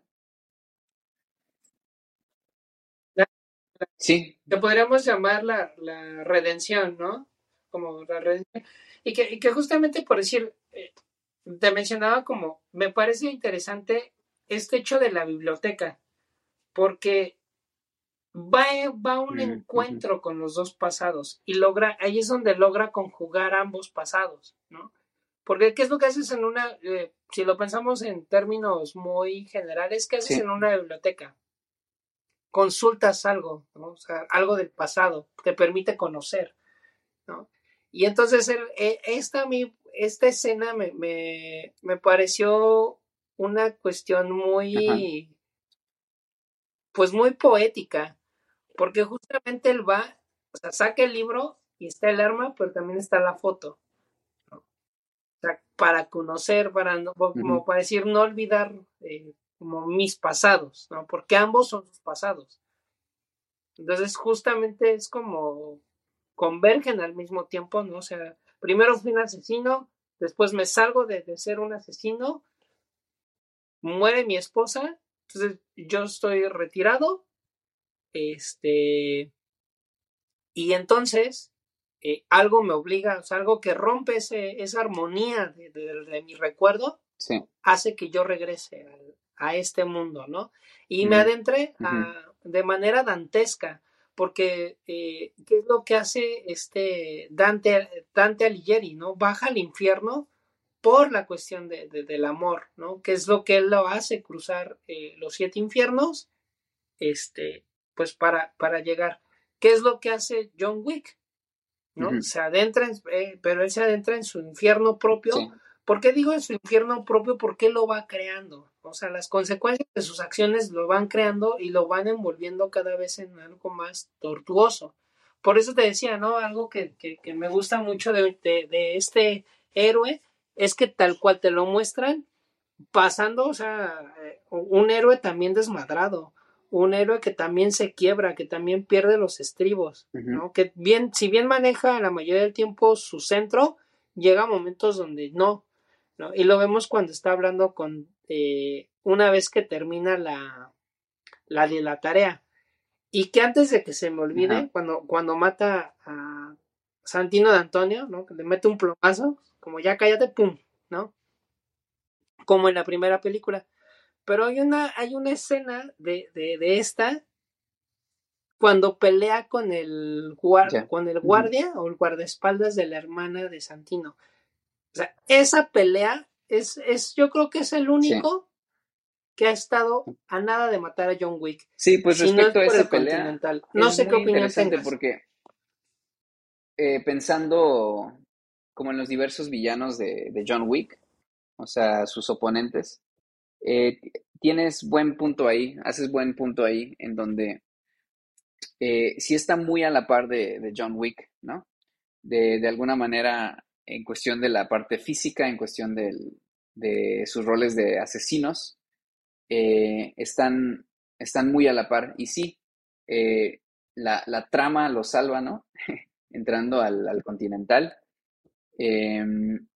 Sí. Que podríamos llamar la, la redención, ¿no? Como la redención. Y que, y que justamente por decir, eh, te mencionaba como, me parece interesante este hecho de la biblioteca, porque va, va a un Mm, ujú, encuentro con los dos pasados y logra, ahí es donde logra conjugar ambos pasados, ¿no? Porque ¿qué es lo que haces en una, eh, si lo pensamos en términos muy generales, ¿qué haces Sí. en una biblioteca? Consultas algo, ¿no? O sea, algo del pasado, te permite conocer, ¿no? Y entonces el, eh, esta, mi, esta escena me, me, me pareció una cuestión Ajá. muy, pues muy poética, porque justamente él va, o sea, saca el libro y está el arma, pero también está la foto, ¿no? O sea, para conocer, para no, como Ujú. para decir, no olvidar eh, como mis pasados, ¿no? Porque ambos son sus pasados. Entonces, justamente es como convergen al mismo tiempo, ¿no? O sea, primero fui un asesino, después me salgo de, de ser un asesino, muere mi esposa, entonces yo estoy retirado, este, y entonces eh, algo me obliga, o sea, algo que rompe ese, esa armonía de, de, de mi recuerdo, Sí. hace que yo regrese a, a este mundo, ¿no? Y me Mm, adentré ujú. a, de manera dantesca, porque eh, ¿qué es lo que hace este Dante, Dante Alighieri, ¿no? Baja al infierno por la cuestión de, de, del amor, ¿no? Que es lo que él lo hace cruzar eh, los siete infiernos, este, pues para, para llegar. ¿Qué es lo que hace John Wick? ¿No? Ujú. Se adentra, en, eh, pero él se adentra en su infierno propio. Sí. ¿Por qué digo en su infierno propio? Porque lo va creando. O sea, las consecuencias de sus acciones lo van creando y lo van envolviendo cada vez en algo más tortuoso. Por eso te decía, ¿no? Algo que, que, que me gusta mucho de, de, de este héroe es que tal cual te lo muestran, pasando, o sea, eh, un héroe también desmadrado, un héroe que también se quiebra, que también pierde los estribos, Ujú. ¿no? Que bien, si bien maneja la mayoría del tiempo su centro, llega a momentos donde no, ¿no? Y lo vemos cuando está hablando con, eh, una vez que termina la, la de la tarea, y que antes de que se me olvide, Ajá. cuando, cuando mata a Santino de Antonio, ¿no? Que le mete un plomazo, como ya cállate, pum, ¿no? Como en la primera película. Pero hay una, hay una escena de, de, de esta cuando pelea con el, guar, Ya. con el Ujú. guardia o el guardaespaldas de la hermana de Santino. O sea, esa pelea es, es, yo creo que es el Sí. único que ha estado a nada de matar a John Wick, Sí, pues si no es respecto a por esa el pelea, Continental. No es sé qué muy opinión interesante tengas. porque eh, pensando como en los diversos villanos de, de John Wick, o sea, sus oponentes, eh, tienes buen punto ahí, haces buen punto ahí, en donde eh, sí está muy a la par de, de John Wick, ¿no? De, de alguna manera, en cuestión de la parte física, en cuestión del- de sus roles de asesinos, eh, están, están muy a la par. Y sí, eh, la, la trama lo salva, ¿no? Entrando al, al Continental. Em,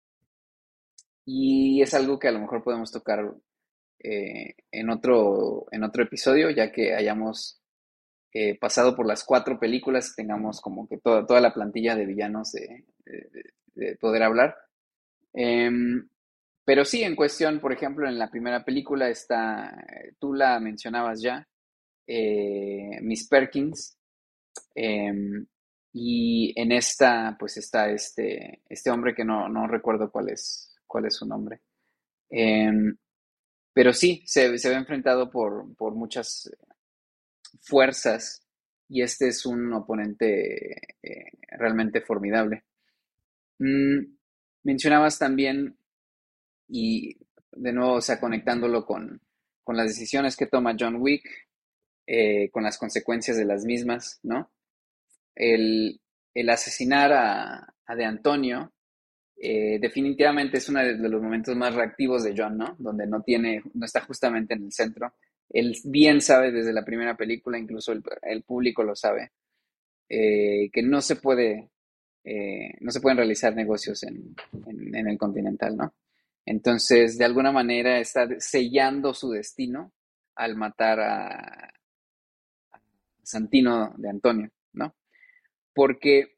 y es algo que a lo mejor podemos tocar eh, en otro, en otro episodio, ya que hayamos eh, pasado por las cuatro películas y tengamos como que toda, toda la plantilla de villanos de, de- de poder hablar. Em, pero sí, en cuestión, por ejemplo, en la primera película está, eh, tú la mencionabas ya, eh, Miss Perkins, em, y en esta, pues está este, este hombre que no, no recuerdo cuál es, cuál es su nombre. Em, pero sí, se, se ve enfrentado por, por muchas fuerzas y este es un oponente eh, realmente formidable. Mm, mencionabas también, y de nuevo, o sea, conectándolo con, con las decisiones que toma John Wick, eh, con las consecuencias de las mismas, ¿no? El, el asesinar a, a De Antonio eh, definitivamente es uno de, de los momentos más reactivos de John, ¿no? Donde no tiene, no está justamente en el centro. Él bien sabe desde la primera película, incluso el, el público lo sabe, eh, que no se puede, eh, no se pueden realizar negocios en, en, en el Continental, ¿no? Entonces, de alguna manera está sellando su destino al matar a Santino de Antonio, ¿no? Porque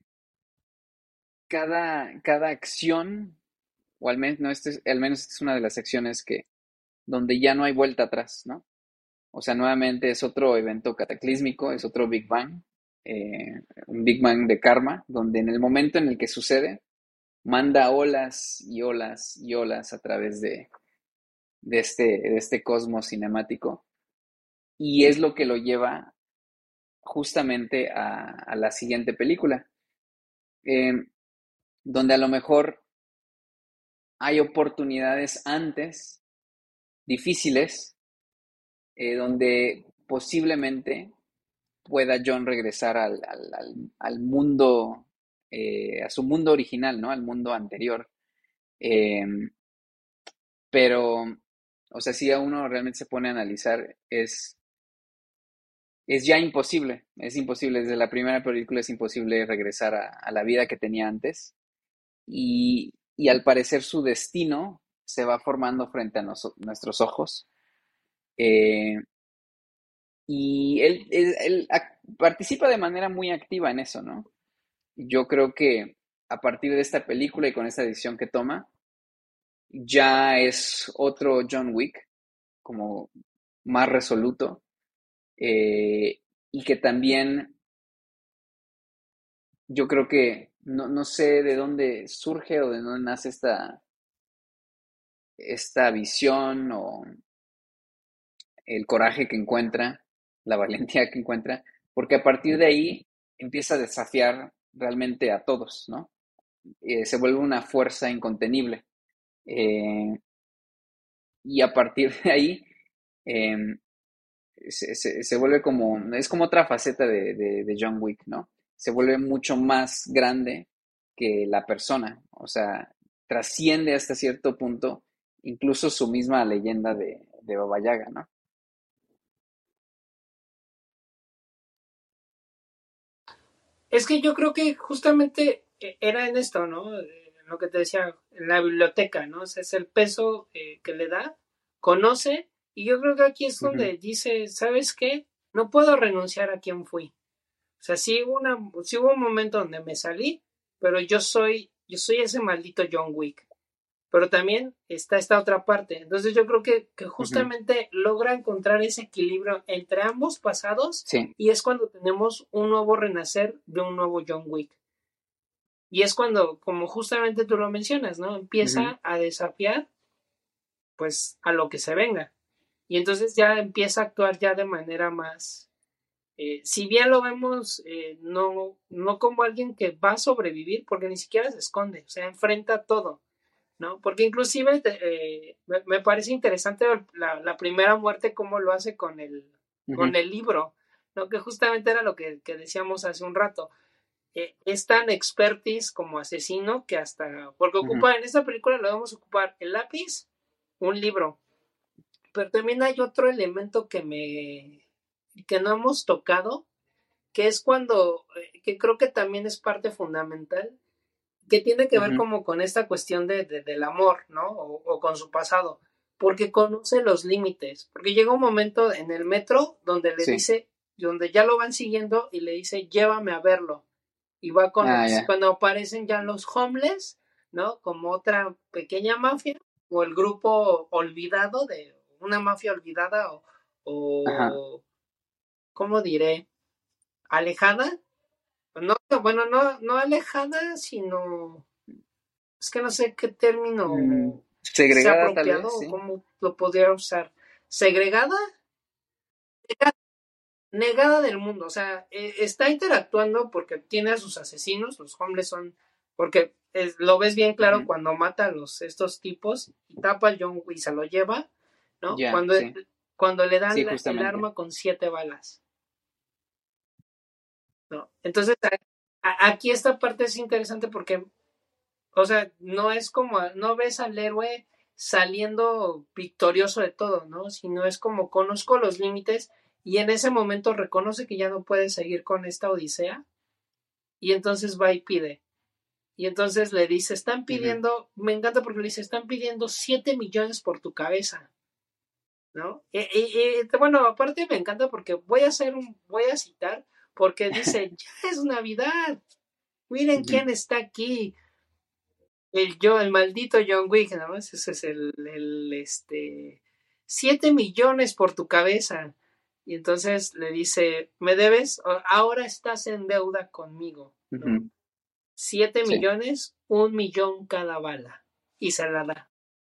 cada, cada acción, o al menos, no, este es, al menos esta es una de las acciones que, donde ya no hay vuelta atrás, ¿no? O sea, nuevamente es otro evento cataclísmico, es otro Big Bang, eh, un Big Bang de karma, donde en el momento en el que sucede, manda olas y olas y olas a través de, de, este, de este cosmos cinemático. Y es lo que lo lleva justamente a, a la siguiente película, eh, donde a lo mejor hay oportunidades antes difíciles, eh, donde posiblemente pueda John regresar al, al, al, al mundo, eh, a su mundo original, ¿no? Al mundo anterior. Eh, pero, o sea, si a uno realmente se pone a analizar, es, es ya imposible, es imposible. Desde la primera película es imposible regresar a, a la vida que tenía antes. Y, y al parecer su destino se va formando frente a nos, nuestros ojos. Eh, y él, él, él participa de manera muy activa en eso, ¿no? Yo creo que a partir de esta película y con esta decisión que toma, ya es otro John Wick, como más resoluto, eh, y que también yo creo que no, no sé de dónde surge o de dónde nace esta, esta visión o el coraje que encuentra, la valentía que encuentra, porque a partir de ahí empieza a desafiar realmente a todos, ¿no? Eh, se vuelve una fuerza incontenible. Eh, y a partir de ahí eh, se, se, se, vuelve como, es como otra faceta de, de, de John Wick, ¿no? Se vuelve mucho más grande que la persona, o sea, trasciende hasta cierto punto incluso su misma leyenda de, de Baba Yaga, ¿no? Es que yo creo que justamente era en esto, ¿no? En lo que te decía, en la biblioteca, ¿no? O sea, es el peso eh, que le da, conoce, y yo creo que aquí es donde uh-huh. dice, ¿sabes qué? No puedo renunciar a quien fui. O sea, sí hubo, una, sí hubo un momento donde me salí, pero yo soy, yo soy ese maldito John Wick. Pero también está esta otra parte. Entonces yo creo que, que justamente uh-huh. logra encontrar ese equilibrio entre ambos pasados sí. y es cuando tenemos un nuevo renacer de un nuevo John Wick. Y es cuando, como justamente tú lo mencionas, ¿no? Empieza uh-huh. a desafiar pues a lo que se venga. Y entonces ya empieza a actuar ya de manera más... Eh, si bien lo vemos eh, no, no como alguien que va a sobrevivir, porque ni siquiera se esconde, o sea, enfrenta todo. ¿No? Porque inclusive eh, me, me parece interesante la, la primera muerte cómo lo hace con el, uh-huh. con el libro, ¿no? Que justamente era lo que, que decíamos hace un rato. Eh, es tan expertise como asesino que hasta, porque ocupa, uh-huh. en esta película lo vamos a ocupar el lápiz, un libro, pero también hay otro elemento que me, que no hemos tocado, que es cuando, eh, que creo que también es parte fundamental, que tiene que ver uh-huh. como con esta cuestión de, de, del amor, ¿no? O, o con su pasado, porque conoce los límites, porque llega un momento en el metro donde le sí. dice, donde ya lo van siguiendo y le dice, llévame a verlo, y va con, ah, yeah. cuando aparecen ya los homeless, ¿no? Como otra pequeña mafia, o el grupo olvidado de una mafia olvidada, o, o ¿cómo diré? Alejada. No, bueno, no, no alejada, sino es que no sé qué término mm, segregada tal vez, ¿sí? O cómo lo podría usar. ¿Segregada? Negada, negada del mundo, o sea, eh, está interactuando porque tiene a sus asesinos, los hombres son, porque es, lo ves bien claro uh-huh. cuando mata a los, estos tipos y tapa al John y se lo lleva, ¿no? Yeah, cuando, sí. cuando le dan sí, la, el arma con siete balas. ¿No? Entonces, a, a, aquí esta parte es interesante porque, o sea, no es como, no ves al héroe saliendo victorioso de todo, ¿no? Sino es como conozco los límites y en ese momento reconoce que ya no puede seguir con esta odisea y entonces va y pide. Y entonces le dice, están pidiendo, uh-huh. me encanta porque le dice, están pidiendo siete millones por tu cabeza, ¿no? Y, y, y bueno, aparte me encanta porque voy a hacer un, voy a citar porque dice, ya es Navidad, miren uh-huh. quién está aquí, el yo, el maldito John Wick, ¿no? Ese es el, el, este, siete millones por tu cabeza, y entonces le dice, me debes, ahora estás en deuda conmigo, ¿no? Uh-huh. siete Sí. millones, un millón cada bala. Y se la da.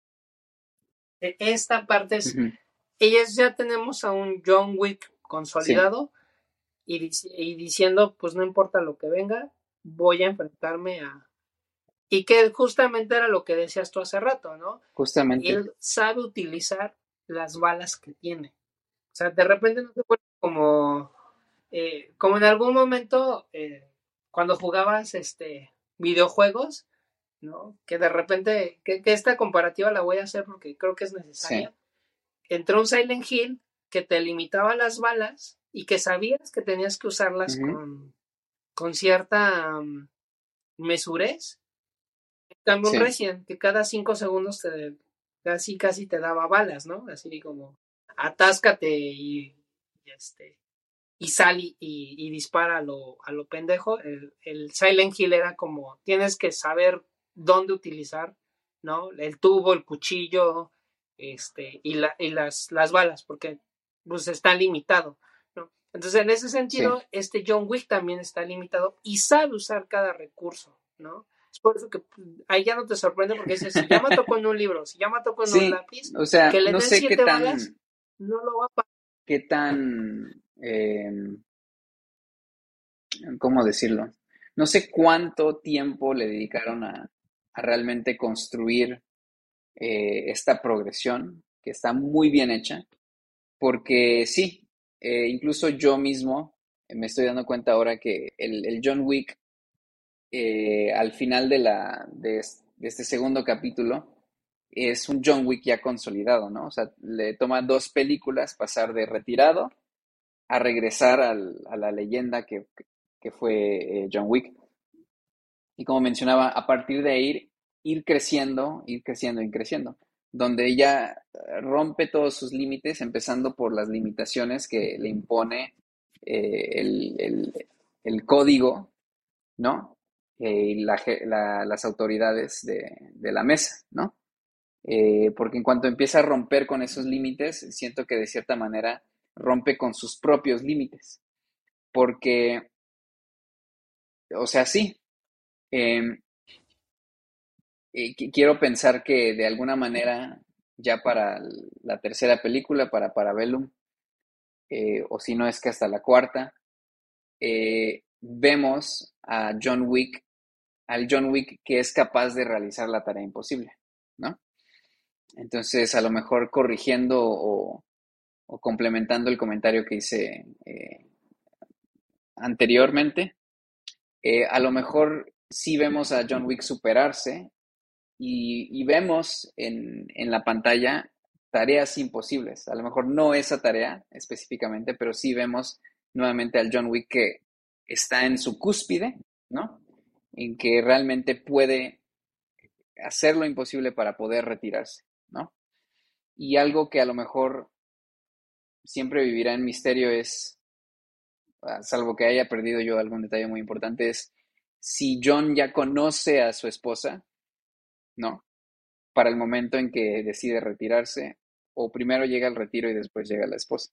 Esta parte es, Ujú. ellas ya tenemos a un John Wick consolidado y, dic- y diciendo, pues no importa lo que venga, voy a enfrentarme a... Y que justamente era lo que decías tú hace rato, ¿no? Justamente. Él sabe utilizar las balas que tiene. O sea, de repente no te vuelve como, eh, como en algún momento eh, cuando jugabas este videojuegos, ¿no? Que de repente, que, que esta comparativa la voy a hacer porque creo que es necesaria. Sí. Entró un Silent Hill que te limitaba las balas y que sabías que tenías que usarlas Ujú. con, con cierta um, mesurez. Cambio un Sí. Resident que cada cinco segundos te casi casi te daba balas, ¿no? Así como atáscate y, y este y sal y, y, y dispara a lo, a lo pendejo. El, el Silent Hill era como tienes que saber dónde utilizar, ¿no? El tubo, el cuchillo, este, y, la, y las, las balas, porque pues está limitado, ¿no? Entonces, en ese Sí. sentido, este John Wick también está limitado y sabe usar cada recurso, ¿no? Es por eso que ahí ya no te sorprende porque dices, si ya mató con un libro, si ya mató con un Sí, lápiz, o sea, que le no den sé qué siete balas, tan, no lo va a pasar. qué tan, eh, ¿cómo decirlo? No sé cuánto tiempo le dedicaron a, a realmente construir eh, esta progresión, que está muy bien hecha, porque sí, eh, incluso yo mismo me estoy dando cuenta ahora que el, el John Wick, eh, al final de, la, de, es- de este segundo capítulo, es un John Wick ya consolidado, ¿no? O sea, le toma dos películas pasar de retirado a regresar al- a la leyenda que, que fue eh, John Wick. Y como mencionaba, a partir de ir, ir creciendo, ir creciendo, ir creciendo, donde ella eh, rompe todos sus límites, empezando por las limitaciones que le impone eh, el, el- el código, ¿no? Eh, y la ge- la- las autoridades de, de la mesa, ¿no? Eh, porque en cuanto empieza a romper con esos límites, siento que de cierta manera rompe con sus propios límites, porque, o sea, sí, em, eh, qu- quiero pensar que de alguna manera, ya para l- la tercera película, para Parabellum, eh, o si no es que hasta la cuarta, eh, vemos a John Wick, al John Wick que es capaz de realizar la tarea imposible, ¿no? Entonces, a lo mejor corrigiendo o, o complementando el comentario que hice eh, anteriormente, eh, a lo mejor sí vemos a John Wick superarse y, y vemos en, en la pantalla tareas imposibles. A lo mejor no esa tarea específicamente, pero sí vemos nuevamente al John Wick que está en su cúspide, ¿no? En que realmente puede hacer lo imposible para poder retirarse, ¿no? Y algo que a lo mejor siempre vivirá en misterio es, ah, salvo que haya perdido yo algún detalle muy importante, es si John ya conoce a su esposa, ¿no? Para el momento en que decide retirarse, o primero llega el retiro y después llega la esposa.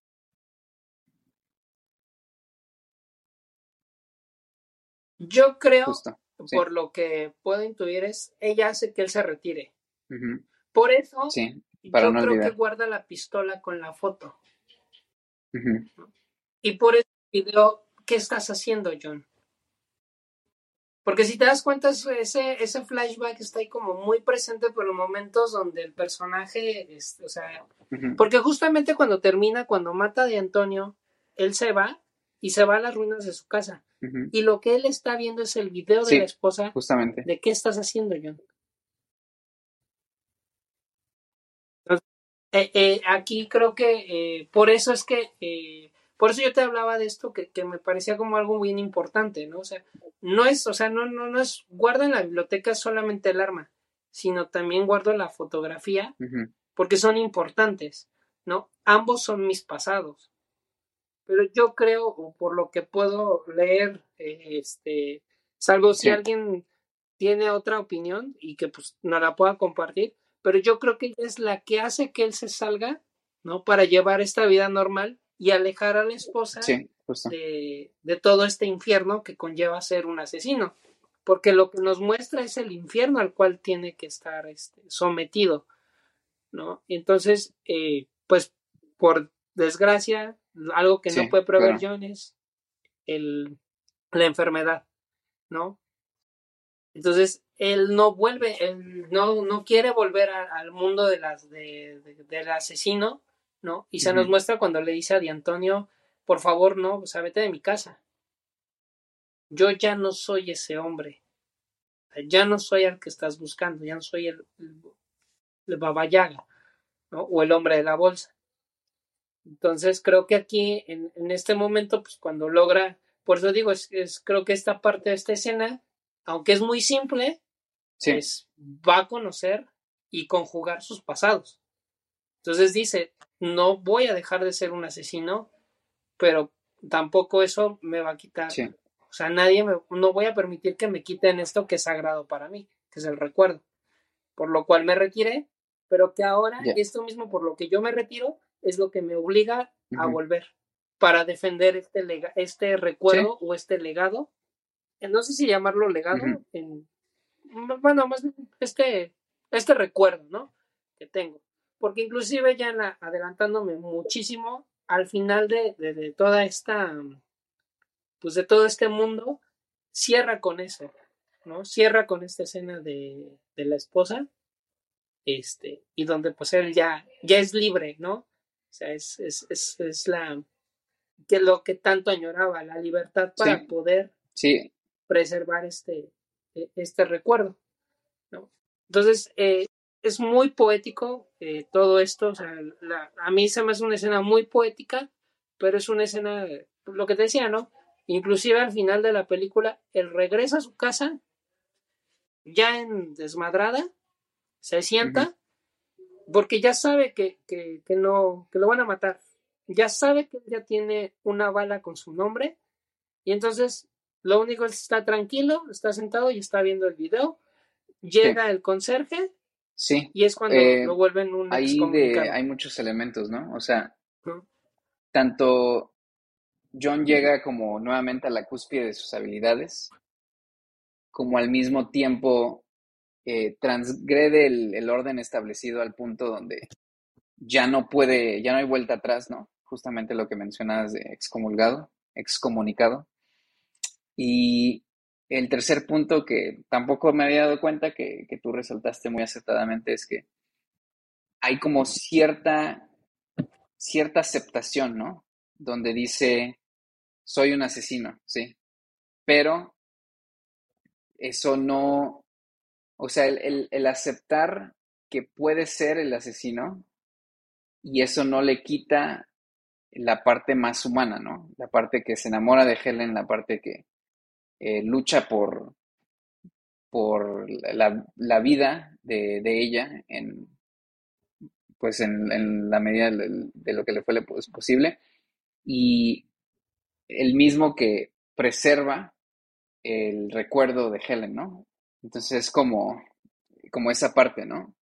Yo creo, Justo, sí. por lo que puedo intuir, es ella hace que él se retire. Ujú. Por eso, Sí, para yo no creo que olvidar. guarda la pistola con la foto. Ujú. Y por eso pidió, ¿qué estás haciendo, John? Porque si te das cuenta, ese, ese flashback está ahí como muy presente por los momentos donde el personaje, es, o sea, Ujú. porque justamente cuando termina, cuando mata de Antonio, él se va y se va a las ruinas de su casa. Ujú. Y lo que él está viendo es el video de la Sí, esposa justamente. de ¿qué estás haciendo, John? Eh, eh, aquí creo que eh, por eso es que, eh, por eso yo te hablaba de esto que, que me parecía como algo bien importante, ¿no? O sea, no es, o sea, no, no, no es, guardo en la biblioteca solamente el arma, sino también guardo la fotografía Ujú. porque son importantes, ¿no? Ambos son mis pasados, pero yo creo, o por lo que puedo leer, eh, este, salvo si Sí, alguien tiene otra opinión y que pues no la pueda compartir, pero yo creo que ella es la que hace que él se salga, ¿no? Para llevar esta vida normal y alejar a la esposa sí, justo. de, de todo este infierno que conlleva ser un asesino. porque lo que nos muestra es el infierno al cual tiene que estar este, sometido, ¿no? Entonces, eh, pues, por desgracia, algo que no Sí, puede prever claro. John es el, la enfermedad, ¿no? Entonces, él no vuelve, él no, no quiere volver a, al mundo de las, de, de, del asesino, ¿no? Y se nos Ujú. muestra cuando le dice a Di Antonio, por favor, no, o sea, vete de mi casa. Yo ya no soy ese hombre. Ya no soy el que estás buscando, ya no soy el, el, el Baba Yaga, ¿no? O el hombre de la bolsa. Entonces creo que aquí, en, en este momento, pues cuando logra, por eso digo, es, es, creo que esta parte de esta escena, aunque es muy simple, Sí, es va a conocer y conjugar sus pasados. Entonces dice, no voy a dejar de ser un asesino, pero tampoco eso me va a quitar, sí, o sea, nadie me, no voy a permitir que me quiten esto que es sagrado para mí, que es el recuerdo, por lo cual me retiré, pero que ahora ya. esto mismo por lo que yo me retiro es lo que me obliga a Ujú. volver para defender este, lega, este Sí, recuerdo o este legado, no sé si llamarlo legado, ujú. en, bueno, más bien este, este recuerdo, ¿no? Que tengo. Porque inclusive ya la, adelantándome muchísimo, al final de, de, de toda esta, pues de todo este mundo, cierra con eso, ¿no? Cierra con esta escena de, de la esposa, este, y donde pues él ya, ya es libre, ¿no? O sea, es, es, es, es la, que lo que tanto añoraba, la libertad para Sí, poder sí, preservar este, este recuerdo, ¿no? Entonces, eh, es muy poético eh, todo esto, o sea, la, a mí se me hace una escena muy poética, pero es una escena, lo que te decía, ¿no? Inclusive al final de la película, él regresa a su casa, ya en desmadrada, se ujú. sienta, porque ya sabe que, que, que, no, que lo van a matar, ya sabe que ya tiene una bala con su nombre, y entonces lo único es que está tranquilo, está sentado y está viendo el video, Sí, llega el conserje, sí. y es cuando lo Eh, vuelven un ahí de, excomunicado, hay muchos elementos, ¿no? O sea, ¿no? tanto John llega como nuevamente a la cúspide de sus habilidades, como al mismo tiempo eh, transgrede el, el orden establecido al punto donde ya no puede, ya no hay vuelta atrás, ¿no? Justamente lo que mencionabas de excomulgado, excomunicado. Y el tercer punto que tampoco me había dado cuenta que, que tú resaltaste muy acertadamente es que hay como cierta, cierta aceptación, ¿no? Donde dice, soy un asesino, sí, pero eso no, o sea, el, el, el aceptar que puede ser el asesino y eso no le quita la parte más humana, ¿no? La parte que se enamora de Helen, la parte que eh, lucha por, por la, la vida de, de, ella en, pues en, en la medida de, de, lo que le fue posible y el mismo que preserva el recuerdo de Helen, ¿no? Entonces es como, como esa parte, ¿no?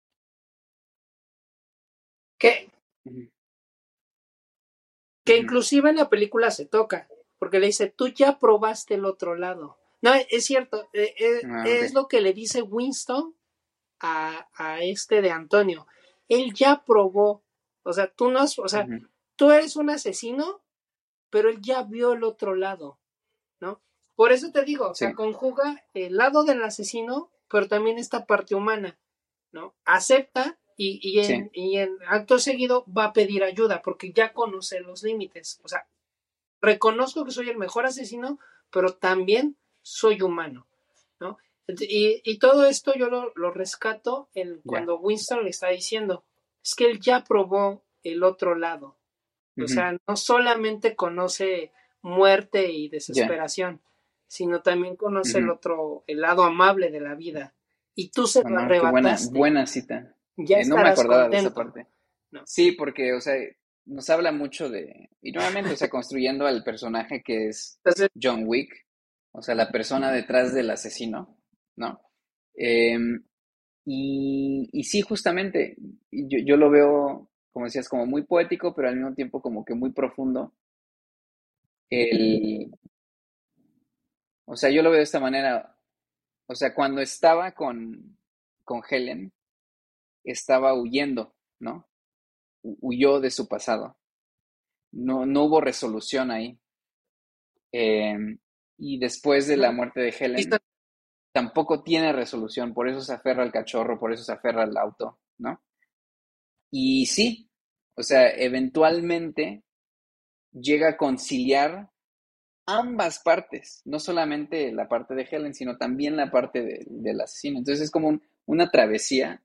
Que, Uh -huh. que Uh -huh. inclusive en la película se toca, porque le dice, tú ya probaste el otro lado. No, es cierto, eh, eh, Ah, es okay. lo que le dice Winston a, a este de Antonio. Él ya probó, o sea, tú no has, o Uh sea, -huh. tú eres un asesino, pero él ya vio el otro lado, ¿no? Por eso te digo, o Sí. sea, conjuga el lado del asesino, pero también esta parte humana, ¿no? Acepta y, y, Sí. en, y en acto seguido va a pedir ayuda porque ya conoce los límites. O sea, reconozco que soy el mejor asesino, pero también soy humano, ¿no? Y, y todo esto yo lo, lo rescato en Ya. cuando Winston le está diciendo, es que él ya probó el otro lado. Uh O -huh. sea, no solamente conoce muerte y Ya. desesperación, sino también Uh conoce el -huh. otro, el lado amable de la vida. Y tú se Oh, lo no, qué buena, arrebataste. buena cita. Ya Eh, no me estarás acordaba de esa contento, parte. ¿no? Sí, porque, o sea, nos habla mucho de, y nuevamente, o sea, construyendo al personaje que es Entonces, John Wick, o sea, la persona detrás del asesino, ¿no? Eh, y, y sí, justamente, yo, yo lo veo, como decías, como muy poético, pero al mismo tiempo como que muy profundo. El, o sea, yo lo veo de esta manera. o sea, cuando estaba con, con Helen, estaba huyendo, ¿no? Hu- Huyó de su pasado. No, no hubo resolución ahí. Eh, y después de la No, muerte de esto- Helen, tampoco tiene resolución, por eso se aferra al cachorro, por eso se aferra al auto, ¿no? Y sí, o sea, eventualmente llega a conciliar ambas partes, no solamente la parte de Helen, sino también la parte de- del asesino. Entonces es como un- una travesía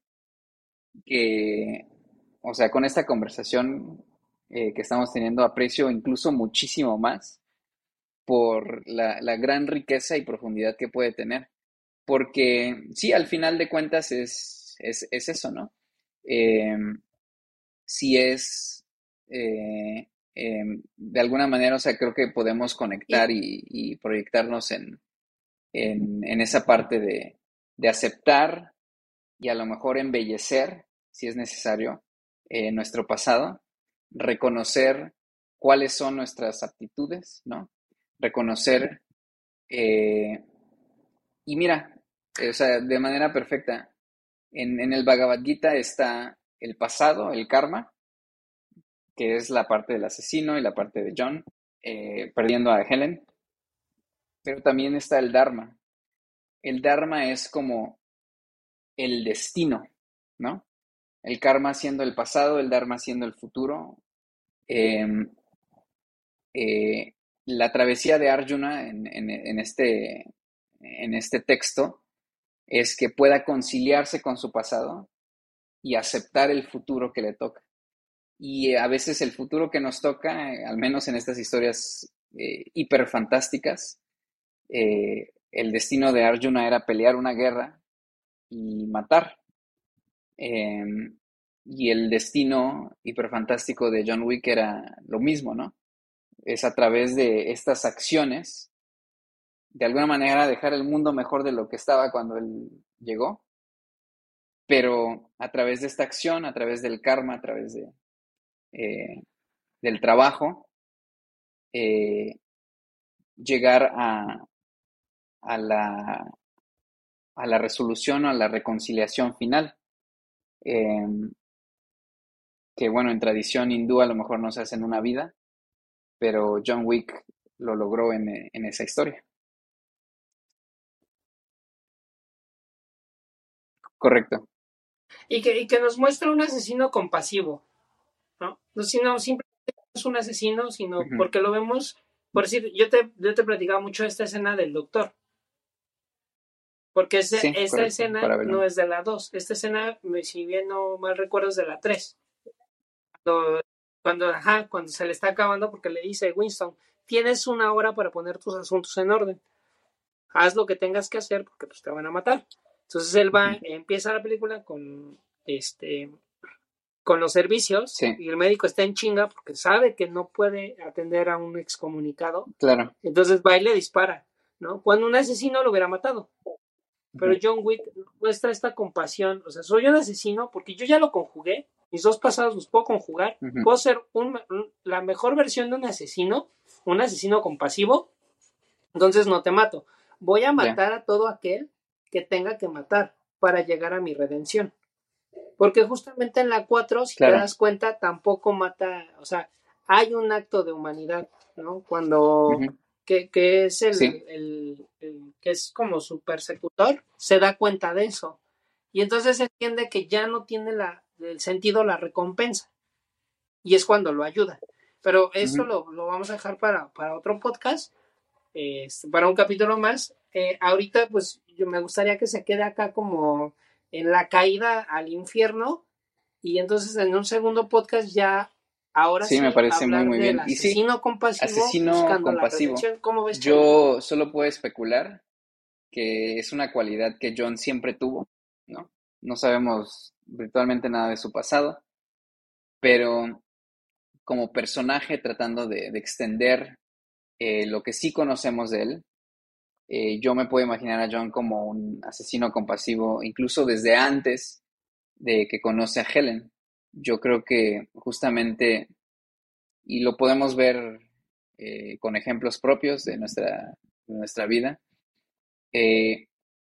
que, o sea, con esta conversación eh, que estamos teniendo, aprecio incluso muchísimo más por la, la gran riqueza y profundidad que puede tener. Porque sí, al final de cuentas es, es, es eso, ¿no? Eh, sí es, eh, eh, de alguna manera, o sea, creo que podemos y, conectar y, y proyectarnos en, en, en esa parte de, de aceptar y a lo mejor embellecer, si es necesario, eh, nuestro pasado, reconocer cuáles son nuestras aptitudes, ¿no? Reconocer, eh, y mira, eh, o sea, de manera perfecta, en, en el Bhagavad Gita está el pasado, el karma, que es la parte del asesino y la parte de John, eh, perdiendo a Helen, pero también está el Dharma. El Dharma es como el destino, ¿no? El karma siendo el pasado, el Dharma siendo el futuro. Eh, eh, la travesía de Arjuna en, en, en, este, en este texto es que pueda conciliarse con su pasado y aceptar el futuro que le toca. Y eh, a veces el futuro que nos toca, eh, al menos en estas historias eh, hiperfantásticas, eh, el destino de Arjuna era pelear una guerra y matar. Eh, y el destino hiperfantástico de John Wick era lo mismo, ¿no? Es a través de estas acciones, de alguna manera dejar el mundo mejor de lo que estaba cuando él llegó, pero a través de esta acción, a través del karma, a través de, eh, del trabajo, eh, llegar a, a, la, a la resolución o a la reconciliación final. Eh, que bueno, en tradición hindú a lo mejor no se hace en una vida, pero John Wick lo logró en, en esa historia. Correcto. y que, y que nos muestra un asesino compasivo, ¿no? No, si no, simplemente no es un asesino, sino Ujú. porque lo vemos, por decir, yo te, yo te platicaba mucho esta escena del doctor, porque ese, Sí, esta correcto, escena para no verlo. es de la dos, esta escena, si bien no mal recuerdo, es de la tres. Cuando, cuando, ajá, cuando se le está acabando, porque le dice Winston, tienes una hora para poner tus asuntos en orden, haz lo que tengas que hacer porque pues te van a matar. Entonces él va, Ujú. empieza la película con este con los servicios Sí, y el médico está en chinga porque sabe que no puede atender a un excomunicado, claro. entonces va y le dispara, ¿no? Cuando un asesino lo hubiera matado. Pero Ujú. John Wick muestra esta compasión, o sea, soy un asesino porque yo ya lo conjugué, mis dos pasados los puedo conjugar, Ujú. puedo ser un, un, la mejor versión de un asesino, un asesino compasivo, entonces no te mato. Voy a Ya. matar a todo aquel que tenga que matar para llegar a mi redención. Porque justamente en la cuatro, si te Claro. das cuenta, tampoco mata, o sea, hay un acto de humanidad, ¿no? Cuando, Ujú. que, que es el, Sí. el, el, que es como su persecutor, se da cuenta de eso. Y entonces entiende que ya no tiene la, el sentido la recompensa. Y es cuando lo ayuda. Pero esto Ujú. lo, lo vamos a dejar para, para otro podcast, eh, para un capítulo más. Eh, ahorita, pues, yo me gustaría que se quede acá como en la caída al infierno y entonces en un segundo podcast ya, ahora Sí, me sí, parece muy, hablar muy del bien. Y sí, asesino compasivo asesino buscando la compasivo. redención. ¿Cómo ves, Charlie? Yo solo puedo especular que es una cualidad que John siempre tuvo, ¿no? No sabemos virtualmente nada de su pasado, pero como personaje tratando de, de extender eh, lo que sí conocemos de él, eh, yo me puedo imaginar a John como un asesino compasivo, incluso desde antes de que conoce a Helen. Yo creo que justamente, y lo podemos ver eh, con ejemplos propios de nuestra, de nuestra vida, eh,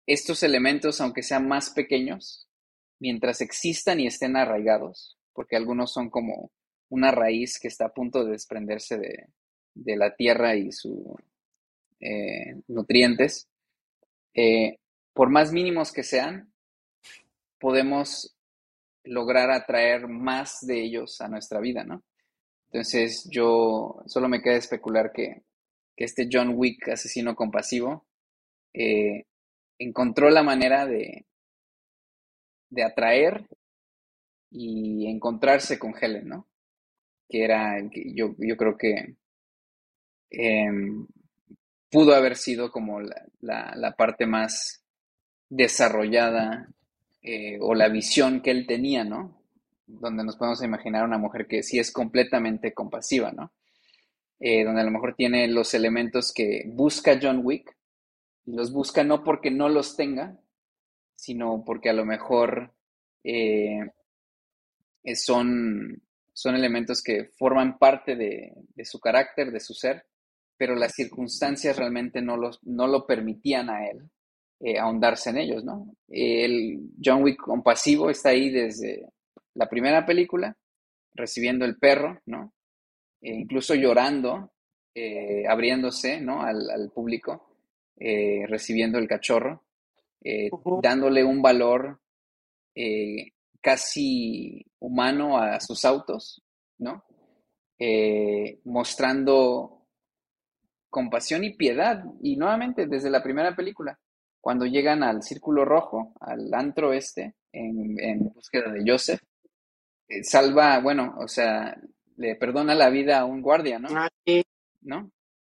estos elementos, aunque sean más pequeños, mientras existan y estén arraigados, porque algunos son como una raíz que está a punto de desprenderse de, de la tierra y sus eh, nutrientes, eh, por más mínimos que sean, podemos lograr atraer más de ellos a nuestra vida, ¿no? Entonces yo solo me queda especular que, que este John Wick, asesino compasivo, eh, encontró la manera de, de atraer y encontrarse con Helen, ¿no? Que era, que yo, yo creo que eh, pudo haber sido como la, la, la parte más desarrollada eh, o la visión que él tenía, ¿no? Donde nos podemos imaginar una mujer que sí es completamente compasiva, ¿no? Eh, donde a lo mejor tiene los elementos que busca John Wick, y los busca no porque no los tenga, sino porque a lo mejor eh, eh, son, son elementos que forman parte de, de su carácter, de su ser, pero las circunstancias realmente no, los, no lo permitían a él eh, ahondarse en ellos, ¿no? El John Wick compasivo está ahí desde la primera película, recibiendo el perro, ¿no? E incluso llorando, eh, abriéndose, ¿no? al, al público, eh, recibiendo el cachorro, eh, Ujú. dándole un valor eh, casi humano a sus autos, ¿no? Eh, mostrando compasión y piedad. Y nuevamente, desde la primera película, cuando llegan al Círculo Rojo, al antro este, en, en búsqueda de Joseph, eh, salva, bueno, o sea, le perdona la vida a un guardia, ¿no? Ah, sí. ¿No?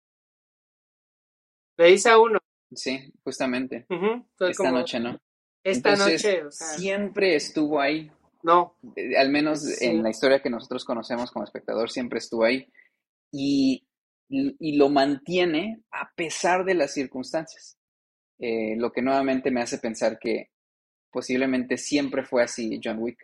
Le dice a uno, Sí, justamente. ujú, fue Esta como, noche, ¿no? esta Entonces, noche, o sea, siempre estuvo ahí, no, eh, al menos en sí. la historia que nosotros conocemos como espectador, siempre estuvo ahí. Y, y lo mantiene a pesar de las circunstancias. Eh, lo que nuevamente me hace pensar que posiblemente siempre fue así John Wick.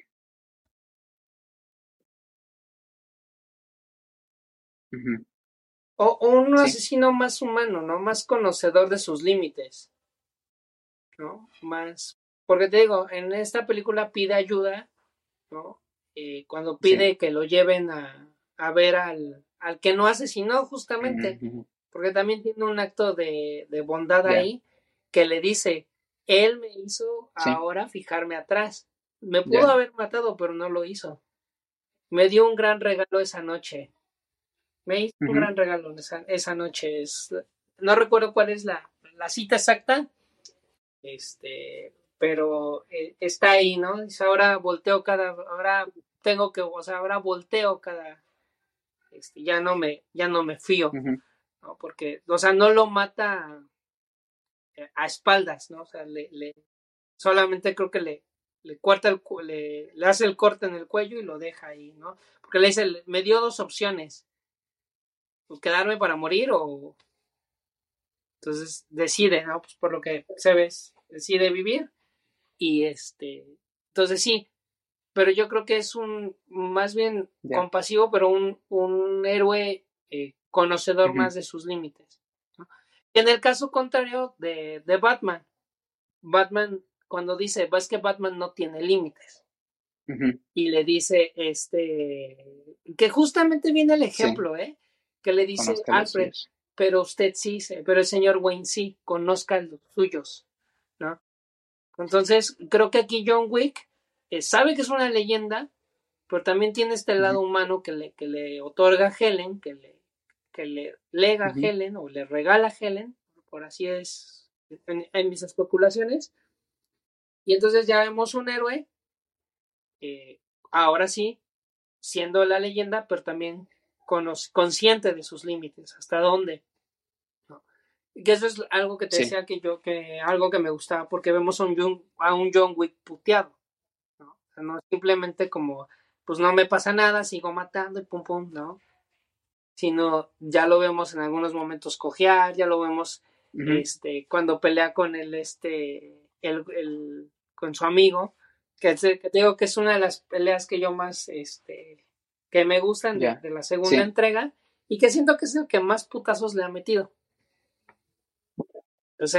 Ujú. O, o un Sí. asesino más humano, ¿no? Más conocedor de sus límites, ¿no? Más, porque te digo, en esta película pide ayuda, ¿no? Eh, cuando Sí. pide que lo lleven a, a ver al, al que no asesinó justamente, Ujú, ujú. porque también tiene un acto de, de bondad Ya. ahí, que le dice, él me hizo Sí. ahora fijarme atrás. Me pudo Ya. haber matado, pero no lo hizo. Me dio un gran regalo esa noche. Me hizo un Ujú. gran regalo esa, esa noche. Es, no recuerdo cuál es la, la cita exacta, este, pero eh, está ahí, ¿no? Dice, ahora volteo cada, ahora tengo que, o sea, ahora volteo cada, este, ya no me, ya no me fío, Ujú. ¿no? Porque, o sea, no lo mata a, a espaldas, ¿no? O sea, le, le, solamente creo que le, le corta el, le, le hace el corte en el cuello y lo deja ahí, ¿no? Porque le dice, me dio dos opciones, pues quedarme para morir o, entonces decide, ¿no? Pues por lo que se ve, decide vivir y este, entonces sí, pero yo creo que es un más bien Ya. compasivo, pero un, un héroe eh, conocedor Ujú. más de sus límites, ¿no? Y en el caso contrario de, de Batman, Batman cuando dice, es que Batman no tiene límites Ujú. y le dice, este, que justamente viene el Sí. ejemplo, ¿eh? Que le dice Conozca los Alfred, suyos. pero usted sí, pero el señor Wayne sí, conozca los suyos, ¿no? Entonces, creo que aquí John Wick eh, sabe que es una leyenda, pero también tiene este Ujú. lado humano que le, que le otorga a Helen, que le, que le lega a Ujú. Helen o le regala a Helen, por así es en, en mis especulaciones. Y entonces ya vemos un héroe, eh, ahora sí, siendo la leyenda, pero también conos- consciente de sus límites, hasta dónde, ¿no? Y que eso es algo que te Sí. decía que yo, que algo que me gustaba, porque vemos a un John, a un John Wick puteado, ¿no? O sea, no simplemente como, pues no me pasa nada, sigo matando y pum pum, ¿no? Sino ya lo vemos en algunos momentos cojear, ya lo vemos Ujú. este, cuando pelea con el, este, el, el, con su amigo, que, que te digo que es una de las peleas que yo más, este, que me gustan de, Ya. de la segunda Sí. entrega y que siento que es el que más putazos le ha metido. O sea, es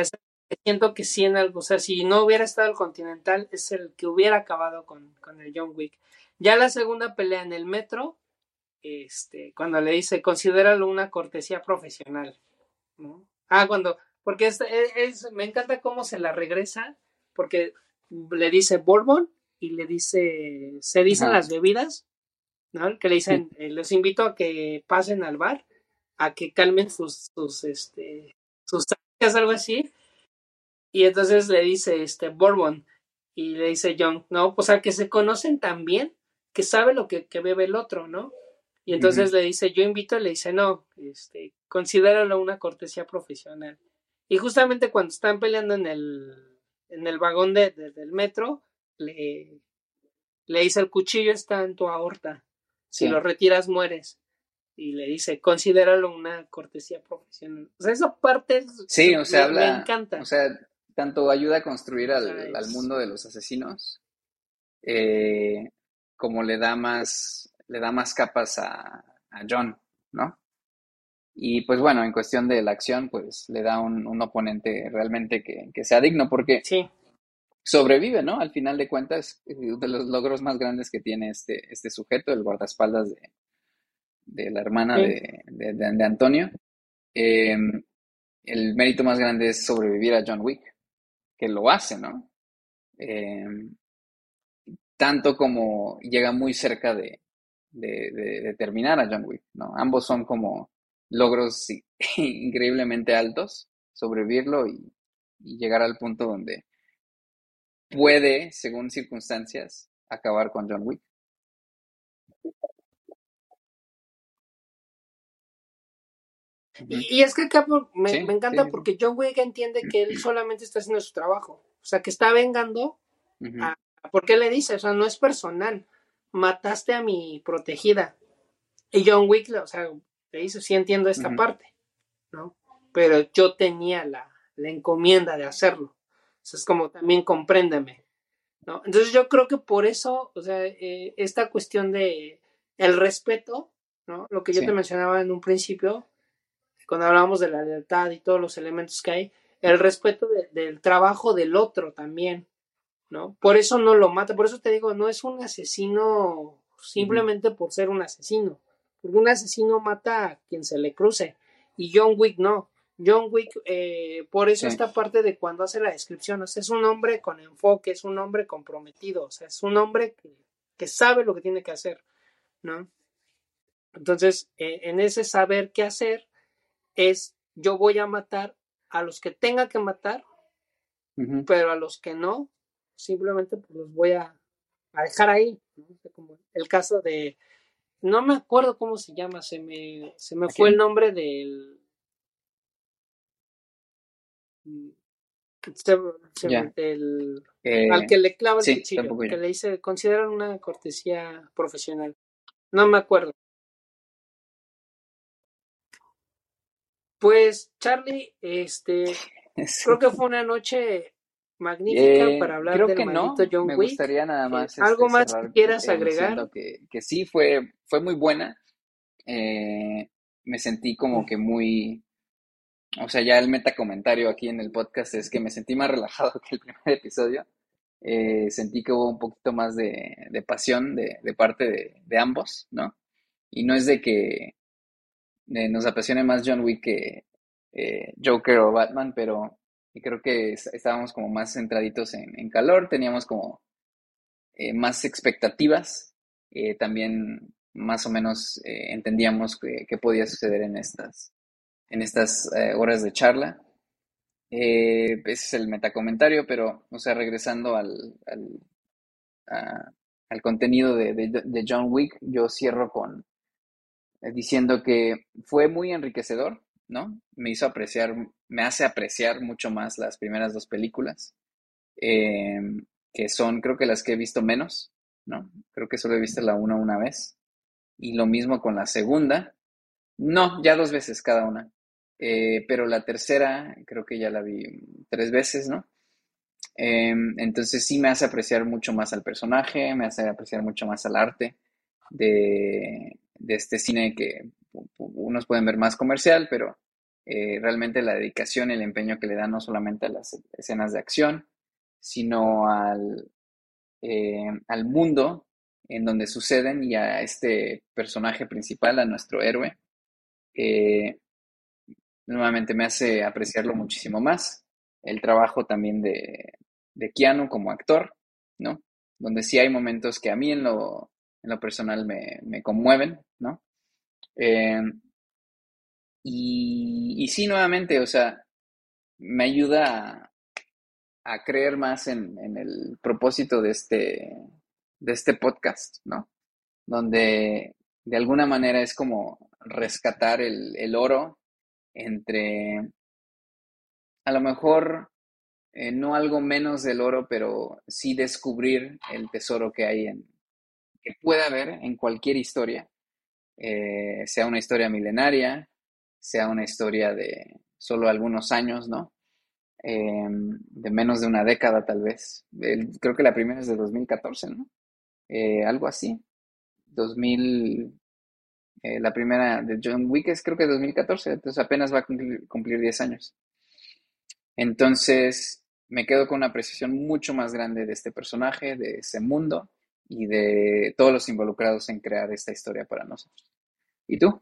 siento que sí en algo, o sea, si no hubiera estado el Continental, es el que hubiera acabado con, con el John Wick. Ya la segunda pelea en el metro, este, cuando le dice, considéralo una cortesía profesional, ¿no? Ah, cuando, porque es, es, es- me encanta cómo se la regresa, porque le dice Bourbon y le dice, se dicen Ajá. las bebidas, ¿no? Que le dicen, eh, los invito a que pasen al bar, a que calmen sus, sus, este, sus ansias, algo así, y entonces le dice, este, Bourbon, y le dice John, no, pues a que se conocen tan bien, que sabe lo que, que bebe el otro, ¿no? Y entonces Ujú. le dice, yo invito, y le dice, no, este, considéralo una cortesía profesional. Y justamente cuando están peleando en el, en el vagón de, de- del metro, le, le dice, el cuchillo está en tu aorta, si lo Sí. retiras mueres. Y le dice, considéralo una cortesía profesional. O sea, esa parte es- Sí, o sea, me, me habla, o encanta. sea, tanto ayuda a construir O sea, al, al es... mundo de los asesinos, eh, como le da más, le da más capas a, a John, ¿no? Y pues bueno, en cuestión de la acción, pues le da un, un oponente realmente que, que sea digno, porque Sí, sobrevive, ¿no? Al final de cuentas, eh, de los logros más grandes que tiene este, este sujeto, el guardaespaldas de, de la hermana sí. de, de, de- de Antonio, eh, el mérito más grande es sobrevivir a John Wick, que lo hace, ¿no? Eh, Tanto como llega muy cerca de, de, de- de terminar a John Wick, ¿no? Ambos son como logros i- increíblemente altos, sobrevivirlo y, y llegar al punto donde puede, según circunstancias, acabar con John Wick. Ujú. Y, y es que acá por- me, me Sí, sí, encanta sí, sí. porque John Wick entiende que él solamente está haciendo su trabajo. O sea, que está vengando Ujú. a... Porque le dice, o sea, no es personal. Mataste a mi protegida. Y John Wick, o sea, le dice, sí entiendo esta Ujú. parte, ¿no? Pero yo tenía la, la encomienda de hacerlo. O sea, es como también compréndeme, ¿no? Entonces yo creo que por eso, o sea, eh, esta cuestión de el respeto, ¿no? Lo que yo te Sí. mencionaba en un principio, cuando hablábamos de la lealtad y todos los elementos que hay, el respeto de, del trabajo del otro también, ¿no? Por eso no lo mata, por eso te digo, no es un asesino Ujú. simplemente por ser un asesino, porque un asesino mata a quien se le cruce, y John Wick no. John Wick, eh, por eso Sí. esta parte de cuando hace la descripción, o sea, es un hombre con enfoque, es un hombre comprometido, o sea, es un hombre que, que sabe lo que tiene que hacer, ¿no? Entonces, eh, en ese saber qué hacer, es yo voy a matar a los que tenga que matar, Ujú. pero a los que no, simplemente pues los voy a, a dejar ahí, ¿no? O sea, como el caso de, no me acuerdo cómo se llama, se me, se me ¿A fue el quién? nombre del, se, se me- Ya. del al Eh, que le clava el sí, cuchillo, tampoco yo. que le dice, consideran una cortesía profesional. No me acuerdo. Pues, Charlie, este, creo Sí. que fue una noche magnífica Eh, para hablar creo del que maldito no. John Me Wick. gustaría nada Eh, más este, ¿Algo más que cerrar quieras eh, agregar? diciendo que, que sí fue, fue muy buena. Eh, Me sentí como que muy, o sea, ya el metacomentario aquí en el podcast es que me sentí más relajado que el primer episodio. Eh, sentí que hubo un poquito más de, de pasión de, de parte de, de ambos, ¿no? Y no es de que eh, nos apasione más John Wick que eh, Joker o Batman, pero creo que es- estábamos como más centraditos en, en calor, teníamos como eh, más expectativas, eh, también más o menos eh, entendíamos qué qué podía suceder en estas, en estas eh, horas de charla. Eh, ese es el metacomentario, pero, o sea, regresando al, al, a- al contenido de, de- de John Wick, yo cierro con eh, diciendo que fue muy enriquecedor, ¿no? Me hizo apreciar, me hace apreciar mucho más las primeras dos películas, eh, que son creo que las que he visto menos, ¿no? Creo que solo he visto la una una vez. Y lo mismo con la segunda. No, ya dos veces cada una. Eh, pero la tercera creo que ya la vi tres veces, ¿no? Eh, entonces sí me hace apreciar mucho más al personaje, me hace apreciar mucho más al arte de, de este cine que unos pueden ver más comercial, pero eh, realmente la dedicación y el empeño que le dan no solamente a las escenas de acción, sino al, eh, al mundo en donde suceden y a este personaje principal, a nuestro héroe. eh, Nuevamente me hace apreciarlo muchísimo más. El trabajo también de, de Keanu como actor, ¿no? Donde sí hay momentos que a mí en lo, en lo personal me, me conmueven, ¿no? Eh, y, y sí, nuevamente, o sea, me ayuda a, a creer más en, en el propósito de este, de este podcast, ¿no? Donde de alguna manera es como rescatar el, el oro entre, a lo mejor, eh, no algo menos del oro, pero sí descubrir el tesoro que hay en, que puede haber en cualquier historia, eh, sea una historia milenaria, sea una historia de solo algunos años, ¿no? Eh, de menos de una década tal vez. El- creo que la primera es de dos mil catorce, ¿no? Eh, algo así. dos mil, eh, la primera de John Wick es creo que dos mil catorce, entonces apenas va a cumplir, cumplir diez años. Entonces me quedo con una apreciación mucho más grande de este personaje, de ese mundo y de todos los involucrados en crear esta historia para nosotros. ¿Y tú?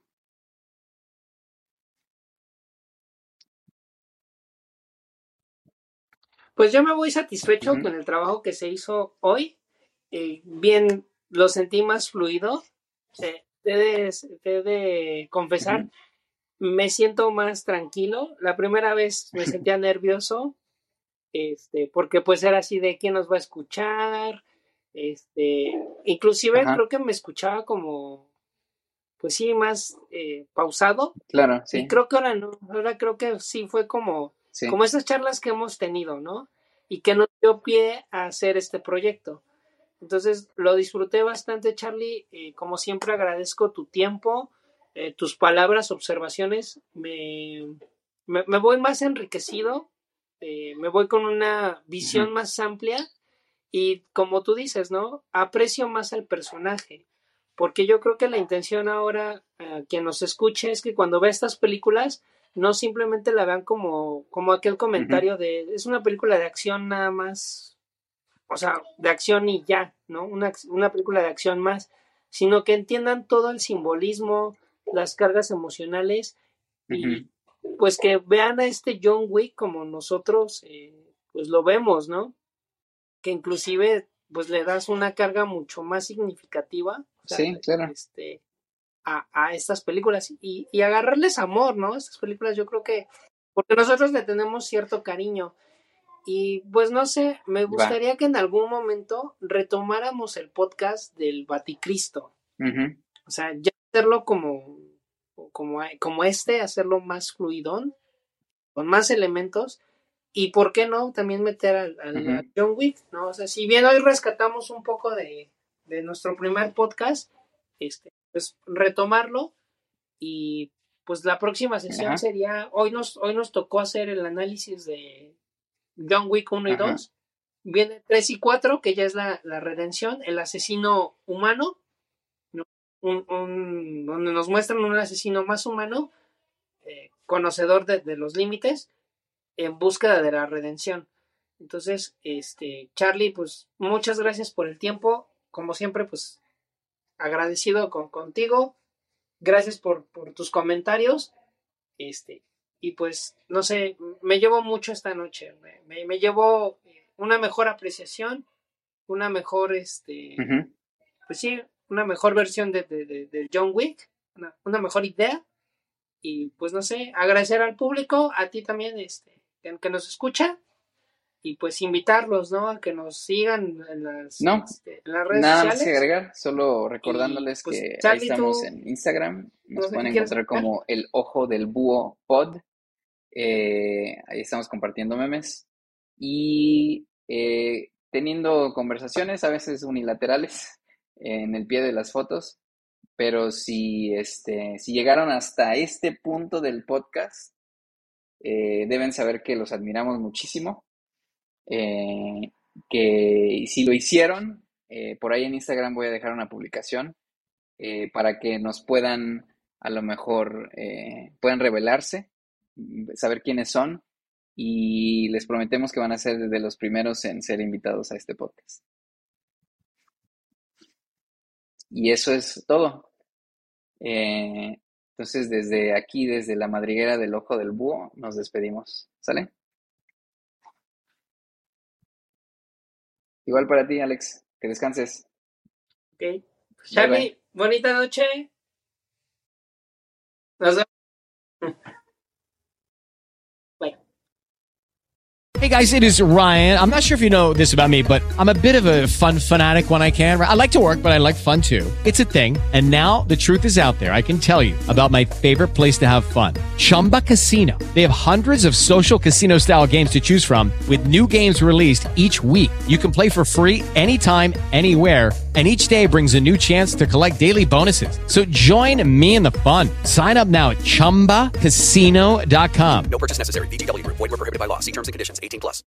Pues yo me voy satisfecho Ujú, con el trabajo que se hizo hoy. Eh, bien, lo sentí más fluido. Eh, te he de, te he de confesar, ujú. me siento más tranquilo. La primera vez me sentía nervioso, este, porque pues era así de quién nos va a escuchar. Este, inclusive Ajá, creo que me escuchaba como, pues sí, más eh, pausado. claro, Y sí, creo que ahora no, ahora creo que sí fue como, sí. como esas charlas que hemos tenido, ¿no? Y que nos dio pie a hacer este proyecto. Entonces lo disfruté bastante, Charlie. Eh, como siempre agradezco tu tiempo, eh, tus palabras, observaciones. Me, me, me voy más enriquecido, eh, me voy con una Ujú, visión más amplia y como tú dices, ¿no? Aprecio más al personaje. Porque yo creo que la intención ahora, eh, quien nos escuche, es que cuando ve estas películas, no simplemente la vean como, como aquel ujú, comentario de es una película de acción nada más, o sea, de acción y ya, ¿no? Una, una película de acción más, sino que entiendan todo el simbolismo, las cargas emocionales ujú. y pues que vean a este John Wick como nosotros eh, pues lo vemos, ¿no? Que inclusive pues le das una carga mucho más significativa, o sea, Sí, claro. este, a, a estas películas y, y agarrarles amor, ¿no? Estas películas yo creo que, porque nosotros le tenemos cierto cariño y pues no sé, me Va. gustaría que en algún momento retomáramos el podcast del Baticristo, Ujú, o sea, ya hacerlo como, como, como este, hacerlo más fluidón, con más elementos y por qué no también meter al, al, ujú. al John Wick, ¿no? O sea, si bien hoy rescatamos un poco de, de nuestro primer podcast, este, pues retomarlo y pues la próxima sesión Ajá, sería, hoy nos, hoy nos tocó hacer el análisis de John Wick uno y ajá. dos, viene tres y cuatro que ya es la, la redención, el asesino humano, ¿no? un, un, donde nos muestran un asesino más humano, eh, conocedor de, de los límites, en búsqueda de la redención. Entonces, este, Charlie, pues muchas gracias por el tiempo. Como siempre, pues agradecido con, contigo. Gracias por, por tus comentarios. Este, y pues, no sé, me llevo mucho esta noche. Me, me, me llevo una mejor apreciación, una mejor, este, Ujú. pues sí, una mejor versión de, de, de, de John Wick, una, una mejor idea. Y pues no sé, agradecer al público, a ti también, este, que, que nos escucha y pues invitarlos, ¿no? A que nos sigan en las, No, este, en las redes nada más que sociales. agregar, solo Y recordándoles pues, que ahí Charlie, estamos tú, en Instagram, nos no sé pueden qué quieres encontrar agregar. como el Ojo del Búho Pod. Eh, ahí estamos compartiendo memes y eh, teniendo conversaciones a veces unilaterales en el pie de las fotos, pero si, este, si llegaron hasta este punto del podcast, eh, deben saber que los admiramos muchísimo, eh, que si lo hicieron, eh, por ahí en Instagram voy a dejar una publicación eh, para que nos puedan, a lo mejor, eh, puedan revelarse saber quiénes son y les prometemos que van a ser de los primeros en ser invitados a este podcast. Y eso es todo. Eh, entonces, desde aquí, desde la madriguera del Ojo del Búho, nos despedimos. ¿Sale? Igual para ti, Alex. Que descanses. Ok. Charlie, bonita noche. Nos vemos. Bye. Hey guys, it is Ryan. I'm not sure if you know this about me, but I'm a bit of a fun fanatic when I can. I like to work, but I like fun too. It's a thing. And now the truth is out there. I can tell you about my favorite place to have fun. Chumba Casino. They have hundreds of social casino style games to choose from with new games released each week. You can play for free anytime, anywhere. And each day brings a new chance to collect daily bonuses. So join me in the fun. Sign up now at chumba casino dot com. No purchase necessary. V G W Group. Void where prohibited by law. See terms and conditions. eighteen plus.